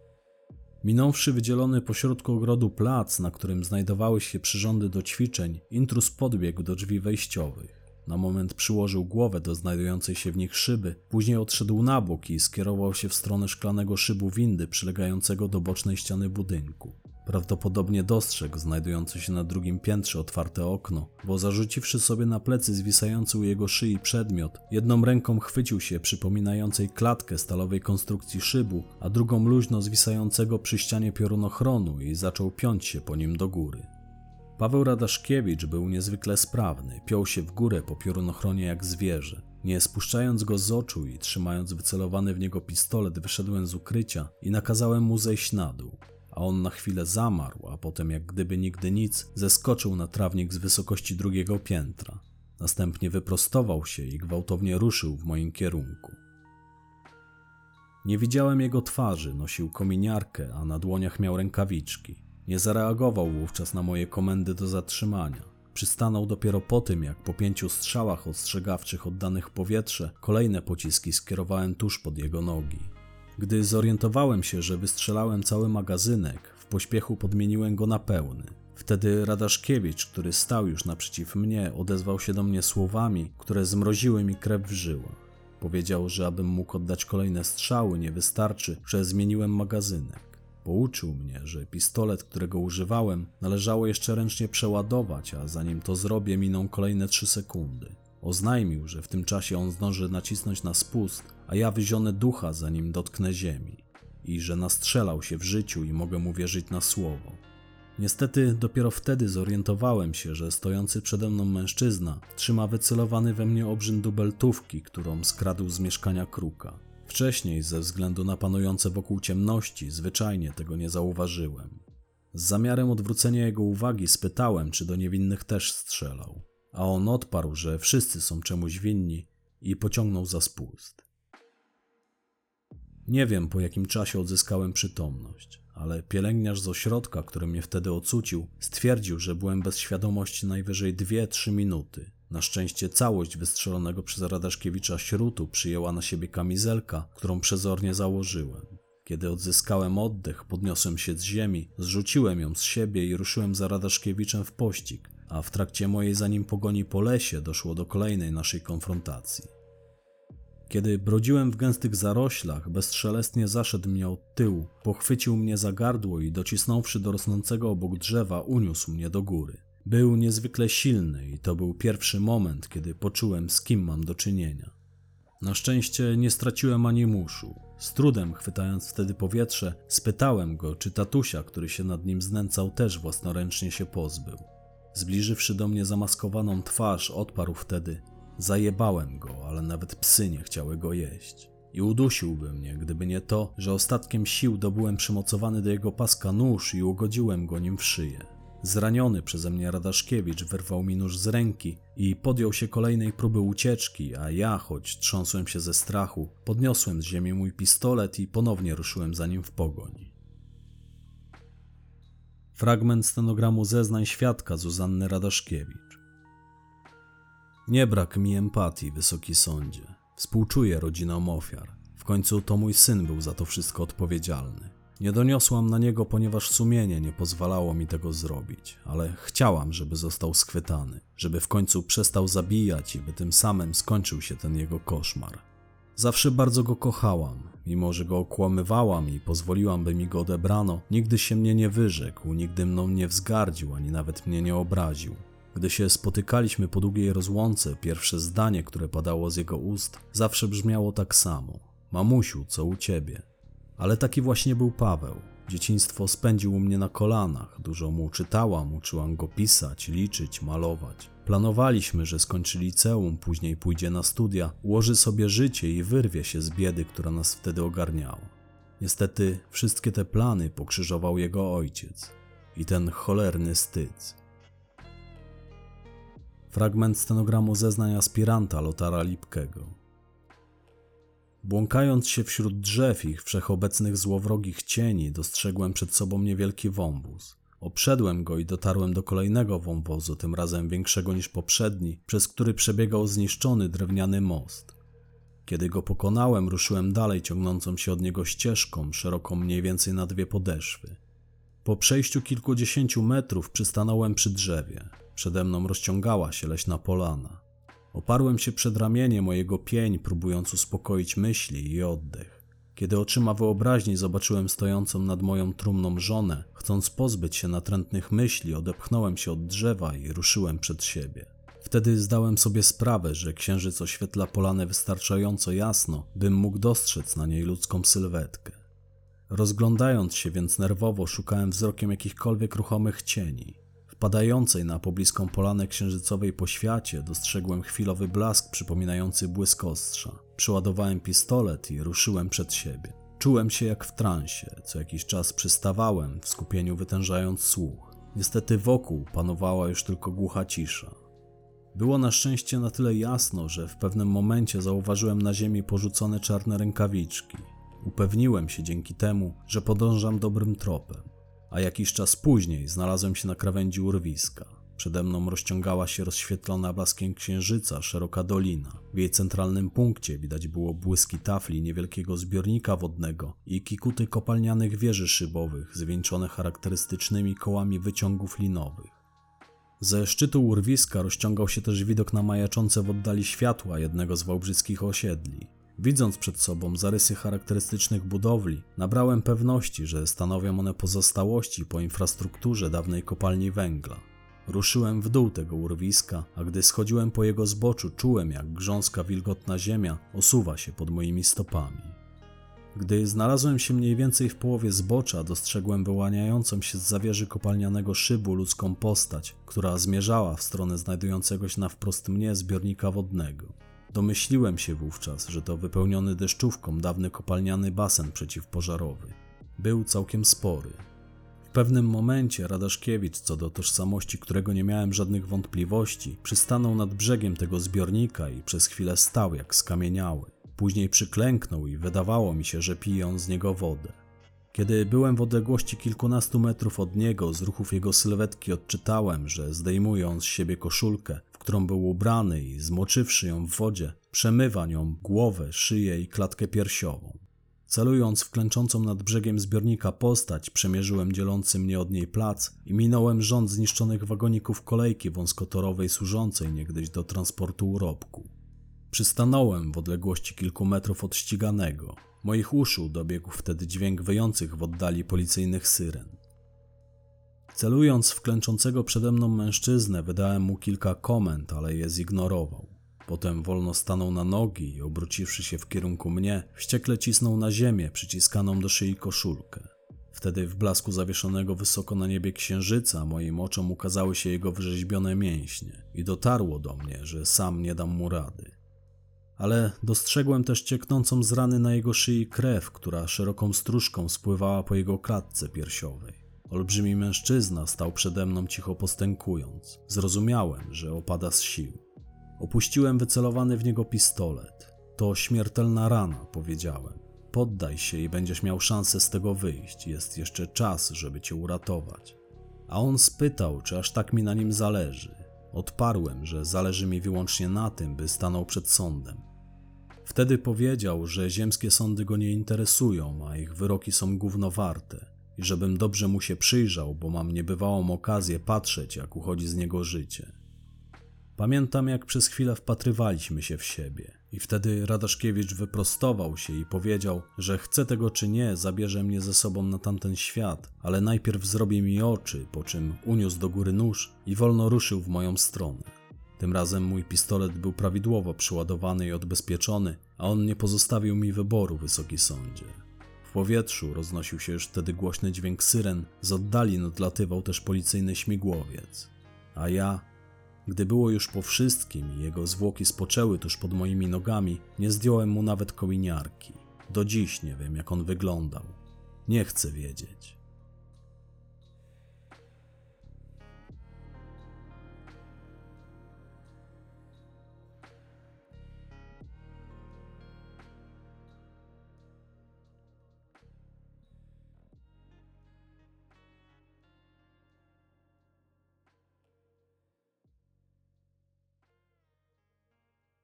Minąwszy wydzielony pośrodku ogrodu plac, na którym znajdowały się przyrządy do ćwiczeń, intruz podbiegł do drzwi wejściowych. Na moment przyłożył głowę do znajdującej się w nich szyby, później odszedł na bok i skierował się w stronę szklanego szybu windy przylegającego do bocznej ściany budynku. Prawdopodobnie dostrzegł znajdujące się na drugim piętrze otwarte okno, bo zarzuciwszy sobie na plecy zwisający u jego szyi przedmiot, jedną ręką chwycił się przypominającej klatkę stalowej konstrukcji szybu, a drugą luźno zwisającego przy ścianie piorunochronu i zaczął piąć się po nim do góry. Paweł Radaszkiewicz był niezwykle sprawny, piął się w górę po piorunochronie jak zwierzę. Nie spuszczając go z oczu i trzymając wycelowany w niego pistolet, wyszedłem z ukrycia i nakazałem mu zejść na dół. A on na chwilę zamarł, a potem jak gdyby nigdy nic, zeskoczył na trawnik z wysokości drugiego piętra. Następnie wyprostował się i gwałtownie ruszył w moim kierunku. Nie widziałem jego twarzy, nosił kominiarkę, a na dłoniach miał rękawiczki. Nie zareagował wówczas na moje komendy do zatrzymania. Przystanął dopiero po tym, jak po 5 strzałach ostrzegawczych oddanych w powietrze, kolejne pociski skierowałem tuż pod jego nogi. Gdy zorientowałem się, że wystrzelałem cały magazynek, w pośpiechu podmieniłem go na pełny. Wtedy Radaszkiewicz, który stał już naprzeciw mnie, odezwał się do mnie słowami, które zmroziły mi krew w żyłach. Powiedział, że abym mógł oddać kolejne strzały, nie wystarczy, że zmieniłem magazynek. Pouczył mnie, że pistolet, którego używałem, należało jeszcze ręcznie przeładować, a zanim to zrobię, miną kolejne 3 sekundy. Oznajmił, że w tym czasie on zdąży nacisnąć na spust, a ja wyzionę ducha, zanim dotknę ziemi. i że nastrzelał się w życiu i mogę mu wierzyć na słowo. Niestety dopiero wtedy zorientowałem się, że stojący przede mną mężczyzna trzyma wycelowany we mnie obrzyn dubeltówki, którą skradł z mieszkania Kruka. Wcześniej, ze względu na panujące wokół ciemności, zwyczajnie tego nie zauważyłem. Z zamiarem odwrócenia jego uwagi spytałem, czy do niewinnych też strzelał, a on odparł, że wszyscy są czemuś winni i pociągnął za spust. Nie wiem, po jakim czasie odzyskałem przytomność, ale pielęgniarz z ośrodka, który mnie wtedy ocucił, stwierdził, że byłem bez świadomości najwyżej 2-3 minuty. Na szczęście całość wystrzelonego przez Radaszkiewicza śrutu przyjęła na siebie kamizelka, którą przezornie założyłem. Kiedy odzyskałem oddech, podniosłem się z ziemi, zrzuciłem ją z siebie i ruszyłem za Radaszkiewiczem w pościg, a w trakcie mojej za nim pogoni po lesie doszło do kolejnej naszej konfrontacji. Kiedy brodziłem w gęstych zaroślach, bezszelestnie zaszedł mnie od tyłu, pochwycił mnie za gardło i docisnąwszy do rosnącego obok drzewa, uniósł mnie do góry. Był niezwykle silny i to był pierwszy moment, kiedy poczułem, z kim mam do czynienia. Na szczęście nie straciłem ani muszu. Z trudem chwytając wtedy powietrze, spytałem go, czy tatusia, który się nad nim znęcał, też własnoręcznie się pozbył. Zbliżywszy do mnie zamaskowaną twarz, odparł wtedy: zajebałem go, ale nawet psy nie chciały go jeść. I udusiłby mnie, gdyby nie to, że ostatkiem sił dobyłem przymocowany do jego paska nóż i ugodziłem go nim w szyję. Zraniony przeze mnie Radaszkiewicz wyrwał mi nóż z ręki i podjął się kolejnej próby ucieczki, a ja, choć trząsłem się ze strachu, podniosłem z ziemi mój pistolet i ponownie ruszyłem za nim w pogoń. Fragment stenogramu zeznań świadka Zuzanny Radaszkiewicz. Nie brak mi empatii, Wysoki Sądzie. Współczuję rodzinom ofiar. W końcu to mój syn był za to wszystko odpowiedzialny. Nie doniosłam na niego, ponieważ sumienie nie pozwalało mi tego zrobić, ale chciałam, żeby został schwytany, żeby w końcu przestał zabijać i by tym samym skończył się ten jego koszmar. Zawsze bardzo go kochałam, mimo że go okłamywałam i pozwoliłam, by mi go odebrano, nigdy się mnie nie wyrzekł, nigdy mną nie wzgardził, ani nawet mnie nie obraził. Gdy się spotykaliśmy po długiej rozłące, pierwsze zdanie, które padało z jego ust, zawsze brzmiało tak samo: mamusiu, co u ciebie? Ale taki właśnie był Paweł. Dzieciństwo spędził u mnie na kolanach, dużo mu czytałam, uczyłam go pisać, liczyć, malować. Planowaliśmy, że skończy liceum, później pójdzie na studia, ułoży sobie życie i wyrwie się z biedy, która nas wtedy ogarniała. Niestety wszystkie te plany pokrzyżował jego ojciec i ten cholerny Styc. Fragment stenogramu zeznań aspiranta Lotara Lipkego. Błąkając się wśród drzew ich wszechobecnych złowrogich cieni, dostrzegłem przed sobą niewielki wąwóz. Obszedłem go i dotarłem do kolejnego wąwozu, tym razem większego niż poprzedni, przez który przebiegał zniszczony drewniany most. Kiedy go pokonałem, ruszyłem dalej ciągnącą się od niego ścieżką, szeroką mniej więcej na 2 podeszwy. Po przejściu kilkudziesięciu metrów przystanąłem przy drzewie. Przede mną rozciągała się leśna polana. Oparłem się przed ramieniem mojego pień, próbując uspokoić myśli i oddech. Kiedy oczyma wyobraźni zobaczyłem stojącą nad moją trumną żonę, chcąc pozbyć się natrętnych myśli, odepchnąłem się od drzewa i ruszyłem przed siebie. Wtedy zdałem sobie sprawę, że księżyc oświetla polanę wystarczająco jasno, bym mógł dostrzec na niej ludzką sylwetkę. Rozglądając się więc nerwowo, szukałem wzrokiem jakichkolwiek ruchomych cieni. Padającej na pobliską polanę księżycowej poświacie dostrzegłem chwilowy blask przypominający błysk ostrza. Przyładowałem pistolet i ruszyłem przed siebie. Czułem się jak w transie, co jakiś czas przystawałem, w skupieniu wytężając słuch. Niestety wokół panowała już tylko głucha cisza. Było na szczęście na tyle jasno, że w pewnym momencie zauważyłem na ziemi porzucone czarne rękawiczki. Upewniłem się dzięki temu, że podążam dobrym tropem. A jakiś czas później znalazłem się na krawędzi urwiska. Przede mną rozciągała się rozświetlona blaskiem księżyca szeroka dolina. W jej centralnym punkcie widać było błyski tafli niewielkiego zbiornika wodnego i kikuty kopalnianych wieży szybowych, zwieńczone charakterystycznymi kołami wyciągów linowych. Ze szczytu urwiska rozciągał się też widok na majaczące w oddali światła jednego z wałbrzyskich osiedli. Widząc przed sobą zarysy charakterystycznych budowli, nabrałem pewności, że stanowią one pozostałości po infrastrukturze dawnej kopalni węgla. Ruszyłem w dół tego urwiska, a gdy schodziłem po jego zboczu, czułem, jak grząska, wilgotna ziemia osuwa się pod moimi stopami. Gdy znalazłem się mniej więcej w połowie zbocza, dostrzegłem wyłaniającą się z zawieży kopalnianego szybu ludzką postać, która zmierzała w stronę znajdującego się na wprost mnie zbiornika wodnego. Domyśliłem się wówczas, że to wypełniony deszczówką dawny kopalniany basen przeciwpożarowy. Był całkiem spory. W pewnym momencie Radaszkiewicz, co do tożsamości którego nie miałem żadnych wątpliwości, przystanął nad brzegiem tego zbiornika i przez chwilę stał jak skamieniały. Później przyklęknął i wydawało mi się, że pije on z niego wodę. Kiedy byłem w odległości kilkunastu metrów od niego, z ruchów jego sylwetki odczytałem, że zdejmuje on z siebie koszulkę, w którą był ubrany i zmoczywszy ją w wodzie, przemywa nią głowę, szyję i klatkę piersiową. Celując w klęczącą nad brzegiem zbiornika postać, przemierzyłem dzielący mnie od niej plac i minąłem rząd zniszczonych wagoników kolejki wąskotorowej służącej niegdyś do transportu urobku. Przystanąłem w odległości kilku metrów od ściganego. Moich uszu dobiegł wtedy dźwięk wyjących w oddali policyjnych syren. Celując w klęczącego przede mną mężczyznę, wydałem mu kilka komend, ale je zignorował. Potem wolno stanął na nogi i obróciwszy się w kierunku mnie, wściekle cisnął na ziemię przyciskaną do szyi koszulkę. Wtedy w blasku zawieszonego wysoko na niebie księżyca moim oczom ukazały się jego wyrzeźbione mięśnie i dotarło do mnie, że sam nie dam mu rady. Ale dostrzegłem też cieknącą z rany na jego szyi krew, która szeroką stróżką spływała po jego klatce piersiowej. Olbrzymi mężczyzna stał przede mną cicho postękując. Zrozumiałem, że opada z sił. Opuściłem wycelowany w niego pistolet. To śmiertelna rana, powiedziałem. Poddaj się i będziesz miał szansę z tego wyjść. Jest jeszcze czas, żeby cię uratować. A on spytał, czy aż tak mi na nim zależy. Odparłem, że zależy mi wyłącznie na tym, by stanął przed sądem. Wtedy powiedział, że ziemskie sądy go nie interesują, a ich wyroki są gówno warte i żebym dobrze mu się przyjrzał, bo mam niebywałą okazję patrzeć, jak uchodzi z niego życie. Pamiętam, jak przez chwilę wpatrywaliśmy się w siebie i wtedy Radaszkiewicz wyprostował się i powiedział, że chce tego czy nie, zabierze mnie ze sobą na tamten świat, ale najpierw zrobi mi oczy, po czym uniósł do góry nóż i wolno ruszył w moją stronę. Tym razem mój pistolet był prawidłowo przyładowany i odbezpieczony, a on nie pozostawił mi wyboru, wysoki sądzie. W powietrzu roznosił się już wtedy głośny dźwięk syren, z oddali nadlatywał też policyjny śmigłowiec. A ja, gdy było już po wszystkim i jego zwłoki spoczęły tuż pod moimi nogami, nie zdjąłem mu nawet kominiarki. Do dziś nie wiem, jak on wyglądał. Nie chcę wiedzieć.